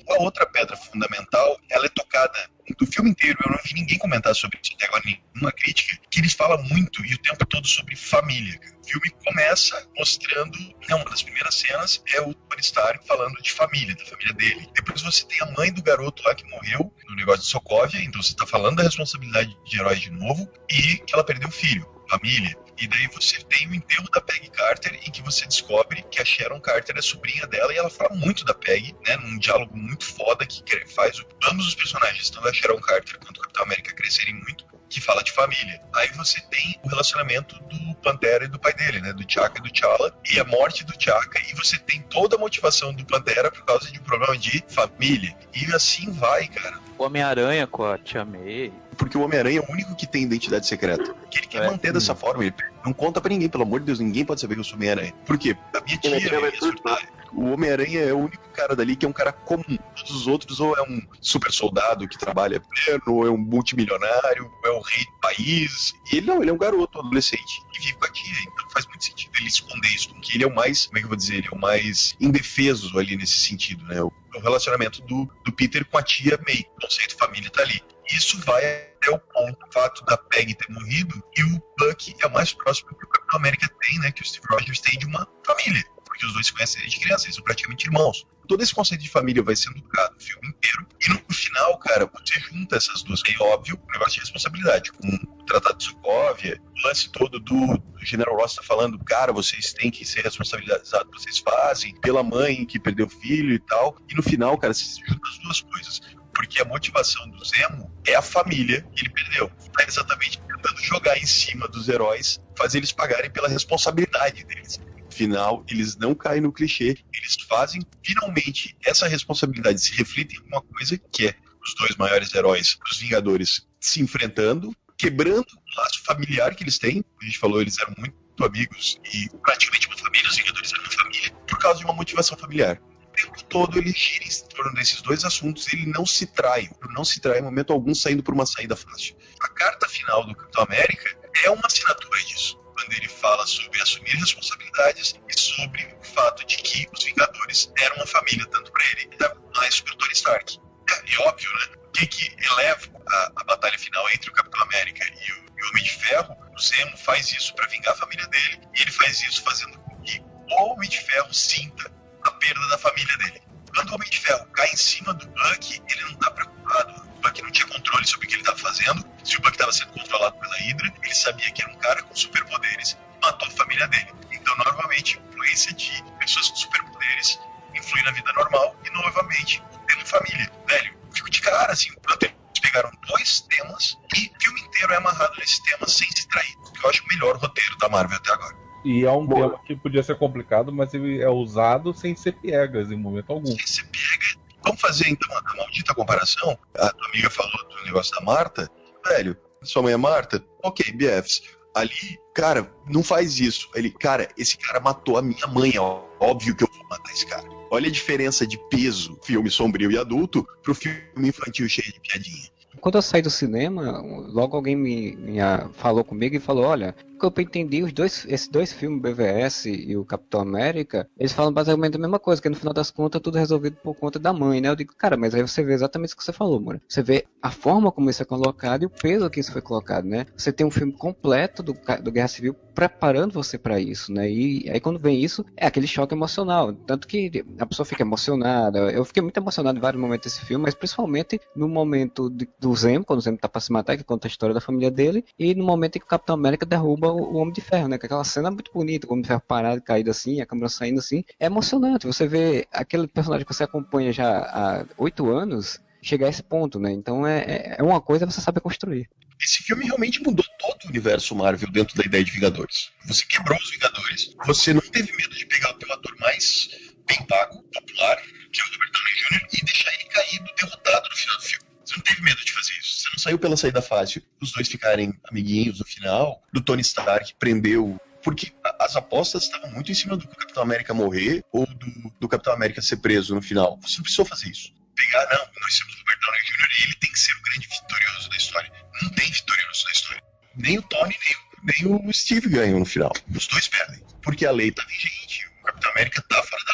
a outra pedra fundamental, ela é tocada do filme inteiro. Eu não vi ninguém comentar sobre isso até agora, nenhuma crítica, que eles falam muito e o tempo todo sobre família. O filme começa mostrando, uma das primeiras cenas é o Tony Stark falando de família, da família dele. Depois você tem a mãe do garoto lá que morreu no negócio de Sokovia, então você tá falando da responsabilidade de herói de novo e que ela perdeu o filho, família. E daí você tem o enterro da Peggy Carter, em que você descobre que a Sharon Carter é sobrinha dela, e ela fala muito da Peggy, né, num diálogo muito foda que faz ambos os personagens, tanto a Sharon Carter quanto o Capitão América, crescerem muito, que fala de família. Aí você tem o relacionamento do Pantera e do pai dele, né, do T'Chaka e do T'Challa, e a morte do T'Chaka, e você tem toda a motivação do Pantera por causa de um problema de família. E assim vai, cara. O Homem-Aranha com a Tia May. Porque o Homem-Aranha é o único que tem identidade secreta. Que ele quer manter dessa forma. Ele não conta pra ninguém, pelo amor de Deus, ninguém pode saber que eu sou Homem-Aranha. Por quê? A minha tia, o Homem-Aranha é o único cara dali que é um cara comum. Todos os outros ou é um super soldado que trabalha pleno, ou é um multimilionário, ou é o rei do país. E ele não, ele é um garoto, adolescente, que vive com a tia. Então faz muito sentido ele esconder isso, porque ele é o mais, como é que eu vou dizer, ele é o mais indefeso ali nesse sentido, né? O relacionamento do Peter com a tia May. O conceito família tá ali. Isso vai até o ponto, o fato da Peggy ter morrido, e o Bucky é o mais próximo que o Capitão América tem, né? Que o Steve Rogers tem de uma família. Porque os dois se conhecem desde criança, eles são praticamente irmãos. Todo esse conceito de família vai sendo tocado no filme inteiro. E no final, cara, você junta essas duas. É óbvio, o negócio de responsabilidade. Com o Tratado de Sokovia, o lance todo do General Ross tá falando, cara, vocês têm que ser responsabilizados, vocês fazem, pela mãe que perdeu o filho e tal. E no final, cara, você junta as duas coisas. Porque a motivação do Zemo é a família que ele perdeu. Tá exatamente tentando jogar em cima dos heróis, fazer eles pagarem pela responsabilidade deles. Final, eles não caem no clichê, eles fazem finalmente essa responsabilidade se reflete em alguma coisa que é os dois maiores heróis, os Vingadores, se enfrentando, quebrando o laço familiar que eles têm. A gente falou, eles eram muito amigos e praticamente uma família, os Vingadores eram uma família, por causa de uma motivação familiar. O tempo todo ele gira em torno desses dois assuntos, ele não se trai em momento algum saindo por uma saída fácil. A carta final do Capitão América é uma assinatura disso, quando ele fala sobre assumir responsabilidades e sobre o fato de que os Vingadores eram uma família, tanto para ele e mais para o Tony Stark. É óbvio, né? O que eleva a batalha final entre o Capitão América e o Homem de Ferro? O Zemo faz isso para vingar a família dele, e ele faz isso fazendo com que o Homem de Ferro sinta a perda da família dele. Quando o Homem de Ferro cai em cima do Bucky, ele não tá preocupado. O Bucky não tinha controle sobre o que ele estava fazendo. Se o Bucky estava sendo controlado pela Hydra, ele sabia que era um cara com superpoderes, matou a família dele. Então, novamente, a influência de pessoas com superpoderes influi na vida normal e, novamente, o tema família. Velho, fico de cara, assim, eles pegaram dois temas e o filme inteiro é amarrado nesse tema sem se trair. Eu acho o melhor roteiro da Marvel até agora. E é um tema que podia ser complicado, mas ele é usado sem ser piegas em momento algum. Sem ser piegas. Vamos fazer então a maldita comparação. A tua amiga falou do negócio da Marta. Velho, sua mãe é Marta? Ok, BFs. Ali, cara, não faz isso. Ele, cara, esse cara matou a minha mãe. É óbvio que eu vou matar esse cara. Olha a diferença de peso, filme sombrio e adulto, pro filme infantil cheio de piadinha. Quando eu saí do cinema, logo alguém me falou comigo e falou, olha, o que eu entendi, esses dois filmes, BVS e o Capitão América, eles falam basicamente a mesma coisa, que no final das contas tudo é resolvido por conta da mãe, né? Eu digo, cara, mas aí você vê exatamente o que você falou, mano. Você vê a forma como isso é colocado e o peso que isso foi colocado, né? Você tem um filme completo do Guerra Civil preparando você pra isso, né? E aí quando vem isso, é aquele choque emocional. Tanto que a pessoa fica emocionada. Eu fiquei muito emocionado em vários momentos desse filme, mas principalmente no momento do Zemo, quando o Zemo tá pra se matar, que conta a história da família dele, e no momento em que o Capitão América derruba o Homem de Ferro, né? Que aquela cena é muito bonita, o Homem de Ferro parado, caído assim, a câmera saindo assim. É emocionante. Você vê aquele personagem que você acompanha já há 8 anos chegar a esse ponto, né? Então é uma coisa você saber construir. Esse filme realmente mudou todo o universo Marvel dentro da ideia de Vingadores. Você quebrou os Vingadores. Você não teve medo de pegar o teu ator mais bem pago, popular, que é o Robert Downey Jr., e deixar ele caído, derrotado no final do filme. Você não teve medo de fazer isso. Você não saiu pela saída fácil. Os dois ficarem amiguinhos no final, do Tony Stark prendeu... Porque as apostas estavam muito em cima do Capitão América morrer ou do Capitão América ser preso no final. Você não precisou fazer isso. Pegar, não, nós temos o Robert Downey Jr. e ele tem que ser o grande vitorioso da história. Não tem vitorioso da história. Nem o Tony, nem o Steve ganham no final. Os dois perdem. Porque a lei tá vigente. O Capitão América tá fora da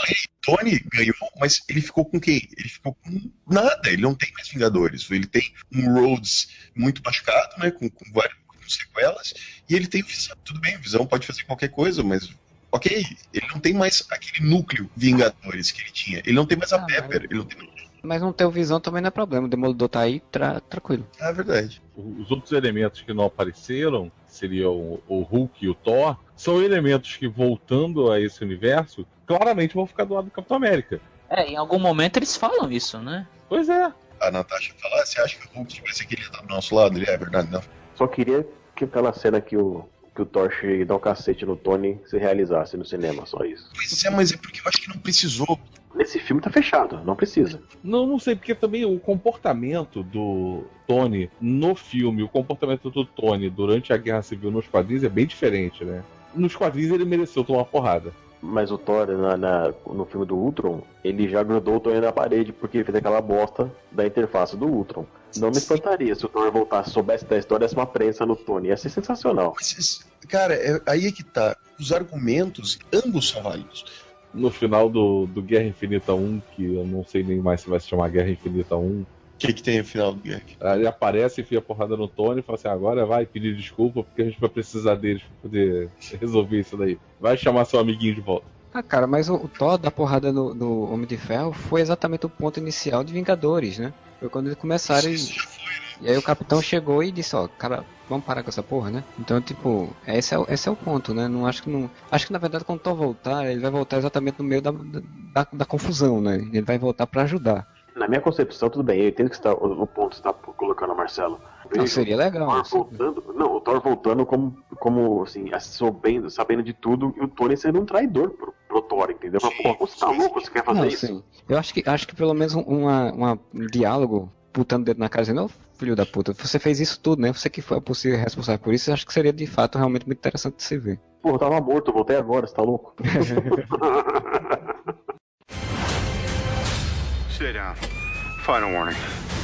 falei, Tony ganhou, mas ele ficou com quem? Ele ficou com nada, ele não tem mais Vingadores. Ele tem um Rhodes muito machucado, né, com várias sequelas, e ele tem o Visão. Tudo bem, o Visão pode fazer qualquer coisa, mas ok, ele não tem mais aquele núcleo Vingadores que ele tinha. Ele não tem mais a Pepper, ele não tem... Mas não ter o Visão também não é problema. O Demolidor tá aí, tranquilo. É verdade. Os outros elementos que não apareceram, que seriam o Hulk e o Thor, são elementos que, voltando a esse universo, claramente vão ficar do lado do Capitão América. Em algum momento eles falam isso, né? Pois é. A Natasha fala, você acha que o Hulk tivesse aquele do nosso lado? Ele é verdade, não. Só queria que aquela cena que o Thor chega e dá um cacete no Tony se realizasse no cinema, só isso. Pois é, mas é porque eu acho que não precisou. Nesse filme tá fechado, não precisa. Não sei, porque também o comportamento do Tony no filme, o comportamento do Tony durante a Guerra Civil nos quadrinhos é bem diferente, né? Nos quadrinhos ele mereceu tomar porrada. Mas o Thor, no filme do Ultron, ele já grudou o Tony na parede porque ele fez aquela bosta da interface do Ultron. Não me espantaria se o Thor voltasse, soubesse da história, desse uma prensa no Tony. Ia ser sensacional. Mas, cara, aí é que tá. Os argumentos, ambos são válidos. No final do Guerra Infinita 1, que eu não sei nem mais se vai se chamar Guerra Infinita 1. O que tem no final do Guerra? Ele aparece, enfia a porrada no Tony e fala assim, agora vai pedir desculpa porque a gente vai precisar deles pra poder resolver isso daí. Vai chamar seu amiguinho de volta. Cara, mas o Thor da porrada no Homem de Ferro foi exatamente o ponto inicial de Vingadores, né? Foi quando eles começaram e aí o Capitão chegou e disse, cara, vamos parar com essa porra, né? Então, tipo, esse é o ponto, né? Acho que na verdade quando o Thor voltar, ele vai voltar exatamente no meio da confusão, né? Ele vai voltar pra ajudar. Na minha concepção, tudo bem, eu entendo que o ponto que você está colocando, Marcelo. Não, seria legal. O Thor voltando como assim, sabendo de tudo, e o Tony sendo um traidor pro Thor, entendeu? Pô, você tá louco? Você quer fazer isso? Sim. Eu acho que pelo menos um diálogo, putando o dedo na cara, dizendo, filho da puta, você fez isso tudo, né? Você que foi o possível responsável por isso, eu acho que seria de fato realmente muito interessante de se ver. Pô, eu tava morto, eu voltei agora, você tá louco? Sit down. Final warning.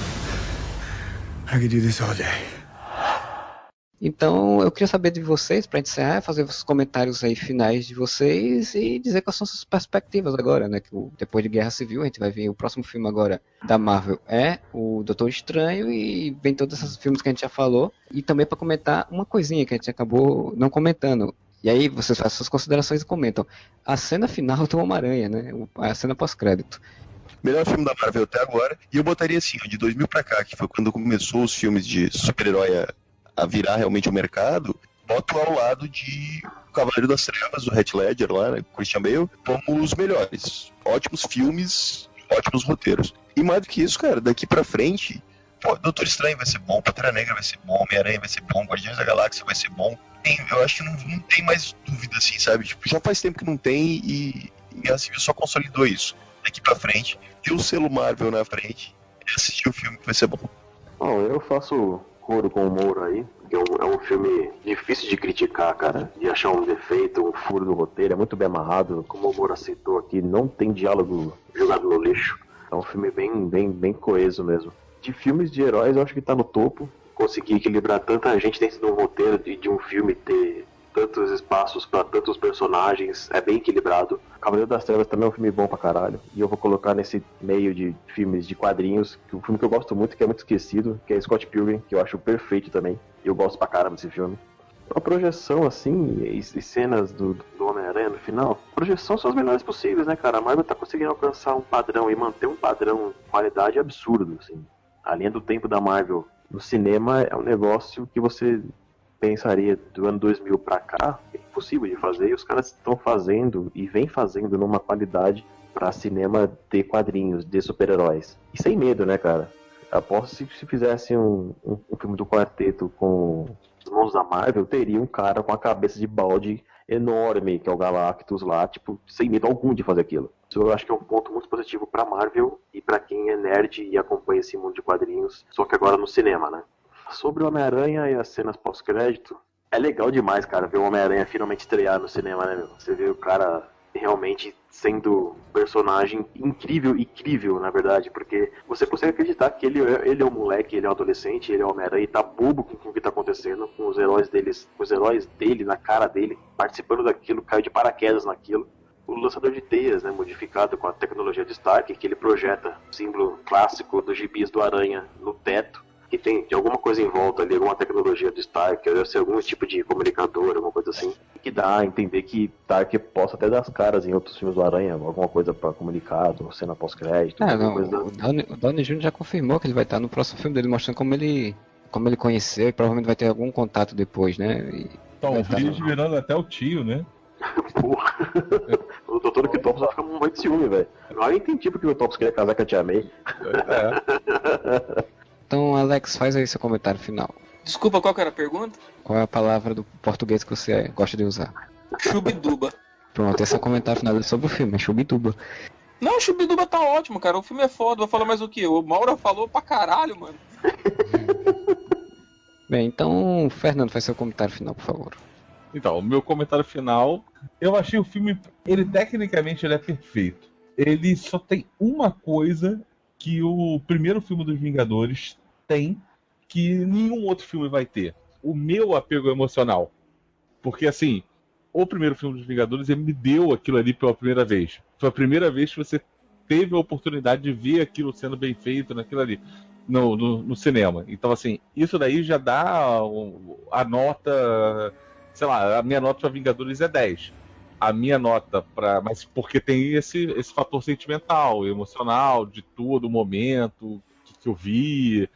I could do this all day. Então, eu queria saber de vocês, pra encerrar, fazer os comentários aí finais de vocês e dizer quais são suas perspectivas agora, né? Que depois de Guerra Civil, a gente vai ver o próximo filme agora da Marvel é o Doutor Estranho e vem todos esses filmes que a gente já falou. E também pra comentar uma coisinha que a gente acabou não comentando. E aí vocês fazem suas considerações e comentam. A cena final do Homem-Aranha, né? A cena pós-crédito. Melhor filme da Marvel até agora. E eu botaria assim, de 2000 pra cá, que foi quando começou os filmes de super-herói a virar realmente o mercado, boto ao lado de O Cavaleiro das Trevas, do Heath Ledger lá, né, Christian Bale, como os melhores. Ótimos filmes, ótimos roteiros. E mais do que isso, cara, daqui pra frente, Doutor Estranho vai ser bom, Pantera Negra vai ser bom, Homem-Aranha vai ser bom, Guardiões da Galáxia vai ser bom. Eu acho que não tem mais dúvida, assim, sabe? Tipo, já faz tempo que não tem e a Civil só consolidou isso. Daqui pra frente, ter o selo Marvel na frente e assistir o filme que vai ser bom. Bom, eu faço coro com o Moura aí, que é um filme difícil de criticar, cara, de achar um defeito, um furo do roteiro, é muito bem amarrado, como o Moura citou aqui, não tem diálogo jogado no lixo, é um filme bem coeso mesmo. De filmes de heróis, eu acho que tá no topo, conseguir equilibrar tanta gente dentro de um roteiro, de um filme ter tantos espaços para tantos personagens, é bem equilibrado. Cavaleiro das Trevas também é um filme bom pra caralho, e eu vou colocar nesse meio de filmes de quadrinhos, que um filme que eu gosto muito, que é muito esquecido, que é Scott Pilgrim, que eu acho perfeito também, e eu gosto pra caramba desse filme. A projeção, assim, e cenas do Homem-Aranha no final, projeção são as melhores possíveis, né, cara? A Marvel tá conseguindo alcançar um padrão e manter um padrão de qualidade absurdo, assim. A linha do tempo da Marvel no cinema é um negócio que você pensaria do ano 2000 pra cá, é impossível de fazer, e os caras estão fazendo e vem fazendo numa qualidade pra cinema de quadrinhos, de super-heróis. E sem medo, né, cara? Aposto se fizesse um filme do quarteto com os mãos da Marvel, teria um cara com a cabeça de balde enorme, que é o Galactus lá, tipo, sem medo algum de fazer aquilo. Isso eu acho que é um ponto muito positivo pra Marvel e pra quem é nerd e acompanha esse mundo de quadrinhos, só que agora no cinema, né? Sobre o Homem-Aranha e as cenas pós-crédito, é legal demais, cara, ver o Homem-Aranha finalmente estrear no cinema, né, meu? Você vê o cara realmente sendo um personagem incrível, na verdade, porque você consegue acreditar que ele é um moleque, ele é um adolescente, ele é o Homem-Aranha e tá bobo com o que tá acontecendo, com os heróis dele na cara dele, participando daquilo, caiu de paraquedas naquilo. o lançador de teias, né, modificado com a tecnologia de Stark, que ele projeta o símbolo clássico dos gibis do Aranha no teto, que tem alguma coisa em volta ali, alguma tecnologia do Stark, deve ser algum tipo de comunicador, alguma coisa assim, que dá a entender que Stark possa até dar as caras em outros filmes do Aranha, alguma coisa para comunicado, cena pós-crédito, o Downey Jr. já confirmou que ele vai estar no próximo filme dele, mostrando como ele conheceu, e provavelmente vai ter algum contato depois, né? Então, o Reed virando até o tio, né? Porra. O Dr. Octopus vai ficar muito de ciúme, velho. Agora eu entendi porque o Octopus queria casar com a Tia May. Então, Alex, faz aí seu comentário final. Desculpa, qual que era a pergunta? Qual é a palavra do português que você gosta de usar? Chubiduba. Pronto, esse é o comentário final sobre o filme, é Chubiduba. Não, Chubiduba tá ótimo, cara. O filme é foda, vou falar mais o que? O Mauro falou pra caralho, mano. Bem, então, Fernando, faz seu comentário final, por favor. Então, o meu comentário final, eu achei o filme, tecnicamente ele é perfeito. Ele só tem uma coisa que o primeiro filme dos Vingadores tem, que nenhum outro filme vai ter. O meu apego emocional. Porque, assim, o primeiro filme dos Vingadores, ele me deu aquilo ali pela primeira vez. Foi a primeira vez que você teve a oportunidade de ver aquilo sendo bem feito naquilo ali, no cinema. Então, assim, isso daí já dá a nota... Sei lá, a minha nota para Vingadores é 10. A minha nota mas porque tem esse fator sentimental, emocional, de todo momento que eu vi,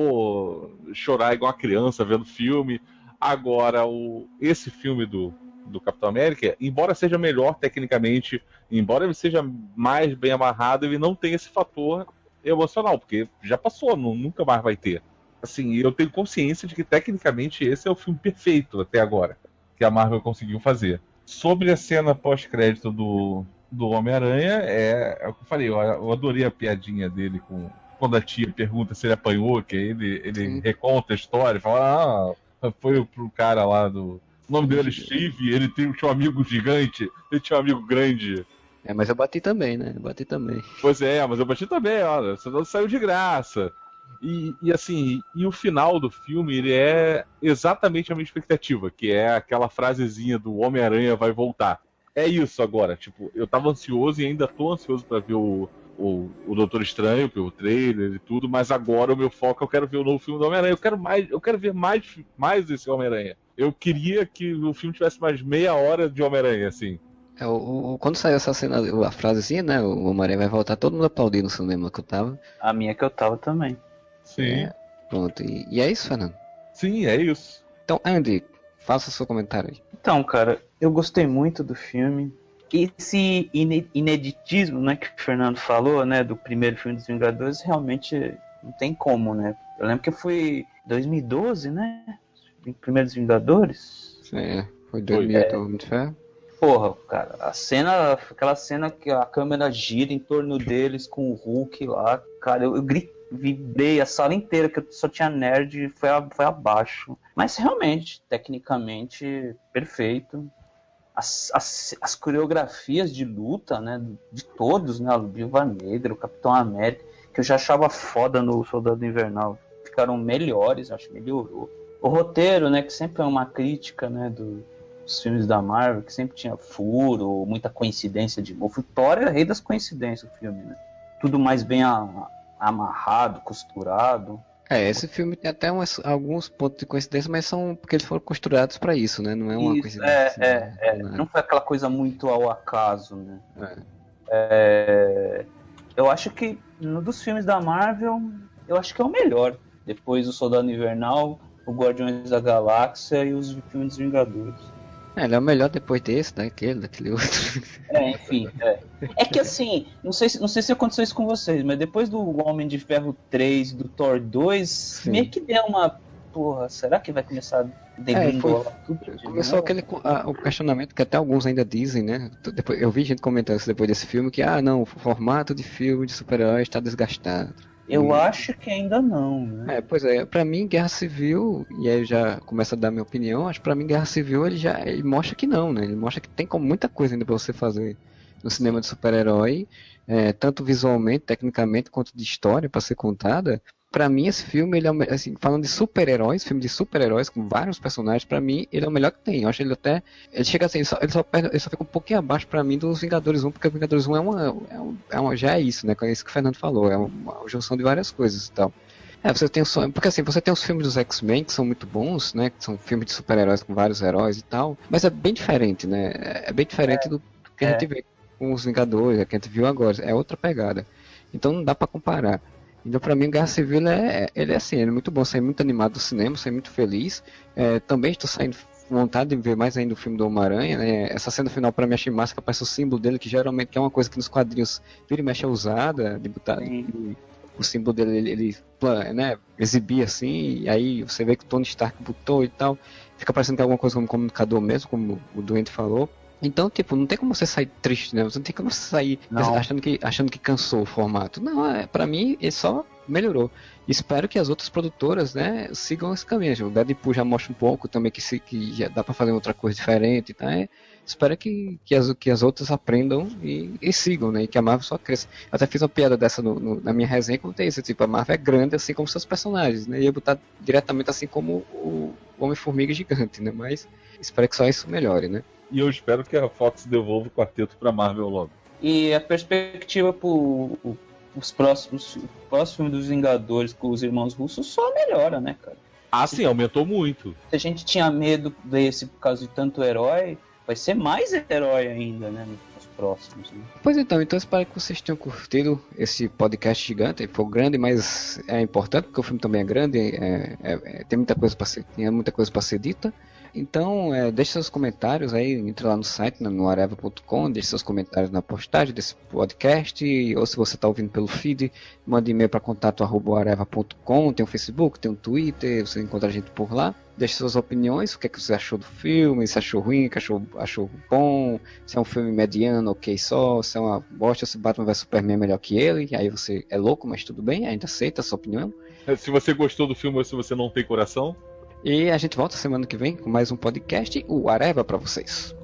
chorar igual uma criança vendo filme. Agora, esse filme do Capitão América, embora seja melhor tecnicamente, embora ele seja mais bem amarrado, ele não tem esse fator emocional, porque já passou, nunca mais vai ter. Assim, eu tenho consciência de que tecnicamente esse é o filme perfeito até agora, que a Marvel conseguiu fazer. Sobre a cena pós-crédito do Homem-Aranha, é o que eu falei, eu adorei a piadinha dele quando a tia pergunta se ele apanhou, que ele reconta a história, fala, foi pro cara lá do... O nome dele é Steve, ele tinha um amigo gigante, ele tinha um amigo grande. Mas eu bati também, né? Bati também. Pois é, mas eu bati também, olha, você não saiu de graça. E assim, o final do filme, ele é exatamente a minha expectativa, que é aquela frasezinha do Homem-Aranha vai voltar. É isso agora, tipo, eu tava ansioso e ainda tô ansioso pra ver o Doutor Estranho, pelo trailer e tudo, mas agora o meu foco, eu quero ver o novo filme do Homem-Aranha, eu quero ver mais desse Homem-Aranha. Eu queria que o filme tivesse mais meia hora de Homem-Aranha, assim. Quando saiu essa cena, a frasezinha, né, o Homem-Aranha vai voltar, todo mundo aplaudindo no cinema que eu tava. A minha que eu tava também. Sim. Pronto, e é isso, Fernando? Sim, é isso. Então, Andy, faça seu comentário aí. Então, cara, eu gostei muito do filme. Esse ineditismo, né, que o Fernando falou, né, do primeiro filme dos Vingadores, realmente não tem como, né? Eu lembro que foi 2012, né? Primeiro dos Vingadores. Foi 2008, Homem de Ferro. Porra, cara, aquela cena que a câmera gira em torno deles com o Hulk lá, cara, eu vibrei a sala inteira, que só tinha nerd, foi abaixo. Mas realmente, tecnicamente, perfeito. As coreografias de luta, né, de todos, né, o Viúva Negra, o Capitão América, que eu já achava foda no Soldado Invernal, ficaram melhores, acho que melhorou. O roteiro, né, que sempre é uma crítica, né, dos filmes da Marvel, que sempre tinha furo, muita coincidência de novo. O Thor é o rei das coincidências, o filme, né? Tudo mais bem amarrado, costurado. Esse filme tem até alguns pontos de coincidência, mas são porque eles foram costurados pra isso, né? Não é uma coincidência. Não foi aquela coisa muito ao acaso, né? Eu acho que dos filmes da Marvel, eu acho que é o melhor. Depois do Soldado Invernal, o Guardiões da Galáxia e os filmes dos Vingadores. Ele é o melhor depois desse, daquele outro. Enfim. É que assim, não sei se aconteceu isso com vocês, mas depois do Homem de Ferro 3 e do Thor 2, sim, meio que deu uma... Porra, será que vai começar a degringolar tudo? Começou o questionamento que até alguns ainda dizem, né? Depois, eu vi gente comentando isso depois desse filme, que o formato de filme de super-herói está desgastado. Eu acho que ainda não, né? Pois é, pra mim Guerra Civil, e aí eu já começo a dar minha opinião, acho que pra mim Guerra Civil ele mostra que não, né? Ele mostra que tem muita coisa ainda pra você fazer no cinema de super-herói, tanto visualmente, tecnicamente, quanto de história pra ser contada, Pra mim, esse filme, ele é assim, falando de super-heróis, filme de super-heróis com vários personagens, pra mim, ele é o melhor que tem. Eu acho ele até. Ele chega assim, ele só fica um pouquinho abaixo pra mim dos Vingadores 1, porque o Vingadores 1 já é isso, né? É isso que o Fernando falou, é uma junção de várias coisas e tal. Você tem porque assim, você tem os filmes dos X-Men que são muito bons, né? Que são filmes de super-heróis com vários heróis e tal, mas é bem diferente, né? É bem diferente do que a gente vê com os Vingadores, que a gente viu agora. É outra pegada. Então não dá pra comparar. Então, pra mim, Guerra Civil ele é assim, ele é muito bom, saí muito animado do cinema, saí muito feliz. Também estou saindo com vontade de ver mais ainda o filme do Homem-Aranha, né? Essa cena final pra mim achei massa, que aparece o símbolo dele, que geralmente é uma coisa que nos quadrinhos vira e mexe é usada, de botar o símbolo dele, ele né, exibir assim, e aí você vê que o Tony Stark botou e tal, fica parecendo que é alguma coisa como comunicador mesmo, como o Doente falou. Então, tipo, não tem como você sair triste, né? Você não tem como você sair achando que cansou o formato. Não, pra mim, ele só melhorou. Espero que as outras produtoras, né, sigam esse caminho. O Deadpool já mostra um pouco também que já dá pra fazer outra coisa diferente, tá? Espero que as outras aprendam e sigam, né? E que a Marvel só cresça. Eu até fiz uma piada dessa na minha resenha, que eu contei isso. Tipo, a Marvel é grande assim como seus personagens, né? E ia botar diretamente assim como o Homem-Formiga gigante, né? Mas espero que só isso melhore, né? E eu espero que a Fox devolva o quarteto pra Marvel logo. E a perspectiva os próximos filmes dos Vingadores com os irmãos russos só melhora, né, cara? Ah, sim, aumentou muito. Se a gente tinha medo desse por causa de tanto herói, vai ser mais herói ainda, né, nos próximos. Né? Pois então espero que vocês tenham curtido esse podcast gigante. Foi grande, mas é importante, porque o filme também é grande, tem muita coisa para ser dita. Então, deixe seus comentários aí, entre lá no site, no areva.com, deixe seus comentários na postagem desse podcast, ou se você está ouvindo pelo feed, mande e-mail para contato@areva.com, tem o Facebook, tem o Twitter, você encontra a gente por lá. Deixe suas opiniões, o que é que você achou do filme, se achou ruim, que achou bom, se é um filme mediano, ok só, se é uma bosta, se Batman vs Superman é melhor que ele, aí você é louco, mas tudo bem, ainda aceita a sua opinião. Se você gostou do filme ou se você não tem coração. E a gente volta semana que vem com mais um podcast, o Areva pra vocês.